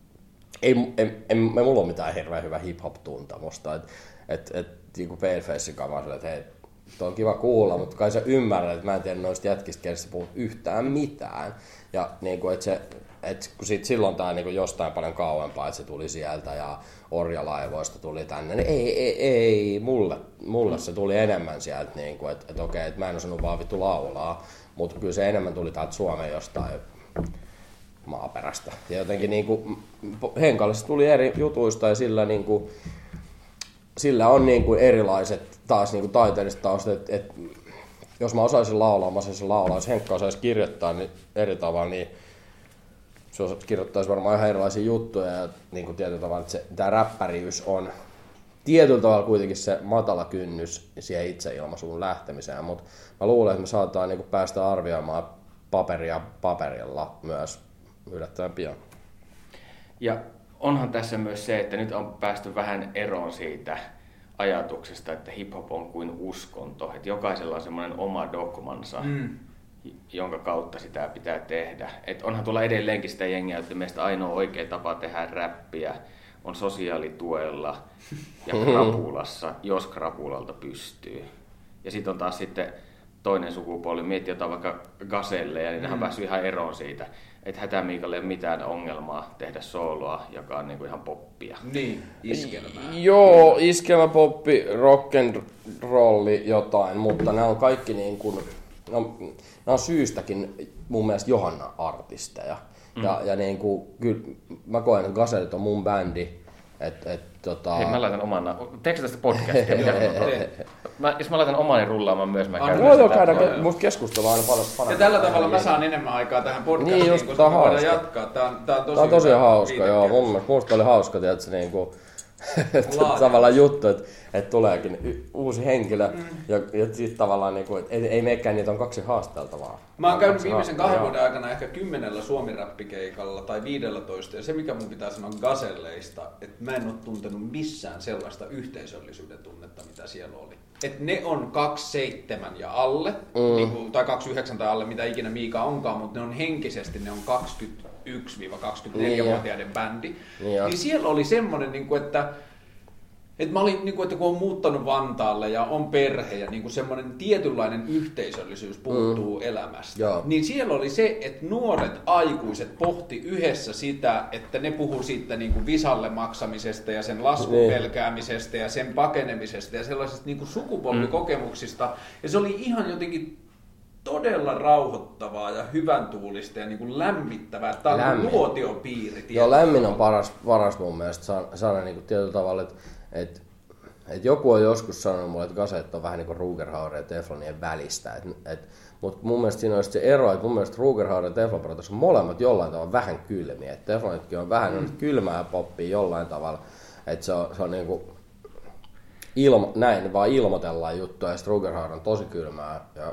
ei mulla ole mitään hirveän hyvää hip-hop-tuntemusta. Niinku Palefacein kanssa mä että hei, toi on kiva kuulla, mutta kai sä ymmärrät, että mä en tiedä noista jätkistä, kenestä puhut yhtään mitään. Ja niinku, kun silloin tää niinku jostain paljon kauempaa, että se tuli sieltä ja orjalaivoista tuli tänne, niin ei mulle se tuli enemmän sieltä, niinku, että okei, että mä en osannut vaan vittu laulaa, mutta kyllä se enemmän tuli täältä Suomen jostain maaperästä. Ja jotenkin niinku, Henkalle se tuli eri jutuista ja sillä on niinku erilaiset taas niinku taiteelliset taustat, että jos mä osaisin laulaa, jos Henkka osaisi kirjoittaa niin eri tavalla, niin se kirjoittaisi varmaan ihan erilaisia juttuja ja niin tietyllä tavalla, että tämä räppäriys on tietyllä tavalla kuitenkin se matala kynnys siihen itseilmaisuun lähtemiseen, mutta mä luulen, että me saadaan niin päästä arvioimaan paperia paperilla myös yllättävän pian. Ja onhan tässä myös se, että nyt on päästy vähän eroon siitä ajatuksesta, että hip-hop on kuin uskonto, että jokaisella on semmoinen oma dogmansa, jonka kautta sitä pitää tehdä. Et onhan tuolla edelleenkin sitä jengiä, että meistä ainoa oikea tapa tehdä räppiä on sosiaalituella ja krapulassa, jos krapulalta pystyy. Ja sitten on taas sitten toinen sukupuoli, miettii jotain vaikka gazelleja, niin ne on päässyt ihan eroon siitä, että Hätämiikalle ei ole mitään ongelmaa tehdä sooloa, joka on niinku ihan poppia. Niin, iskelmää. Joo, iskelmä, poppi, rock'n'rolli, jotain, mutta nämä on kaikki niin kuin, nämä on syystäkin mun mielestä Johanna-artisteja. Ja niin kuin, kyllä mä koen, että Gazellit on mun bändi. Hei, mä laitan oman. Teekö tästä podcastia? Jos mä laitan omani rullaamaan myös, mä käyn joo, käydään. Musta keskustellaan aina paljon. Ja tällä tavalla mä saan enemmän aikaa tähän podcastiin, niin, koska me voidaan jatkaa. Tää on tosi hauska, joo. Musta oli hauska, tiedätkö, niinku, tavallaan juttu, että tuleekin uusi henkilö ja sitten tavallaan niinku, ei meekään niitä on 2 haasteltavaa. Mä oon käynyt viimeisen 2 vuoden aikana ehkä 10 suomiräppikeikalla tai 15 ja se mikä mun pitää sanoa Gazelleista, että mä en oo tuntenut missään sellaista yhteisöllisyyden tunnetta mitä siellä oli. Et ne on 27 ja alle, niinku, tai 29 tai alle, mitä ikinä Miika onkaan, mutta ne on henkisesti, ne on 21-24-vuotiaiden bändi. Niin siellä oli semmonen, että Et mä olin, että kun on muuttanut Vantaalle ja on perhe ja semmoinen tietynlainen yhteisöllisyys puuttuu elämästä, niin siellä oli se, että nuoret aikuiset pohti yhdessä sitä, että ne puhuu siitä visalle maksamisesta ja sen laskun pelkäämisestä ja sen pakenemisesta ja sellaisista sukupolvikokemuksista. Ja se oli ihan jotenkin todella rauhoittavaa ja hyvän tuulista ja lämmittävää. Tämä on nuotiopiiri. Joo, lämmin on paras mun mielestä saada tietyllä tavalla, että joku on joskus sanonut mulle, että kaset on vähän niin kuin Rugerhauer ja Teflonien välistä. Mutta mun mielestä siinä olisi se ero, että mun mielestä Rugerhauer ja Teflon on molemmat jollain tavalla vähän kylmiä. Et Teflonitkin on vähän kylmää poppia jollain tavalla. Että se on niin kuin näin vaan ilmoitellaan juttua, ja sitten Rugerhauer on tosi kylmää ja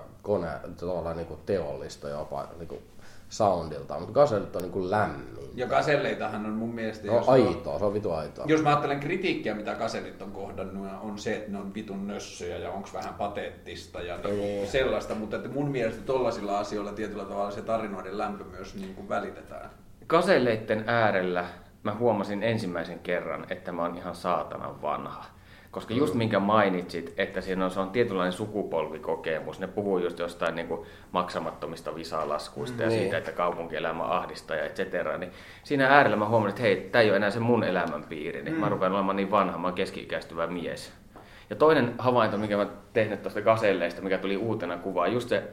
niin kuin teollista jopa niin kuin soundilta, mutta Gazellit on niin kuin lämmin. Ja Gazelleitahan on mun mielestä... No aitoa, se on vitu aitoa. Jos mä ajattelen kritiikkiä, mitä Gazellit on kohdannut, on se, että ne on vitun nössöjä ja onko vähän pateettista ja sellaista, mutta että mun mielestä tollaisilla asioilla tietyllä tavalla se tarinoiden lämpö myös niin kuin välitetään. Gazelleitten äärellä mä huomasin ensimmäisen kerran, että mä oon ihan saatanan vanha. Koska just minkä mainitsit, että siinä se on tietynlainen sukupolvikokemus. Ne puhuu just jostain niin kuin maksamattomista visalaskuista ja siitä, että kaupunkielämä ahdistaa ja et cetera. Niin siinä äärellä mä huomasin, että hei, tää ei ole enää se mun elämänpiiri. Niin mä rupean olemaan niin vanha, mä oon keski-ikäistyvä mies. Ja toinen havainto, mikä mä tehnyt tuosta Gazelleista, mikä tuli uutena kuvaan, just se,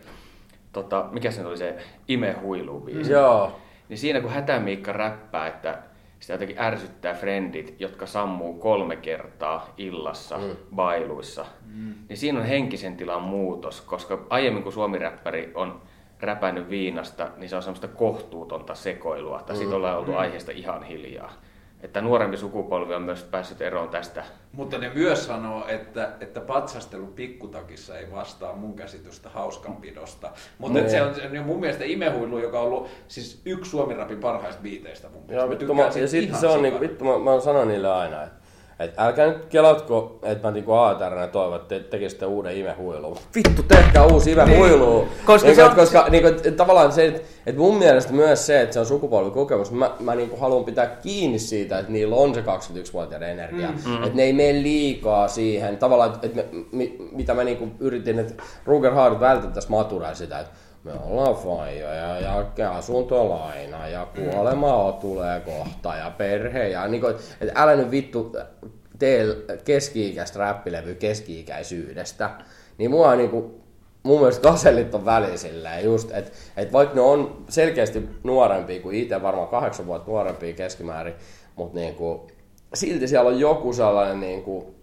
mikä se oli se Imehuilu-biisi. Joo. Niin siinä kun Hätämiikka räppää, että sitä jotenkin ärsyttää frendit, jotka sammuu 3 kertaa illassa bailuissa. Niin siinä on henkisen tilan muutos, koska aiemmin kun suomiräppäri on räpännyt viinasta, niin se on semmoista kohtuutonta sekoilua. Tai siitä ollaan oltu aiheesta ihan hiljaa. Että nuorempi sukupolvi on myös päässyt eroon tästä. Mutta ne myös sanoo, että patsastelu pikkutakissa ei vastaa mun käsitystä hauskanpidosta. Mutta se on mun mielestä Imehuilu, joka on ollut siis yksi suomirapin parhaista biiteistä mun mielestä. Ja sitten se on vittu, mä sanon niille aina, että älkää nyt kelatko, että mä niinku ATR:nä toivon, että tekisitte uuden Imehuilun. Vittu, tehkää uusi Imehuilu! Koska tavallaan se, että mun mielestä myös se, että se on sukupolvikokemus, mä niinku haluan pitää kiinni siitä, että niillä on se 21-vuotiaiden energia. Että ne ei mene liikaa siihen. Tavallaan, että mitä mä niinku yritin, että Rugerhauer vältettäisiin maturaa sitä, että me ollaan faijoja ja asuntolaina ja kuolemaa tulee kohta ja perhe ja niinku, että älä nyt vittu tee keski-ikäistä räppilevyä keski-ikäisyydestä. Niin mua niinku, mun mielestä Gazellit on väliin silleen just, että vaikka ne on selkeästi nuorempia kuin itse, varmaan 8 vuotta nuorempia keskimäärin, mutta niinku, silti siellä on joku sellainen niinku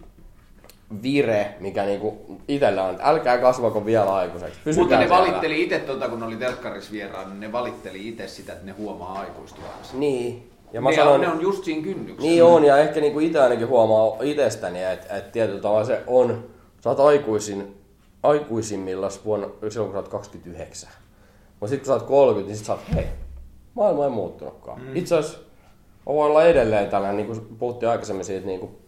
vire, mikä niinku itsellä on, että älkää kasvako vielä aikuiseksi. Mutta ne valitteli itse, kun ne oli telkkarissa vieraan, niin ne valitteli itse sitä, että ne huomaa aikuistuvansa. Niin. Ja ne on just siinä kynnyksessä. Niin on, ja ehkä niinku itse ainakin huomaa itsestäni, että tietyllä tavalla se on, sä oot aikuisimmillaan silloin kun sä oot 29. Mutta sitten kun sä oot 30, niin sit sä oot, hei, maailma ei muuttunutkaan. Itse asiassa voi olla edelleen tällainen, niin kuin puhuttiin aikaisemmin siitä niin kuin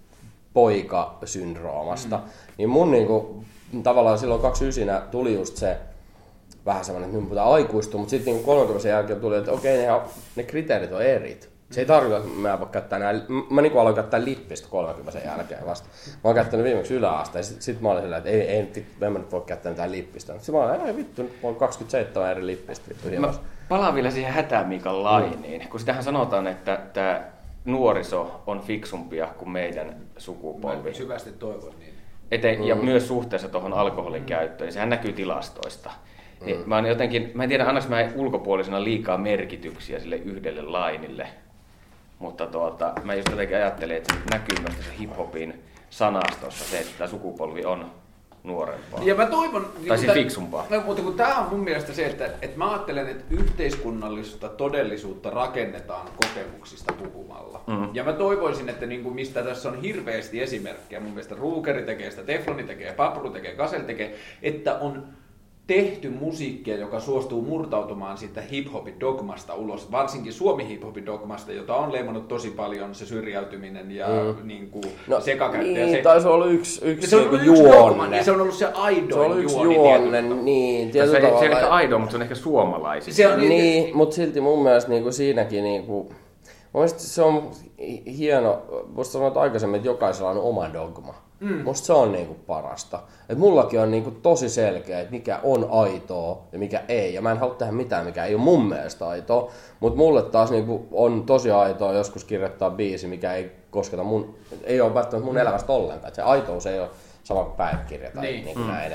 poikasyndroomasta, niin mun niin kuin, tavallaan silloin 29 tuli just se vähän semmoinen, että minun pitää aikuistua, mutta sitten niin 30 jälkeen tuli, että okei, ne kriteerit on eri. Se ei tarkoita, että mä voin käyttää mä niin aloin käyttää lippistä 30 jälkeen vasta. Mä oon käyttänyt viimeksi yläaste ja sit mä olin sillä, että en mä nyt voi käyttää mitään lippistä. Sitten mä olin, ei vittu, nyt on 27 eri lippistä. Mä palaan vielä siihen Hätämiikan lainiin, kun sitähän sanotaan, että tää nuoriso on fiksumpia kuin meidän sukupolvi. Mä syvästi toivon niin. Ja myös suhteessa tuohon alkoholin käyttöön, niin sehän näkyy tilastoista. Niin mä en tiedä, annaks mä ulkopuolisena liikaa merkityksiä sille yhdelle lainille. Mutta mä just jotenkin ajattelin, että se näkyy myös tässä hip-hopin sanastossa se, että tämä sukupolvi on nuorempaa. Ja mä toivon... Tai siis fiksumpaa. Mutta kun tää on mun mielestä se, että mä ajattelen, että yhteiskunnallista todellisuutta rakennetaan kokemuksista puhumalla. Ja mä toivoisin, että niin kuin mistä tässä on hirveästi esimerkkejä, mun mielestä Rugeri tekee sitä, Tefloni tekee, Papru tekee, Gazelle tekee, että on tehty musiikkia, joka suostuu murtautumaan siitä hip-hopin dogmasta ulos, varsinkin Suomi hip-hopin dogmasta, jota on leimannut tosi paljon se syrjäytyminen ja niinku sekakäyttö. Niin, tai se on ollut yksi se on ollut juonne. Ja se on ollut se aidon juonne, niin. Se ei ehkä aidon, mutta se on ehkä suomalaisista. Niin, mutta silti mun mielestä niinku siinäkin niinku Mielestäni se on hieno, voisi sanoa aikaisemmin, että jokaisella on oma dogma. Musta se on niinku parasta. Et mullakin on niinku tosi selkeä, että mikä on aitoa ja mikä ei. Ja mä en halua tehdä mitään, mikä ei ole mun mielestä aitoa. Mutta mulle taas niinku on tosi aitoa joskus kirjoittaa biisi, mikä ei kosketa ei ole välttämättä mun elämästä ollenkaan. Et se aitous ei ole sama kuin päiväkirja tai niinku näin.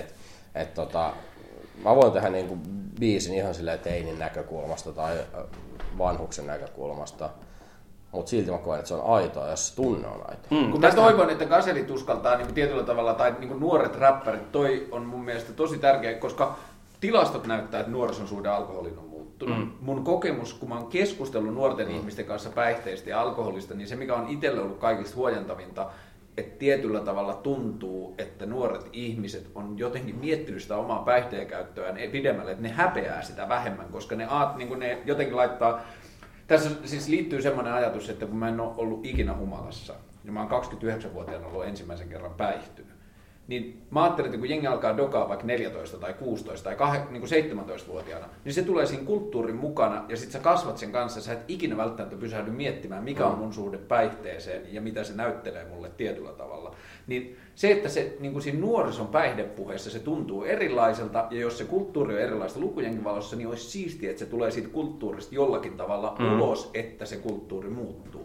Mä voin tehdä niinku biisin ihan silleen teinin näkökulmasta tai vanhuksen näkökulmasta. Mutta silti mä koen, että se on aitoa, jos se tunne on aitoa. Kun mä toivon, että Gazelit uskaltaa niin tietyllä tavalla, tai niin nuoret räppärit, toi on mun mielestä tosi tärkeä, koska tilastot näyttää, että nuorison suhde alkoholin on muuttunut. Mun kokemus, kun mä oon keskustellut nuorten ihmisten kanssa päihteistä ja alkoholista, niin se mikä on itselle ollut kaikista huojentavinta, että tietyllä tavalla tuntuu, että nuoret ihmiset on jotenkin miettinyt sitä omaa päihteen käyttöään pidemmälle, että ne häpeää sitä vähemmän, koska ne jotenkin laittaa. Tässä siis liittyy semmoinen ajatus, että kun mä en ole ollut ikinä humalassa, ja mä oon 29-vuotiaana ollut ensimmäisen kerran päihtynyt, niin mä ajattelin, että kun jengi alkaa dokaa vaikka 14 tai 16 tai 17-vuotiaana, niin se tulee siinä kulttuurin mukana, ja sit sä kasvat sen kanssa, sä et ikinä välttämättä pysähdy miettimään, mikä on mun suhde päihteeseen ja mitä se näyttelee mulle tietyllä tavalla. Niin se, että se niin kuin siinä nuorison päihdepuheessa se tuntuu erilaiselta, ja jos se kulttuuri on erilaista lukujenkin valossa, niin olisi siistiä, että se tulee siitä kulttuurista jollakin tavalla ulos, että se kulttuuri muuttuu.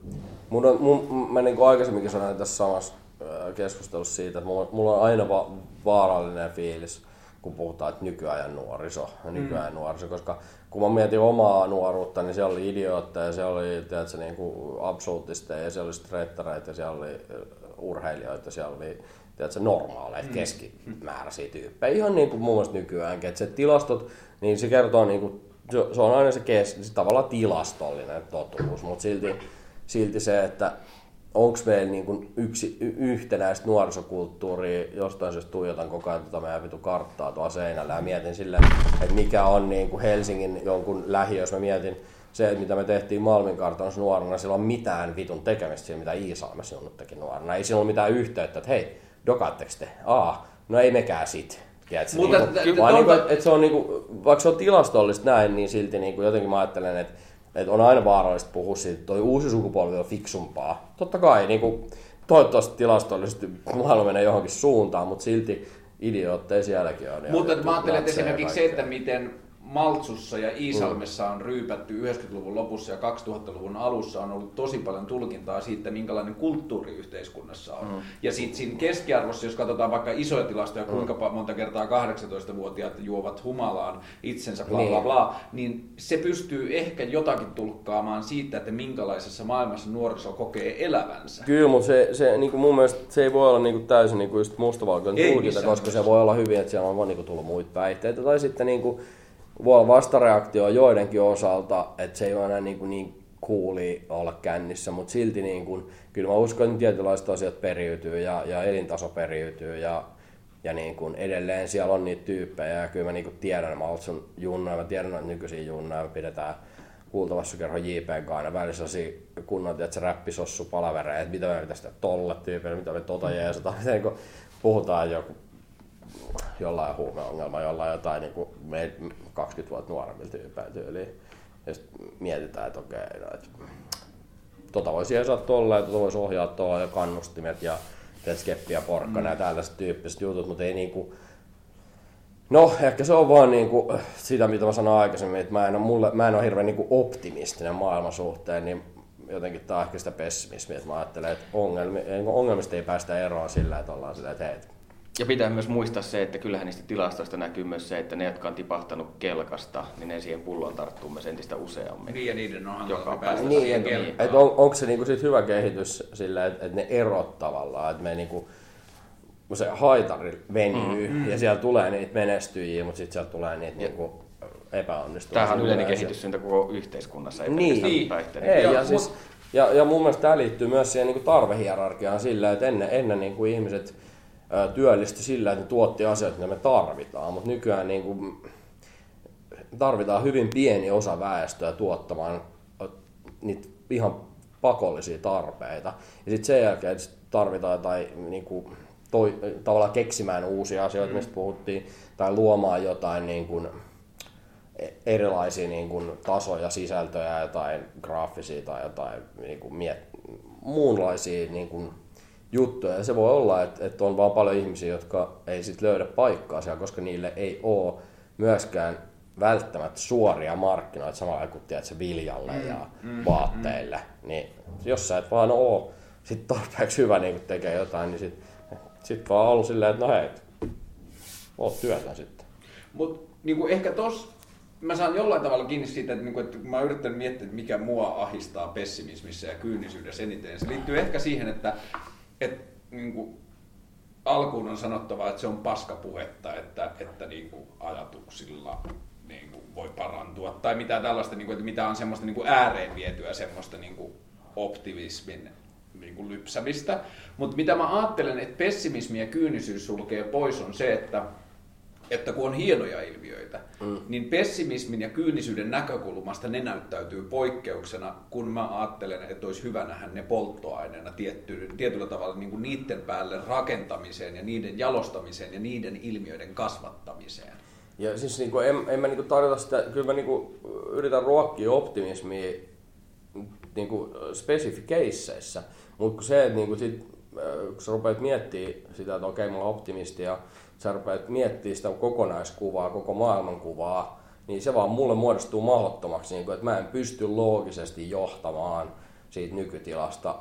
Mä niin kuin aikaisemminkin sanoin tässä samassa keskustelussa siitä, että mulla on aina vaarallinen fiilis, kun puhutaan, että nykyajan nuoriso, koska kun mä mietin omaa nuoruutta, niin siellä oli idiootteja, siellä oli niin kuin absolutisteja, siellä oli strettereitä, siellä oli urheilijoita, siellä oli normaaleja, keskimääräisiä tyyppejä. Ihan niin kuin mun mielestä nykyäänkin, että se tilastot, niin se kertoo, niin kuin, se on aina se tavallaan tilastollinen totuus, mutta silti se, että onko meillä niin kuin yhtenäistä nuorisokulttuuria, jostain syystä tuijotan koko ajan meidän vitu karttaa tuolla seinällä ja mietin silleen, että mikä on niin kuin Helsingin jonkun lähiö, jos mä mietin se, että mitä me tehtiin Malmin kartanossa nuorena, sillä on mitään vitun tekemistä siinä, mitä Iisalmessa Junnut teki nuorena. Ei sillä ole mitään yhteyttä, että hei, dokaatteko te? No ei mekään sit. Se on niinku, vaikka se on tilastollista näin, niin silti niinku jotenkin mä ajattelen, että on aina vaarallista puhua siitä, että toi uusi sukupolvi on fiksumpaa. Totta kai, niinku, toivottavasti tilastollisesti maailma menee johonkin suuntaan, mutta silti idiootteja sielläkin on. Mutta mä ajattelen, että esimerkiksi se, että miten Maltsussa ja Iisalmessa on ryypätty 90-luvun lopussa ja 2000-luvun alussa on ollut tosi paljon tulkintaa siitä, minkälainen kulttuuri yhteiskunnassa on. Ja sitten siinä keskiarvossa, jos katsotaan vaikka isoja tilastoja, kuinka monta kertaa 18-vuotiaat juovat humalaan itsensä, bla bla bla, niin se pystyy ehkä jotakin tulkkaamaan siitä, että minkälaisessa maailmassa nuoriso kokee elävänsä. Kyllä, mutta se niin kuin mun mielestä se ei voi olla niin kuin täysin niin kuin just mustavalkoinen tulkinta, koska se voi olla hyvin, että siellä on vaan niin kuin tullut muita päihteitä tai sitten niin kuin voi olla vastareaktio joidenkin osalta, että se ei ole enää niin coolia olla kännissä, mutta silti niin kuin, kyllä mä uskon, että tietynlaiset asiat periytyy ja elintaso periytyy ja niin kuin edelleen siellä on niitä tyyppejä ja kyllä mä niin kuin tiedän, mä oon sun junnoja, mä tiedän, että nykyisiä junnoja me pidetään kuultavassa kerho JP:n kanssa välissä kunnon, että se räppisossu palavereja, että mitä me pitäisi tehdä tolle tyypille, mitä me jeesataan, niin kun puhutaan jollain huumeongelma, jollain jotain niin kuin 20 vuotta nuoremmilla tyyliin. Ja sitten mietitään, että okei, että tota voisi jeesaa tolleen, tota voisi ohjaa tuolla ja kannustimet ja skeppi ja porkkana ja tällaiset tyyppiset jutut, mutta ei niinku. No, ehkä se on vaan niinku sitä, mitä mä sanoin aikaisemmin, että mä en ole hirveän niinku optimistinen maailman suhteen, niin jotenkin tää on ehkä sitä pessimismiä, että mä ajattelen, että ongelmista ei päästä eroon sillä, että ollaan sillä, että hei. Ja pitää myös muistaa se, että kyllähän niistä tilastoista näkyy myös se, että ne, jotka on tipahtanut kelkasta, niin ne siihen pulloon tarttuu myös entistä useammin. Niin ja niiden on joka päästä siihen kelkaan. Onko se niinku sit hyvä kehitys sillä, että ne erot tavallaan, että me niinku, se haitari venyy ja siellä tulee niitä menestyjiä, mutta sitten sieltä tulee niitä niinku epäonnistumisia. Tämähän on yleinen kehitys koko yhteiskunnassa, ei niin. Päihteiden. Ja mun mielestä tämä liittyy myös siihen niinku tarvehierarkiaan sillä, että ennen niinku ihmiset työllistyi sillä, että ne tuotti asioita, mitä me tarvitaan, mutta nykyään niin kuin tarvitaan hyvin pieni osa väestöä tuottamaan niitä ihan pakollisia tarpeita. Ja sitten sen jälkeen tarvitaan jotain, niin kuin, tavallaan keksimään uusia asioita, mistä puhuttiin, tai luomaan jotain niin kuin, erilaisia niin kuin tasoja, sisältöjä, jotain graafisia tai jotain niin kuin muunlaisia niin kuin juttuja. Ja se voi olla, että on vaan paljon ihmisiä, jotka ei sit löydä paikkaa siellä, koska niille ei ole myöskään välttämättä suoria markkinoita samalla kuin tiedät, viljalle ja vaatteille. Niin jos sä et vaan oo sit tarpeeksi hyvä niin tekee jotain, niin sit vaan ollut silleen, että no hei, oot työtön sitten. Mut niinku ehkä mä saan jollain tavalla kiinni siitä, että mä oon yrittänyt miettiä, että mikä mua ahdistaa pessimismissä ja kyynisyydessä eniten. Se liittyy ehkä siihen, että niinku, alkuun on sanottava, että se on paskapuhetta, että niinku, ajatuksilla niinku, voi parantua. Tai mitä tällaista, niinku, että mitä on semmoista niinku, ääreen vietyä semmoista niinku, optimismin niinku, lypsämistä. Mutta mitä mä ajattelen, että pessimismi ja kyynisyys sulkee pois on se, että kun on hienoja ilmiöitä, niin pessimismin ja kyynisyyden näkökulmasta ne näyttäytyy poikkeuksena, kun mä ajattelen, että olisi hyvä nähdä ne polttoaineena tietyllä tavalla niin kuin niiden päälle rakentamiseen ja niiden jalostamiseen ja niiden ilmiöiden kasvattamiseen. Ja siis niin kuin, en mä niin kuin tarjota sitä, kyllä mä niin kuin yritän ruokkia optimismia niin kuin spesifikeisseissä, mutta se, että niin kuin kun sä rupeat miettimään sitä, että okei, mä oon optimisti ja sä rupeat miettimään sitä kokonaiskuvaa, koko maailmankuvaa, niin se vaan mulle muodostuu mahdottomaksi, niin kuin, että mä en pysty loogisesti johtamaan siitä nykytilasta,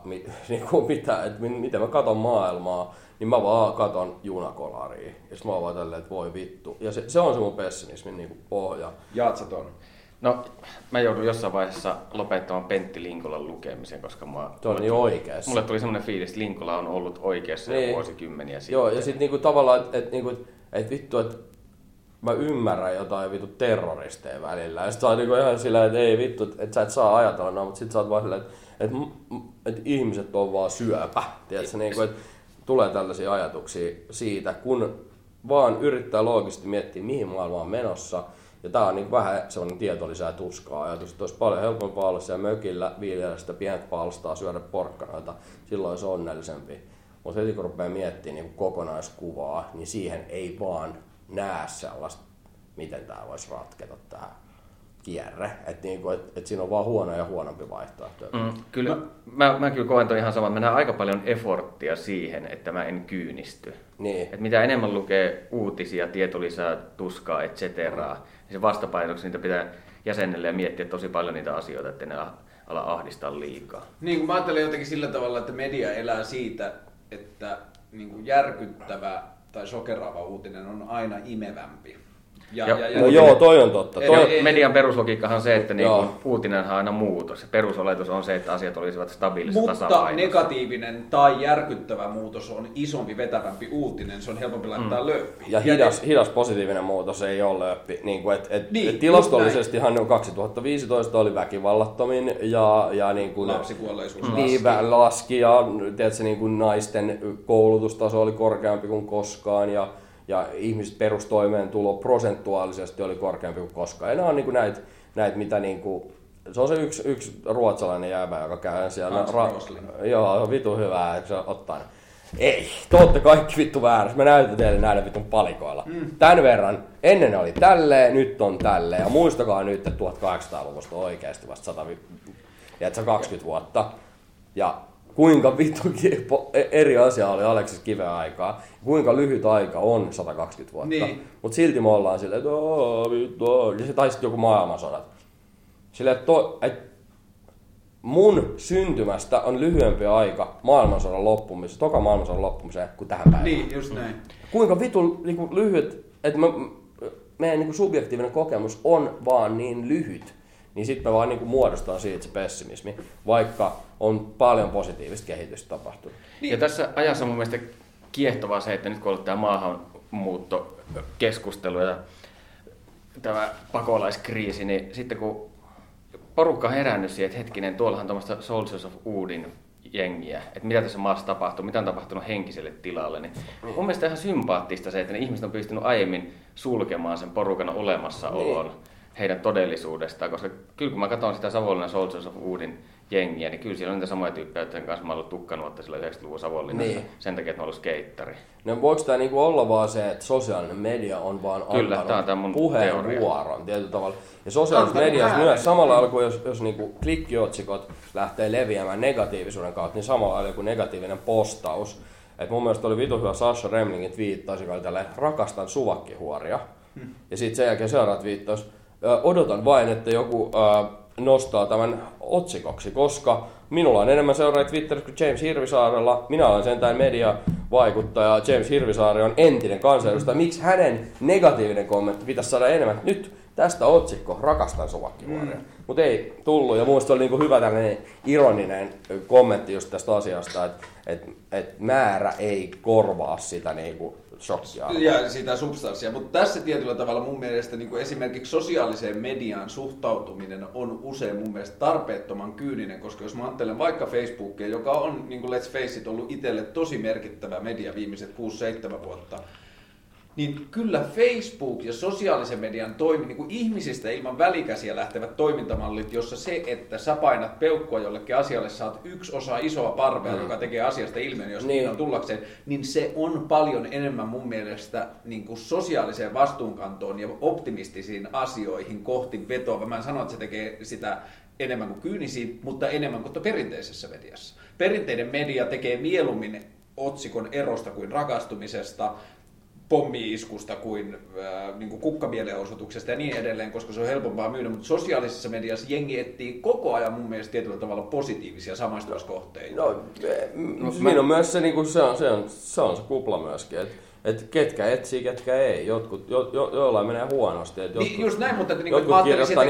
miten mä katon maailmaa, niin mä vaan katon junakolaria. Ja sit mä oon vaan tälleen, että voi vittu. Ja se on se mun pessimismin niin kuin pohja. Jaat sä ton? No, mä joudun jossain vaiheessa lopettamaan Pentti Linkolan lukemisen, koska se on niin oikeassa. Mulle tuli semmoinen fiilis, että Linkola on ollut oikeassa jo vuosikymmeniä sitten. Joo, ja sit niinku tavallaan, että vittu, että mä ymmärrän jotain vittu terroristeja välillä. Ja sit sä oot niinku ihan sillä, että ei vittu, että sä et saa ajatella noin, mutta sit sä oot vaan sillä, että ihmiset on vaan syöpä. Tiedätkö, niinku, että tulee tällaisia ajatuksia siitä, kun vaan yrittää loogisesti miettiä, mihin maailma on menossa. Ja tää on niin vähän sellainen tietolisää tuskaa ajatus, että olisi paljon helpompaa olla siellä mökillä, viljellä sitä pientä palstaa, syödä porkkanoita, silloin olisi onnellisempi. Mutta heti kun rupeaa miettimään niin kokonaiskuvaa, niin siihen ei vaan näe sellaista, miten tämä voisi ratketa tämä kierre. Että siinä on vaan huono ja huonompi vaihtoehto. Kyllä, mä kyllä koen ihan saman. Mä näen aika paljon efforttia siihen, että mä en kyynisty. Niin. Et mitä enemmän lukee uutisia, tietolisää, tuskaa, et cetera, niin se vastapainoksi niitä pitää jäsennellä ja miettiä tosi paljon niitä asioita, ettei ne ala ahdistaa liikaa. Niin kuin mä ajattelen jotenkin sillä tavalla, että media elää siitä, että niin kuin järkyttävä tai sokeraava uutinen on aina imevämpi. Joo, toi on totta. Median peruslogiikkahan on se, että uutinenhan on aina muutos. Perusoletus on se, että asiat olisivat stabiilissa tasapainossa. Mutta negatiivinen tai järkyttävä muutos on isompi, vetävämpi uutinen. Se on helpompi laittaa lööppiin. Ja hidas positiivinen muutos ei ole lööppi. Tilastollisestihan 2015 oli väkivallattomin ja niin kuin lapsikuolleisuus laski ja tiedätkö, niin kuin naisten koulutustaso oli korkeampi kuin koskaan ja ihmiset perustoimeentulo prosentuaalisesti oli korkeampi kuin koskaan. Ja nämä on niin näitä mitä niinku, se on se yksi ruotsalainen jäävä, joka käy siellä. Joo, vitu hyvää, että se ottaa ne. Ei, te ootte kaikki vittu väärässä. Mä näytän teille näiden vitun palikoilla. Tän verran, ennen oli tälleen, nyt on tälleen. Ja muistakaa nyt, että 1800-luvusta on oikeasti vasta 120 vuotta. Ja kuinka vittu eri asia oli Aleksis Kiven aikaa, kuinka lyhyt aika on 120 vuotta. Niin. Mutta silti me ollaan silleen, että vittu, ja se taisi joku maailmansodat. Silleen, että mun syntymästä on lyhyempi aika maailmansodan loppumiseen, toka maailmansodan loppumiseen kuin tähän päivään. Niin, just näin. Kuinka vittu niin lyhyt, että meidän niin subjektiivinen kokemus on vaan niin lyhyt. Niin sitten me vaan niin muodostaa siitä se pessimismi, vaikka on paljon positiivista kehitystä tapahtunut. Ja tässä ajassa on mun mielestä kiehtovaa se, että nyt kun on ollut tämä maahanmuuttokeskustelu ja tämä pakolaiskriisi, niin sitten kun porukka on herännyt siihen, että hetkinen, tuollahan on tuommoista Soldiers of Odin jengiä, että mitä tässä maassa tapahtuu, mitä on tapahtunut henkiselle tilalle, niin mun mielestä ihan sympaattista se, että ne ihmiset on pystynyt aiemmin sulkemaan sen porukan olemassaolon heidän todellisuudestaan, koska kyllä kun mä katson sitä Savonlinnan Soldiers of Woodin jengiä, niin kyllä siellä on niitä samoja tyyppejä, joiden kanssa mä oon ollut tukkanuotta sillä 90-luvun Savonlinnassa niin. Sen takia, että mä oon ollut skeittari. No voiko tää niinku olla vaan se, että sosiaalinen media on vaan antanut puheenvuoron tietyllä tavalla. Ja sosiaalisessa mediassa myös samalla lailla kuin jos niinku klikkiotsikot lähtee leviämään negatiivisuuden kautta, niin samalla lailla kuin negatiivinen postaus. Et mun mielestä oli vitu hyvä Sasha Remlingin twiittaus, joka oli tälleen, rakastan suvakkihuoria. Ja sitten sen jälkeen seuraat viittaus, odotan vain, että joku nostaa tämän otsikoksi, koska minulla on enemmän seuraajia Twitterissä kuin James Hirvisaarella. Minä olen sentään mediavaikuttaja. James Hirvisaari on entinen kansanedustaja. Miksi hänen negatiivinen kommentti pitäisi saada enemmän? Nyt tästä otsikko, rakastan suvakkihuoria. Mutta ei tullut. Ja mun mielestä oli niinku hyvä tällainen ironinen kommentti just tästä asiasta, että määrä ei korvaa sitä niinku shokkia. Ja sitä substanssia, mutta tässä tietyllä tavalla mun mielestä niin kuin esimerkiksi sosiaaliseen mediaan suhtautuminen on usein mun mielestä tarpeettoman kyyninen, koska jos mä ajattelen vaikka Facebookia, joka on niin kuin let's face it, ollut itselle tosi merkittävä media viimeiset 6-7 vuotta, niin kyllä Facebook ja sosiaalisen median niin kuin ihmisistä ilman välikäsiä lähtevät toimintamallit, jossa se, että sä painat peukkua jollekin asialle, saat yksi osa isoa parvea, joka tekee asiasta ilmeen, jos niin on tullakseen, niin se on paljon enemmän mun mielestä niin kuin sosiaaliseen vastuunkantoon ja optimistisiin asioihin kohti vetoa. Mä en sano, että se tekee sitä enemmän kuin kyynisiin, mutta enemmän kuin perinteisessä mediassa. Perinteinen media tekee mieluummin otsikon erosta kuin rakastumisesta, pommi-iskusta kuin kukkamielenosoituksesta ja niin edelleen, koska se on helpompaa myydä, mutta sosiaalisessa mediassa jengi etsii koko ajan mun mielestä tietyllä tavalla positiivisia samaistumiskohteita. No, siinä on myös se, niin se on se kupla myöskin, että ketkä etsii, ketkä ei. Jollain menee huonosti. Niin, just näin, mutta jotkut kirjoittaa,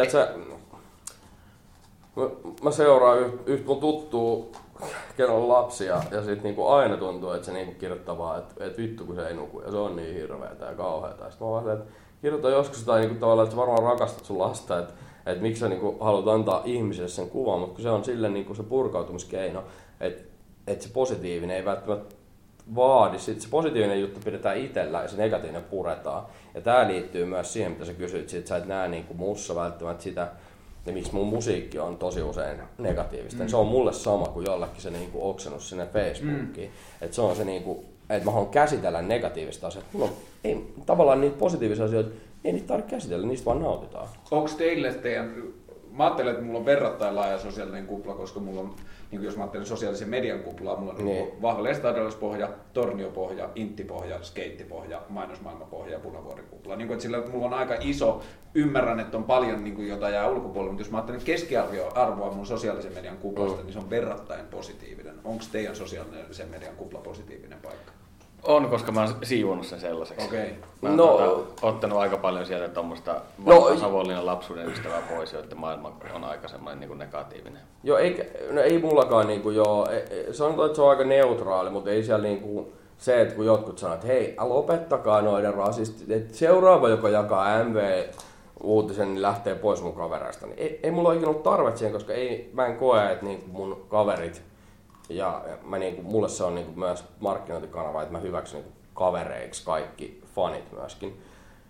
mä seuraan yhtä mun tuttua, kenellä on lapsia, ja sit niinku aina tuntuu, että se niinku kirjoittaa vaan, että vittu kun se ei nuku, ja se on niin hirveetä ja kauheeta. Sitten mä vaan että kirjoita joskus jotain niinku tavallaan, että sä varmaan rakastat sun lasta, että miksi sä niinku haluat antaa ihmiselle sen kuvan, mutta se on sille niinku se purkautumiskeino, että se positiivinen ei välttämättä vaadi. Sitten se positiivinen juttu pidetään itsellä ja se negatiivinen puretaan. Ja tää liittyy myös siihen, mitä sä kysyit, että sä et näe niinku mussa välttämättä sitä, ja miksi mun musiikki on tosi usein negatiivista. Se on mulle sama kuin jollekin se niinku oksennus sinne Facebookiin. Että se on se niinku, että mä haluan käsitellä negatiivista asioita. Mulla ei tavallaan niitä positiivisia asioita, ei niitä tarvitse käsitellä, niistä vaan nautitaan. Onko mä ajattelen, että mulla on verrattain laaja sosiaalinen kupla, koska mulla on, niin jos mä ajattelen sosiaalisen median kuplaa, mulla on niin vahva lestadiolaispohja, torniopohja, inttipohja, skeittipohja, mainosmaailmapohja ja punavuorikupla. Niin että sillä mulla on aika iso, ymmärrän, että on paljon niin jota jää ulkopuolella, mutta jos mä ajattelen keskiarvoa mun sosiaalisen median kuplasta, niin se on verrattain positiivinen. Onko teidän sosiaalisen median kupla positiivinen paikka? On, koska mä oon siivonnut sen sellaiseksi. Okay. Mä oon ottanut aika paljon sieltä tuommoista Savonlinnan lapsuuden ystävää pois, joiden maailma on aika semmoinen niin kuin negatiivinen. Joo, ei mullakaan niinku sanotaan, että se on aika neutraali, mutta ei siellä niinku se, että kun jotkut sanoo, että hei, lopettakaa noiden rasistit, että seuraava, joka jakaa MV-uutisen, niin lähtee pois mun kavereista. Niin ei mulla oikein ollut tarvetta siihen, koska mä en koe, että niinku mun kaverit ja mulle se on niinku myös markkinointikanava, että mä hyväksyn niinku kavereiksi kaikki fanit myöskin.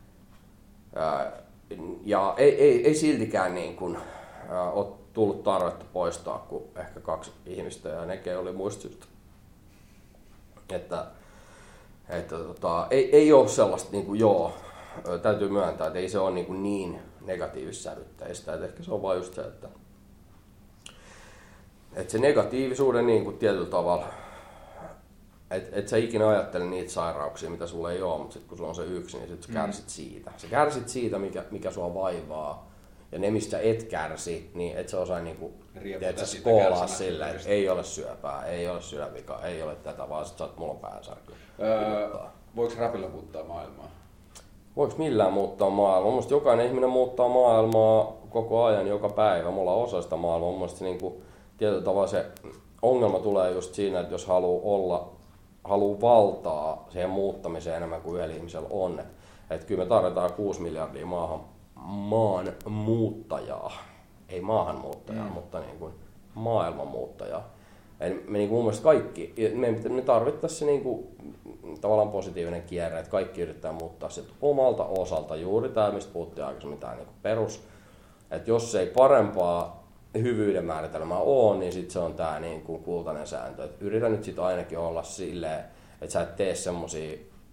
Ja ei siltikään niinku, ole tullut tarvetta poistaa kuin ehkä 2 ihmistä ja nekin oli muista syystä. Että ei ole sellaista, niinku, täytyy myöntää, että ei se ole niin negatiivissävytteistä. Että ehkä se on vaan just se, että se negatiivisuuden niin tietyllä tavalla, että sä ikinä ajattele niitä sairauksia, mitä sulla ei ole, mutta sitten kun sulla on se yksi, niin sit sä kärsit siitä. Sä kärsit siitä, mikä sua vaivaa. Ja ne, mistä et kärsi, niin et sä osaa niinku, skoolaa silleen, että ei ole syöpää, ei ole sydänvikaa, ei ole tätä, vaan sit sä oot, mulla on päänsärky. Voiko rapilla muuttaa maailmaa? Voiko millään muuttaa maailmaa? Mun mielestä jokainen ihminen muuttaa maailmaa koko ajan, joka päivä. Me ollaan osa sitä maailmaa. Mun mielestä niinku, tietyllä tavalla se ongelma tulee just siinä, että jos haluaa valtaa siihen muuttamiseen enemmän kuin yhdellä ihmisellä on. Että kyllä me tarvitaan 6 miljardia maanmuuttajaa. Ei maahanmuuttajaa, mutta niin kuin maailmanmuuttajaa. Me niinku mun mielestä kaikki, me tarvittaisiin se niinku, tavallaan positiivinen kierre, että kaikki yrittää muuttaa sit omalta osalta juuri tämä, mistä puhuttiin aikaisemmin, tämä niinku perus. Että jos ei parempaa hyvyyden määritelmää ole, niin sit se on tää niinku kultainen sääntö. Et yritä nyt sit ainakin olla silleen, että sä et tee semmosia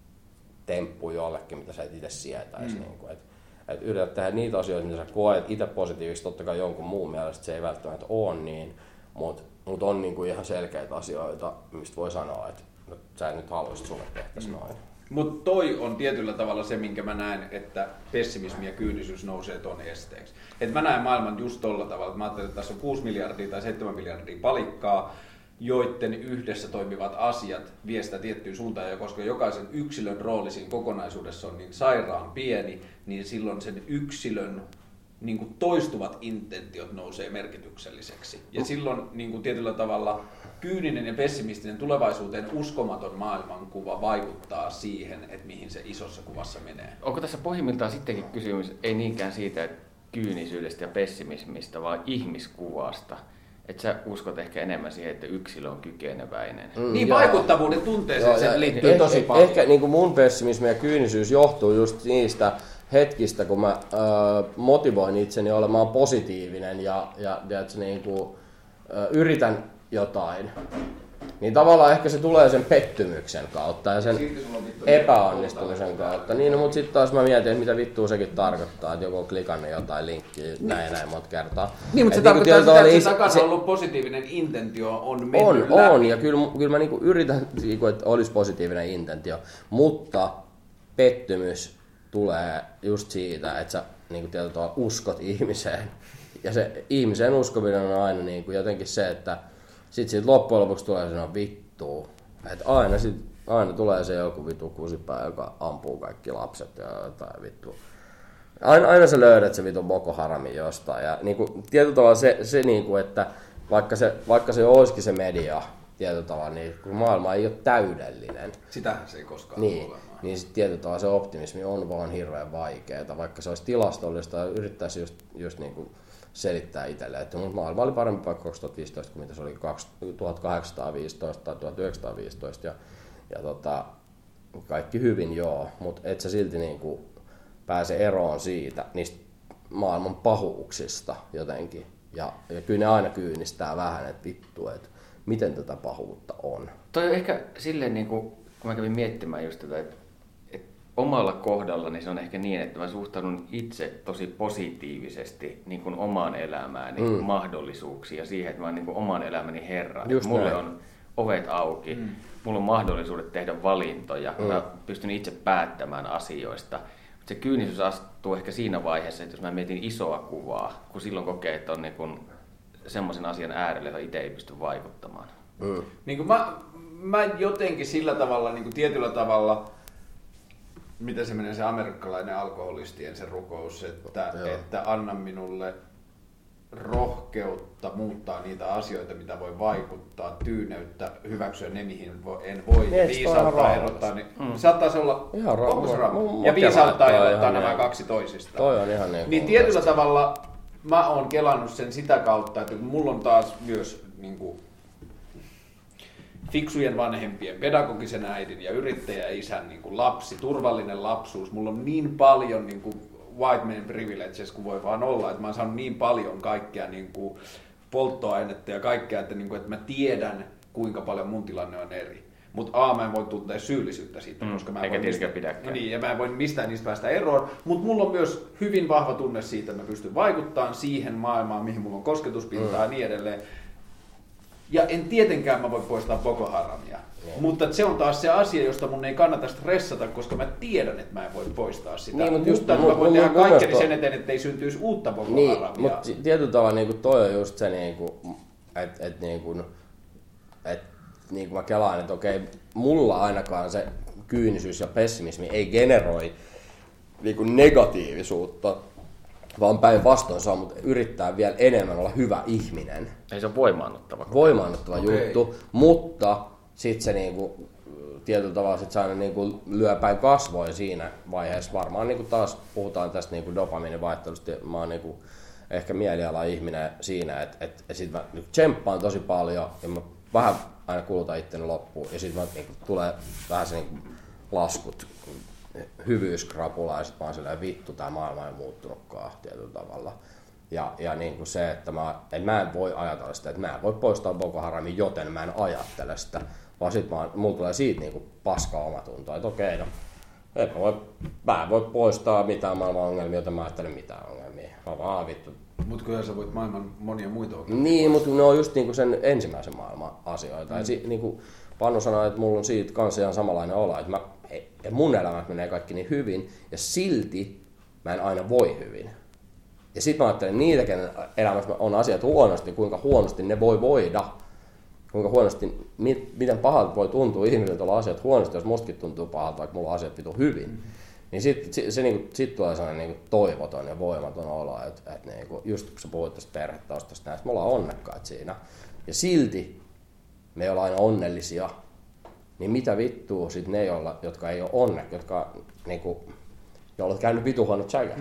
temppuja jollekin, mitä sä et itse sietäisi. Niinku, et yritä tehdä niitä asioita, mitä sä koet itse positiivisesti, totta kai jonkun muun mielestä se ei välttämättä ole niin, mutta on niinku ihan selkeitä asioita, mistä voi sanoa, että sä et nyt haluaisit sulle tehtäisi noin. Mutta toi on tietyllä tavalla se, minkä mä näen, että pessimismi ja kyynisyys nousee ton esteeksi. Et mä näen maailman just tolla tavalla, että mä ajattelen, että tässä on 6 miljardia tai 7 miljardia palikkaa, joiden yhdessä toimivat asiat vie sitä tiettyyn suuntaan, ja koska jokaisen yksilön rooli siinä kokonaisuudessa on niin sairaan pieni, niin silloin sen yksilön niin kuin toistuvat intentiot nousee merkitykselliseksi. Ja silloin niin kuin tietyllä tavalla kyyninen ja pessimistinen tulevaisuuteen uskomaton maailmankuva vaikuttaa siihen, että mihin se isossa kuvassa menee. Onko tässä pohjimmiltaan sittenkin kysymys ei niinkään siitä, että kyynisyydestä ja pessimismistä, vaan ihmiskuvasta? Että sä uskot ehkä enemmän siihen, että yksilö on kykeneväinen. Niin vaikuttavuuden tunteeseen se liittyy tosi paljon. Ehkä niin kuin mun pessimismi ja kyynisyys johtuu just niistä hetkistä, kun mä motivoin itseni olemaan positiivinen ja niin kuin, yritän jotain. Niin tavallaan ehkä se tulee sen pettymyksen kautta ja sen epäonnistumisen kautta. Niin, mutta sitten taas mä mietin, että mitä vittua sekin tarkoittaa, että joku on klikannut jotain linkkiä näin monta kertaa. Niin, mutta se tarkoittaa sitä, että se takana ollut positiivinen intentio on mennyt läpi. On, ja kyllä mä niinku yritän, että olisi positiivinen intentio, mutta pettymys tulee just siitä, että sä niinku tietyllä tavalla uskot ihmiseen. Ja se ihmiseen uskominen on aina niinku jotenkin se, että sitten loppujen lopuksi tulee sanoa vittua. Että aina tulee se joku vitu kusipää, joka ampuu kaikki lapset ja jotain vittua. Aina sä löydät se vitu Boko Haramin jostain. Ja niinku, tietyllä tavalla se niinku, että vaikka se olisikin se media tietyllä tavalla, niin kun maailma ei ole täydellinen. Sitähän se ei koskaan niin, niin sit tietyllä tavalla se optimismi on vaan hirveän vaikeaa. Vaikka se olisi tilastollista ja yrittäisi just niinku selittää itselleen, että maailma oli parempi vaikka 2015 kuin mitä se oli 1815 tai 1915 ja kaikki hyvin joo, mutta et sä silti niinku pääse eroon siitä, niistä maailman pahuuksista jotenkin. Ja kyllä ne aina kyynistää vähän, että vittu, että miten tätä pahuutta on. Toi on ehkä silleen, niin kun mä kävin miettimään just tätä, että omalla kohdalla niin se on ehkä niin, että mä suhtaudun itse tosi positiivisesti niin kuin omaan elämään, niin kuin mahdollisuuksiin ja siihen, että mä oon niin kuin oman elämäni herra. Mulle on ovet auki, mulla on mahdollisuudet tehdä valintoja, mä pystyn itse päättämään asioista. Se kyynisyys astuu ehkä siinä vaiheessa, että jos mä mietin isoa kuvaa, kun silloin kokee, että on niin kuin semmoisen asian äärelle, jota itse ei pysty vaikuttamaan. Niin kuin mä jotenkin sillä tavalla, niin kuin tietyllä tavalla, miten se menee se amerikkalainen alkoholistien se rukous, että anna minulle rohkeutta muuttaa niitä asioita, mitä voi vaikuttaa, tyyneyttä, hyväksyä ne, mihin en voi, viisautta erottaa. Niin saattaisi olla, ja viisautta erottaa nämä kaksi toisistaan. Toi on ihan niin tietyllä tavalla mä oon kelannut sen sitä kautta, että kun mulla on taas myös niin kuin, fiksujen vanhempien, pedagogisen äidin ja yrittäjäisän niin kuin lapsi, turvallinen lapsuus. Mulla on niin paljon niin kuin white man privileges kuin voi vaan olla, että mä oon saanut niin paljon kaikkea niin kuin polttoainetta ja kaikkea, että, niin kuin, että mä tiedän, kuinka paljon mun tilanne on eri. Mutta mä en voi tuntea syyllisyyttä siitä, koska mä en voi niin, ja mä en voi mistään niistä päästä eroon. Mutta mulla on myös hyvin vahva tunne siitä, että mä pystyn vaikuttamaan siihen maailmaan, mihin mulla on kosketuspintaa ja niin edelleen. Ja en tietenkään mä voi poistaa Boko Haramia, mutta se on taas se asia, josta mun ei kannata stressata, koska mä tiedän, että mä en voi poistaa sitä. Niin, mutta mä voin tehdä kaikkeni sen eteen, ettei syntyisi uutta Boko Haramia. Mutta tietyllä tavalla niin toi on just se, että mä kelaan, että okei, mulla ainakaan se kyynisyys ja pessimismi ei generoi negatiivisuutta, vaan päinvastoin saa mut yrittää vielä enemmän olla hyvä ihminen. Ei se on voimaannuttava. Voimaannuttava juttu, mutta sit se niinku, tietyllä tavalla sit se aina niinku lyö päin kasvoja siinä vaiheessa. Varmaan niinku taas puhutaan tästä niinku dopamiinivaihtelusta. Mä oon niinku ehkä mieliala-ihminen siinä, että sit mä tsemppaan tosi paljon ja mä vähän aina kulutan itteni loppuun ja sitten niin tulee vähän se niin laskut, hyvyyskrapula ja sit mä oon silleen, vittu tää maailma ei muuttunutkaan tietyllä tavalla. Ja niin kuin se, että mä en voi ajatella sitä, että mä en voi poistaa Boko Haramin, joten mä en ajattele sitä. Vaan sit mulla tulee siitä niin kuin paska omatuntoa, että okei, no mä en voi poistaa mitään maailman ongelmia, joten mä ajattelen mitään ongelmia. Vaan vittu. Mut kyllä sä voit maailman monia muita ongelmia. Niin, mutta ne on just niin kuin sen ensimmäisen maailman asioita. Niin kuin Panu sanoi, että mulla on siitä kanssa ihan samanlainen olo, että mun elämät menee kaikki niin hyvin ja silti mä en aina voi hyvin. Ja sit mä ajattelen niitä, kenen elämässä on asiat huonosti, kuinka huonosti ne voi voida. Kuinka huonosti, miten pahalta voi tuntua ihmiseltä olla asiat huonosti, jos mustakin tuntuu pahalta, vaikka mulla on asiat vitu hyvin. Niin sit tulee sellainen niin toivoton ja voimaton olo, että niin just kun sä puhuit tästä perhetaustasta näistä, me ollaan onnekkaat siinä. Ja silti me ei olla aina onnellisia. Niin mitä vittua sit ne, jotka ei ole jotka niinku, joilla on käynyt vitu huonot säkät.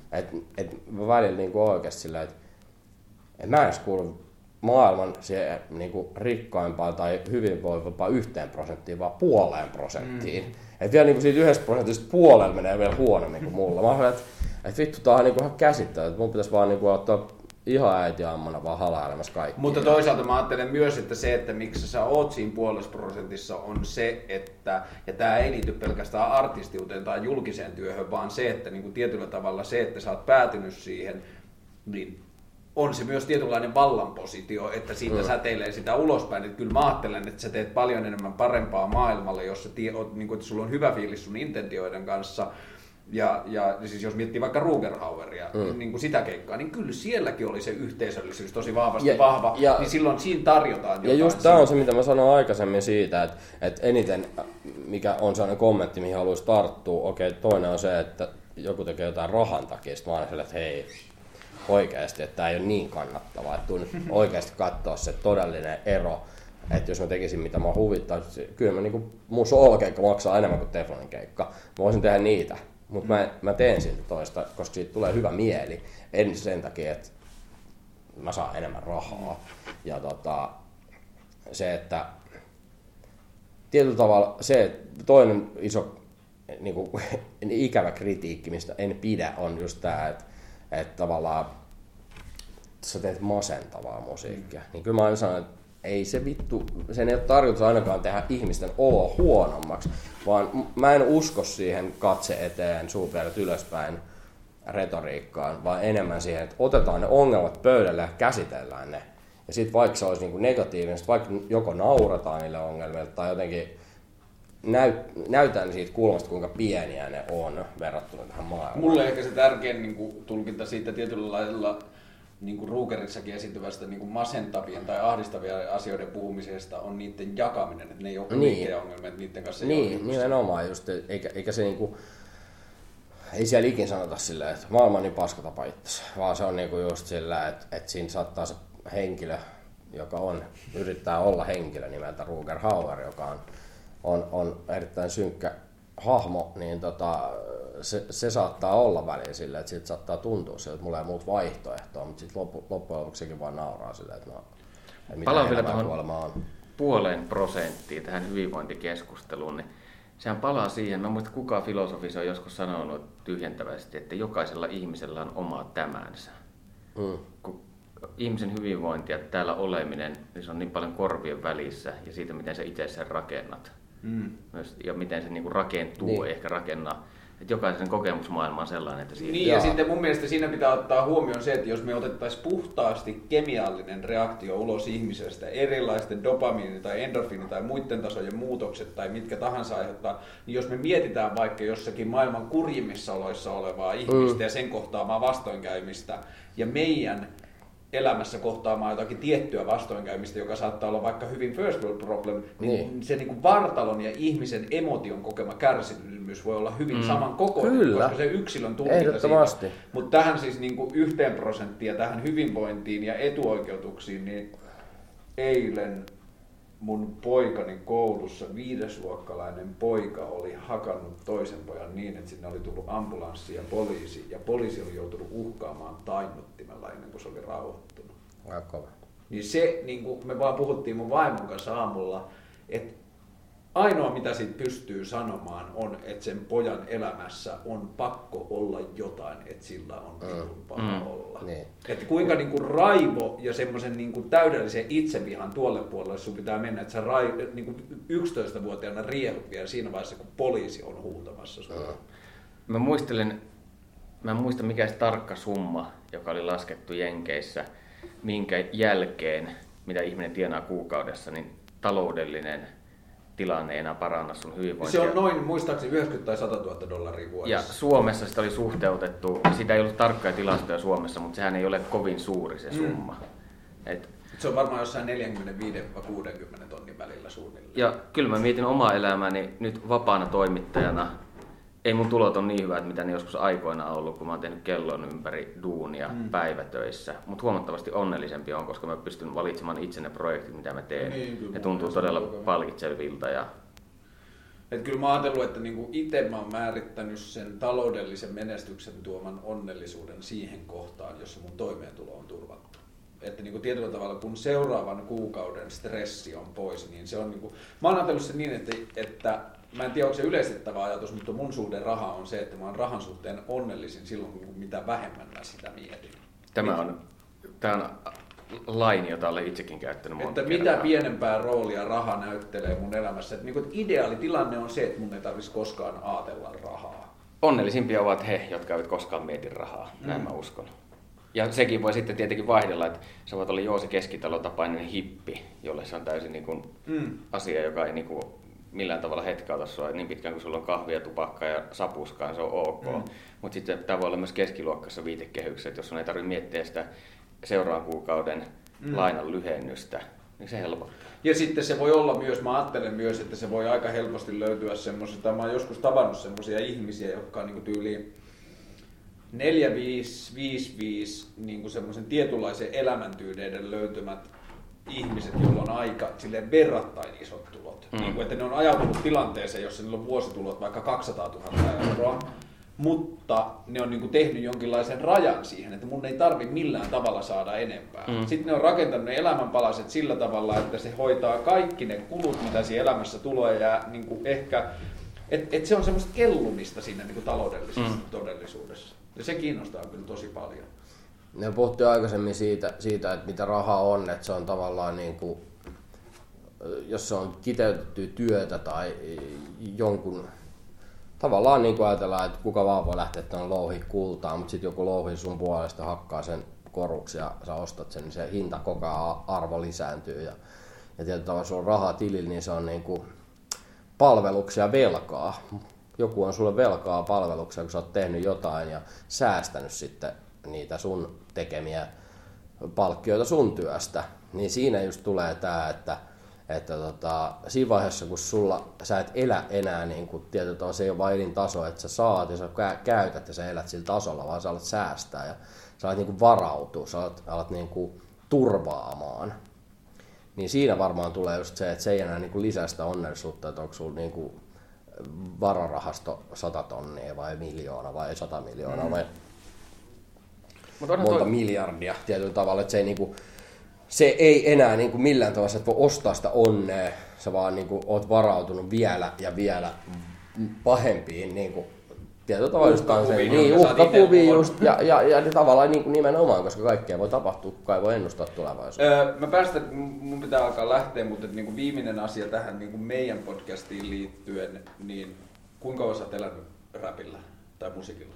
Et mä välillä niinku oikeesti sillä, että mä en edes kuulu maailman niinku rikkaimpaan tai hyvinvoivempaan 1%, vaan 0,5%. Et vielä niinku siitä 1% puolella menee vielä huonommin kuin mulla. Mä olen, että vittu tää on niinku ihan käsittämätöntä, että mun pitäisi vaan niinku ottaa ihan äitiammana vaan halailemassa kaikki. Mutta toisaalta mä ajattelen myös, että se, että miksi sä oot siinä 0,5% on se, että, ja tää ei liity pelkästään artistiuteen tai julkiseen työhön, vaan se, että niin kuin tietyllä tavalla se, että sä oot päätynyt siihen, niin on se myös tietynlainen vallanpositio, että siitä säteilee sitä ulospäin. Että kyllä mä ajattelen, että sä teet paljon enemmän parempaa maailmalle, jos sä niin kuin, että sulla on hyvä fiilis sun intentioiden kanssa. Ja siis jos miettii vaikka Rugerhaueria, niin kuin sitä keikkaa, niin kyllä sielläkin oli se yhteisöllisyys tosi vahvasti vahva, niin silloin siinä tarjotaan jotain. Ja just tämä on se, mitä mä sanoin aikaisemmin siitä, että eniten, mikä on sellainen kommentti, mihin haluaisi tarttua, toinen on se, että joku tekee jotain rahan takia, sitten mä aina että hei, oikeasti, että tämä ei ole niin kannattavaa, että tuu nyt oikeasti katsoa se todellinen ero, että jos mä tekisin mitä mä huvittaa, kyllä mä niinku, mun soolokeikka maksaa enemmän kuin Teflonin keikka, mä voisin tehdä niitä. Mutta mä teen siitä toista, koska siitä tulee hyvä mieli. En sen takia, että mä saan enemmän rahaa. Ja se, että tietyllä tavalla se toinen iso niinku, ikävä kritiikki, mistä en pidä, on just tää, että tavallaan sä teet masentavaa musiikkia. Niin kyllä mä aina sanon, että ei se vittu, sen ei ole tarkoitus ainakaan tehdä ihmisten oloa huonommaksi, vaan mä en usko siihen katse eteen, suupielet ylöspäin retoriikkaan, vaan enemmän siihen, että otetaan ne ongelmat pöydälle ja käsitellään ne. Ja sit vaikka se olisi niinku negatiivinen, sit vaikka joko naurataan niille ongelmille tai jotenkin näytään siitä kulmasta, kuinka pieniä ne on verrattuna tähän maailmaan. Mulle ehkä se tärkein niin tulkinta siitä tietyllä lailla niin Rugerissakin esiintyvästä niin masentavien tai ahdistavien asioiden puhumisesta on niiden jakaminen, että ne ei ole niiden ongelmia, että niiden kanssa ei ole nimenomaan just, eikä se niinku, ei siellä ikin sanota silleen, että maailma on niin paska tapa itsensä, vaan se on niinku just sillä, että siinä saattaa se henkilö, joka yrittää olla henkilö nimeltä Ruger Hauer, joka on erittäin synkkä hahmo, niin se saattaa olla väliin silleen, että siitä saattaa tuntua silleen, että mulla ei muuta vaihtoehtoa, mutta sitten loppujen lopuksi sekin vaan nauraa silleen, että palaan vielä tuohon 0,5% tähän hyvinvointikeskusteluun, niin sehän palaa siihen, mä muistan kukaan filosofi on joskus sanonut tyhjentävästi, että jokaisella ihmisellä on oma tämänsä. Kun ihmisen hyvinvointi ja täällä oleminen, niin se on niin paljon korvien välissä ja siitä, miten sä itse sen rakennat. Myös, ja miten se niinku rakentuu, ehkä rakennaa. Että jokaisen kokemusmaailma on sellainen, että siinä... Niin, ja sitten mun mielestä siinä pitää ottaa huomioon se, että jos me otettaisiin puhtaasti kemiallinen reaktio ulos ihmisestä, erilaisten dopamiini- tai endorfiini- tai muiden tasojen muutokset tai mitkä tahansa aiheuttaa, niin jos me mietitään vaikka jossakin maailman kurjimmissa oloissa olevaa ihmistä ja sen kohtaamaa vastoinkäymistä, ja meidän elämässä kohtaamaan jotakin tiettyä vastoinkäymistä, joka saattaa olla vaikka hyvin first world problem, niin se niin kuin vartalon ja ihmisen emotion kokema kärsimys voi olla hyvin samankokoinen, koska se yksilön tulkinta siitä. Mutta tähän siis niin kuin 1% tähän hyvinvointiin ja etuoikeutuksiin, niin eilen mun poikani koulussa 5-luokkalainen poika oli hakannut toisen pojan niin, että sinne oli tullut ambulanssi ja poliisi oli joutunut uhkaamaan tainuttimella ennen kuin se oli rauhoittunut. Aika kova. niin se, niin kuin me vaan puhuttiin mun vaimon kanssa aamulla, että ainoa mitä siitä pystyy sanomaan on, että sen pojan elämässä on pakko olla jotain, että sillä on paha olla. Niin. Että kuinka niin kuin raivo ja semmoisen niin kuin täydellisen itsevihan tuolle puolelle sun pitää mennä, että sä niin kuin 11-vuotiaana riehut vielä siinä vaiheessa, kun poliisi on huutamassa sua. Mä en muista mikä se tarkka summa, joka oli laskettu Jenkeissä, minkä jälkeen, mitä ihminen tienaa kuukaudessa, niin taloudellinen tilanne ei enää paranna sun hyvinvointia. Se on noin, muistaakseni 90 tai 100 000 dollaria vuodessa. Ja Suomessa sitä oli suhteutettu, sitä ei ollut tarkkoja tilastoja Suomessa, mutta sehän ei ole kovin suuri se summa. Se on varmaan jossain 45-60 tonnin välillä suunnilleen. Ja kyllä mä mietin omaa elämääni nyt vapaana toimittajana. Ei mun tulot ole niin hyvät, mitä ne joskus aikoina on ollut, kun mä oon tehnyt kellon ympäri duunia päivätöissä. Mutta huomattavasti onnellisempi on, koska mä pystyn valitsemaan itse ne projektit, mitä mä teen. Niin, ne tuntuu todella palkitsevilta. Et kyllä mä oon ajatellut, että niinku itse mä oon määrittänyt sen taloudellisen menestyksen tuoman onnellisuuden siihen kohtaan, jossa mun toimeentulo on turvattu. Että niinku tietyllä tavalla, kun seuraavan kuukauden stressi on pois, niin se on niinku... Mä oon ajatellut sen niin, että mä en tiedä, onko se yleistettävä ajatus, mutta mun suhde raha on se, että mä oon rahan suhteen onnellisin silloin, kun mitä vähemmän mä sitä mietin. Tämä on laini, jota olen itsekin käyttänyt monta kertaa. Mitä pienempää roolia raha näyttelee mun elämässä. Että ideaalitilanne on se, että mun ei tarvitsisi koskaan ajatella rahaa. Onnellisimpia ovat he, jotka eivät koskaan mieti rahaa, näin mä uskon. Ja sekin voi sitten tietenkin vaihdella, että sä voit olla se keskitalotapainen hippi, jolle se on täysin niin kuin asia, joka ei niin kuin millään tavalla hetkauta sua. Niin pitkään kuin sulla on kahvia, tupakkaa ja sapuskaa, se on ok. Mutta sitten tämä voi olla myös keskiluokkaisessa viitekehyksessä, että jos sun ei tarvitse miettiä sitä seuraavan kuukauden lainan lyhennystä, niin se helpottaa. Ja sitten se voi olla myös, mä ajattelen myös, että se voi aika helposti löytyä semmoisesta, mä oon joskus tavannut semmoisia ihmisiä, jotka on niin kuin tyyliin 4-5-5-5 niin semmoisen tietynlaisen elämäntyyneiden löytymät ihmiset, joilla on aika silleen verrattain isot tulot. Niin kuin, että ne on ajautunut tilanteeseen, jossa niillä on vuositulot vaikka 200 000 euroa, mutta ne on niin kuin tehnyt jonkinlaisen rajan siihen, että mun ei tarvitse millään tavalla saada enempää. Sitten ne on rakentanut ne elämänpalaset sillä tavalla, että se hoitaa kaikki ne kulut, mitä siinä elämässä tulee, ja niin kuin ehkä, että se on semmoista kellumista siinä niin kuin taloudellisessa todellisuudessa. Ja se kiinnostaa kyllä tosi paljon. Ne puhuttiin aikaisemmin siitä, että mitä raha on, että se on tavallaan niin kuin, jos se on kiteytettyä työtä tai jonkun, tavallaan niin kuin ajatellaan, että kuka vaan voi lähteä tuonne louhi kultaa, mutta sitten joku louhi sun puolesta hakkaa sen koruksi ja sä ostat sen, niin se hinta koko ajan arvo lisääntyy. Ja tietyllä tavalla sulla on rahaa tilillä, niin se on niin kuin palveluksia velkaa. Joku on sulle velkaa palveluksia, kun sä oot tehnyt jotain ja säästänyt sitten niitä sun tekemiä palkkioita sun työstä. Niin siinä just tulee tää, että siinä vaiheessa, kun sä et elä enää, niin kun tietyllä se ei ole vain elintaso, että sä saat ja sä käytät ja sä elät sillä tasolla, vaan sä alat säästää ja sä alat niin kuin varautua, sä alat niin kuin turvaamaan. Niin siinä varmaan tulee just se, että se ei enää niin kuin lisää sitä onnellisuutta, että onko sulla niin kuin vararahasto 100 tonnia vai miljoona vai 100 miljoonaa vai monta miljardia tietyllä tavalla, että se ei enää niin kuin millään tavalla, että voi ostaa sitä onnea, sä vaan niin kuin oot varautunut vielä ja vielä pahempiin niin kuin tietyllä tavalla uhkakuviin just ja tavallaan niin kuin nimenomaan, koska kaikkea voi tapahtua, kukaan ei voi ennustaa tulevaisuutta. Mun pitää alkaa lähteä, mutta niin kuin viimeinen asia tähän niin kuin meidän podcastiin liittyen, niin kuinka kauan sä oot elänyt räpillä tai musiikilla?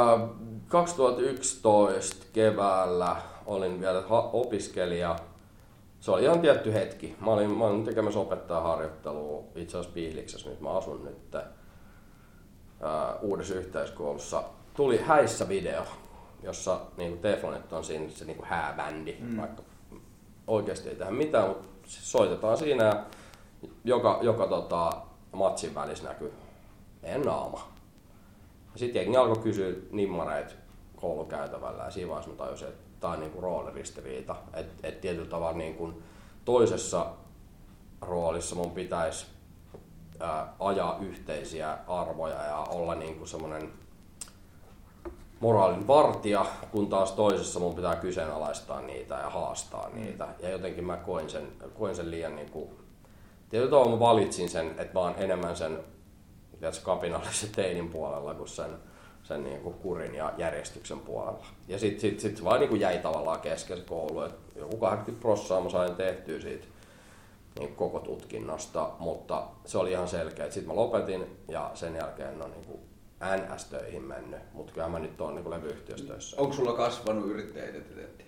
2011 keväällä olin vielä opiskelija. Se oli ihan tietty hetki. Mä olin tekemässä opettajaharjoittelua itse asiassa Pihliksessä, nyt mä asun nyt uudessa yhteiskoulussa. Tuli häissä video, jossa niin Teflonit on siinä se niin hääbändi, vaikka oikeasti ei tehdä mitään, mutta soitetaan siinä ja joka matsin välissä näkyy meidän naama. Sitten jengi alkoi kysyä nimmareita koulukäytävällä ja siinä vaiheessa mä tajusin, että tämä on niinku rooliristiriita. Et tietyllä tavalla niinku toisessa roolissa mun pitäisi ajaa yhteisiä arvoja ja olla niinku semmoinen moraalin vartija, kun taas toisessa mun pitää kyseenalaistaa niitä ja haastaa niitä. Ja jotenkin mä koin sen liian niinku... Tietyllä tavalla mä valitsin sen, että mä oon enemmän sen kapinallisen teinin puolella kuin sen niinku kurin ja järjestyksen puolella. Ja sit se vaan niinku jäi tavallaan kesken se koulu. Et joku 80% mä sain tehtyä siitä niin koko tutkinnosta, mutta se oli ihan selkeä. Sitten mä lopetin ja sen jälkeen on niinku NS-töihin mennyt, mutta kyllä mä nyt oon niinku levyyhtiössä töissä. Onko sulla kasvanut yrittäjäidentiteetti?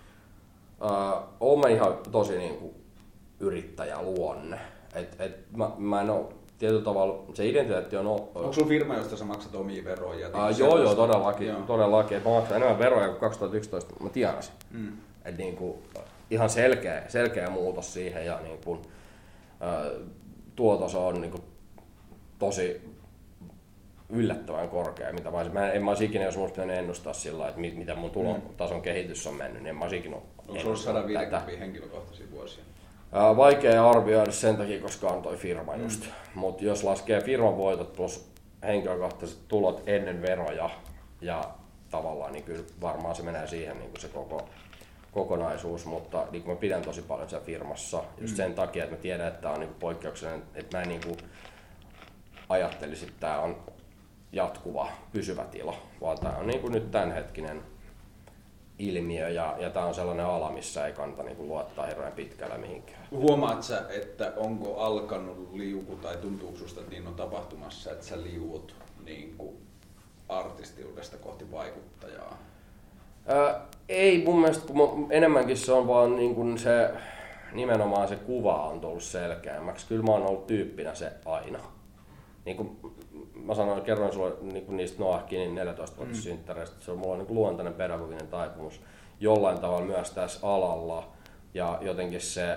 Oon mä ihan tosi niinku yrittäjäluonne. Mä en oo tietyllä tavalla, se identiteetti on... Onko sulla firma, josta sä maksat omia veroja? Joo, todellakin. Mä maksan enemmän veroja kuin 2011, mä tienasin. Et niinku, ihan selkeä muutos siihen ja niinku, tuotos on niinku, tosi yllättävän korkea. Mitä en mä olisi ikinä, jos mun pitänyt ennustaa sillä että mitä mun tulotason kehitys on mennyt, niin en mä olisi ikinä onko sulla 150 henkilökohtaisia vuosia? Vaikea arvioida sen takia, koska on toi firma just. Mutta jos laskee firman voitot plus henkilökohtaiset tulot ennen veroja ja tavallaan, niin kyllä varmaan se menee siihen niin kuin se kokonaisuus, mutta niin mä pidän tosi paljon siellä firmassa just sen takia, että mä tiedän, että tämä on niin poikkeuksellinen, että mä en niin ajattelisi, että tämä on jatkuva, pysyvä tila, vaan tämä on niin nyt tämänhetkinen ilmiö ja tämä on sellainen ala, missä ei kannata niin luottaa hirveän pitkällä mihinkään. Huomaat sä, että onko alkanut liuku tai tuntuuko susta, että niin on tapahtumassa, että sä liuut niin kuin artistiudesta kohti vaikuttajaa? Ei mun mielestä, kun enemmänkin se on vaan niin kuin se, nimenomaan se kuva on tullut selkeämmäksi. Kyllä mä oon ollut tyyppinä se aina. Niin kuin mä kerroin sulle niin niistä Noahkinin 14 synttäreistä, se on mulla niin luontainen pedagoginen taipumus jollain tavalla myös tässä alalla. Ja jotenkin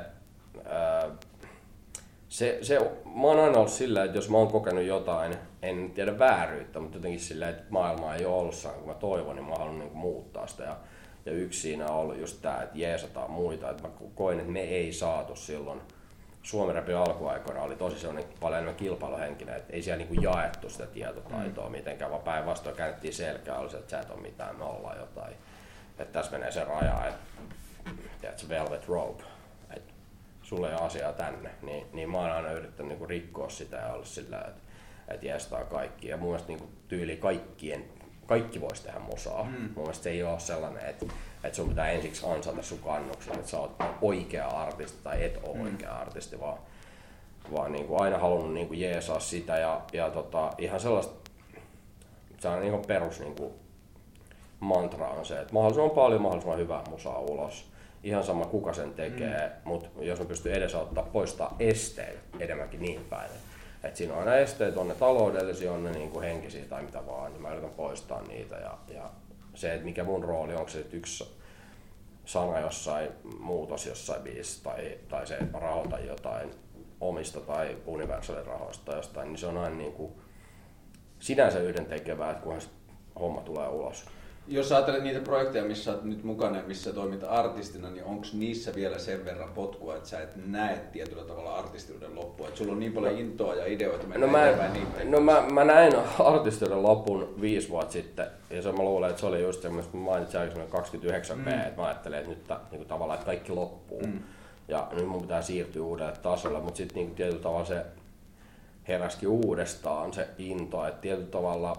mä oon aina ollut sillä, että jos mä oon kokenut jotain, en tiedä vääryyttä, mutta jotenkin sillä, että maailma ei ole ollut sellainen kuin mä toivon, niin mä haluan niin muuttaa sitä. Ja yksi siinä on ollut just tää, että jeesataan muita. Että mä koin, että me ei saatu silloin. Suomen rapin alkuaikoina oli tosi sellainen paljon enemmän kilpailuhenkinen, että ei siellä niinku jaettu sitä tietotaitoa mitenkään, vaan päinvastoin käännettiin selkää, oli se, että sä et ole mitään, me ollaan jotain. Että tässä menee se raja, että se velvet rope, että sulla ei ole asiaa tänne, niin mä oon aina yrittänyt niinku rikkoa sitä ja olla sillä, että jästää kaikki. Ja mun mielestä niinku tyyli kaikki vois tehdä musaa. Mun mielestä se ei ole sellainen, että sun pitää ensiksi ansata sun kannuksen, että sä oot oikea artisti tai et ole oikea artisti, vaan niinku aina halunnut niinku jeesaa sitä ja ihan sellaista, se on niinku perus niinku mantra on se, että mahdollisimman paljon mahdollisimman hyvää musaa ulos. Ihan sama kuka sen tekee, mutta jos mä pystyn edesauttaa poistaa esteet enemmänkin niin päin. Et siinä on aina esteet, on ne taloudellisia, on ne niinku henkisiä tai mitä vaan, niin mä yritän poistaa niitä. Ja se, että mikä mun rooli on, onko se yksi sana jossain, muutos jossain biisissä tai se rahoita jotain omista tai Universalin rahoista tai jostain, niin se on aina niinku sinänsä yhdentekevää, että kunhan se homma tulee ulos. Jos ajattelet niitä projekteja, missä olet nyt mukana ja missä toimit artistina, niin onko niissä vielä sen verran potkua, että sä et näe tietyllä tavalla artistiuden loppua? Että sulla on niin paljon intoa ja ideoita mennä eteenpäin. Mä näin artistiuden lopun 5 vuotta sitten, ja mä luulen, että se oli just semmoista, kun mainitsin aikaisemmin 29p, että mä ajattelin, että nyt niin tavallaan että kaikki loppuu. Ja nyt mun pitää siirtyä uudelle tasolle, mutta sitten niin tietyllä tavalla se heräski uudestaan se into, että tietyllä tavalla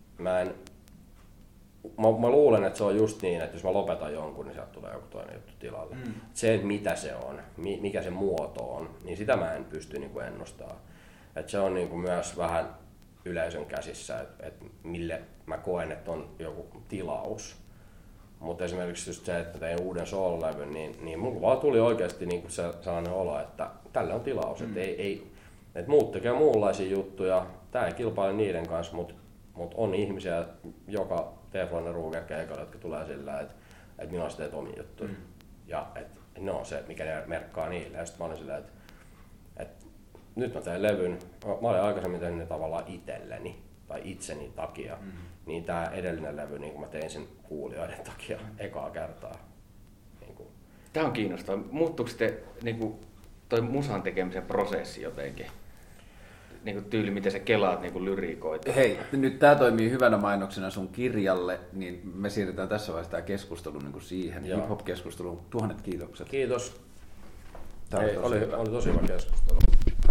Mä luulen, että se on just niin, että jos mä lopetan jonkun, niin sieltä tulee joku toinen juttu tilalle. Se, että mitä se on, mikä se muoto on, niin sitä mä en pysty niinku ennustamaan. Et se on niinku myös vähän yleisön käsissä, että mille mä koen, että on joku tilaus. Mutta esimerkiksi just se, että tein uuden soololevyn, niin mulla vaan tuli oikeasti niinku sellainen olo, että tälle on tilaus. Että muut tekee muunlaisia juttuja, tää ei kilpaile niiden kanssa, mutta on ihmisiä, joka Teflon ja Ruger keikoilla, jotka tulee sillä, että minä olen teet omia juttuja. Ja että ne on se, mikä ne merkkaa niille. Ja sitten mä olin sillä, että nyt mä teen levyn. Mä olin aikaisemmin tehnyt ne tavallaan itselleni tai itseni takia. Niin tää edellinen levy, niin kun mä tein sen kuulijoiden takia ekaa kertaa. Niin tää on kiinnostavaa. Muuttuuko sitten niin toi musan tekemisen prosessi jotenkin? niinku tyyli, miten sä kelaat niinku lyriikoita. Hei, nyt tää toimii hyvänä mainoksena sun kirjalle, niin me siirretään tässä vaiheessa tää keskustelu niinku siihen, hip-hop-keskusteluun. 1000 kiitokset. Kiitos. Oli tosi hyvä keskustelu.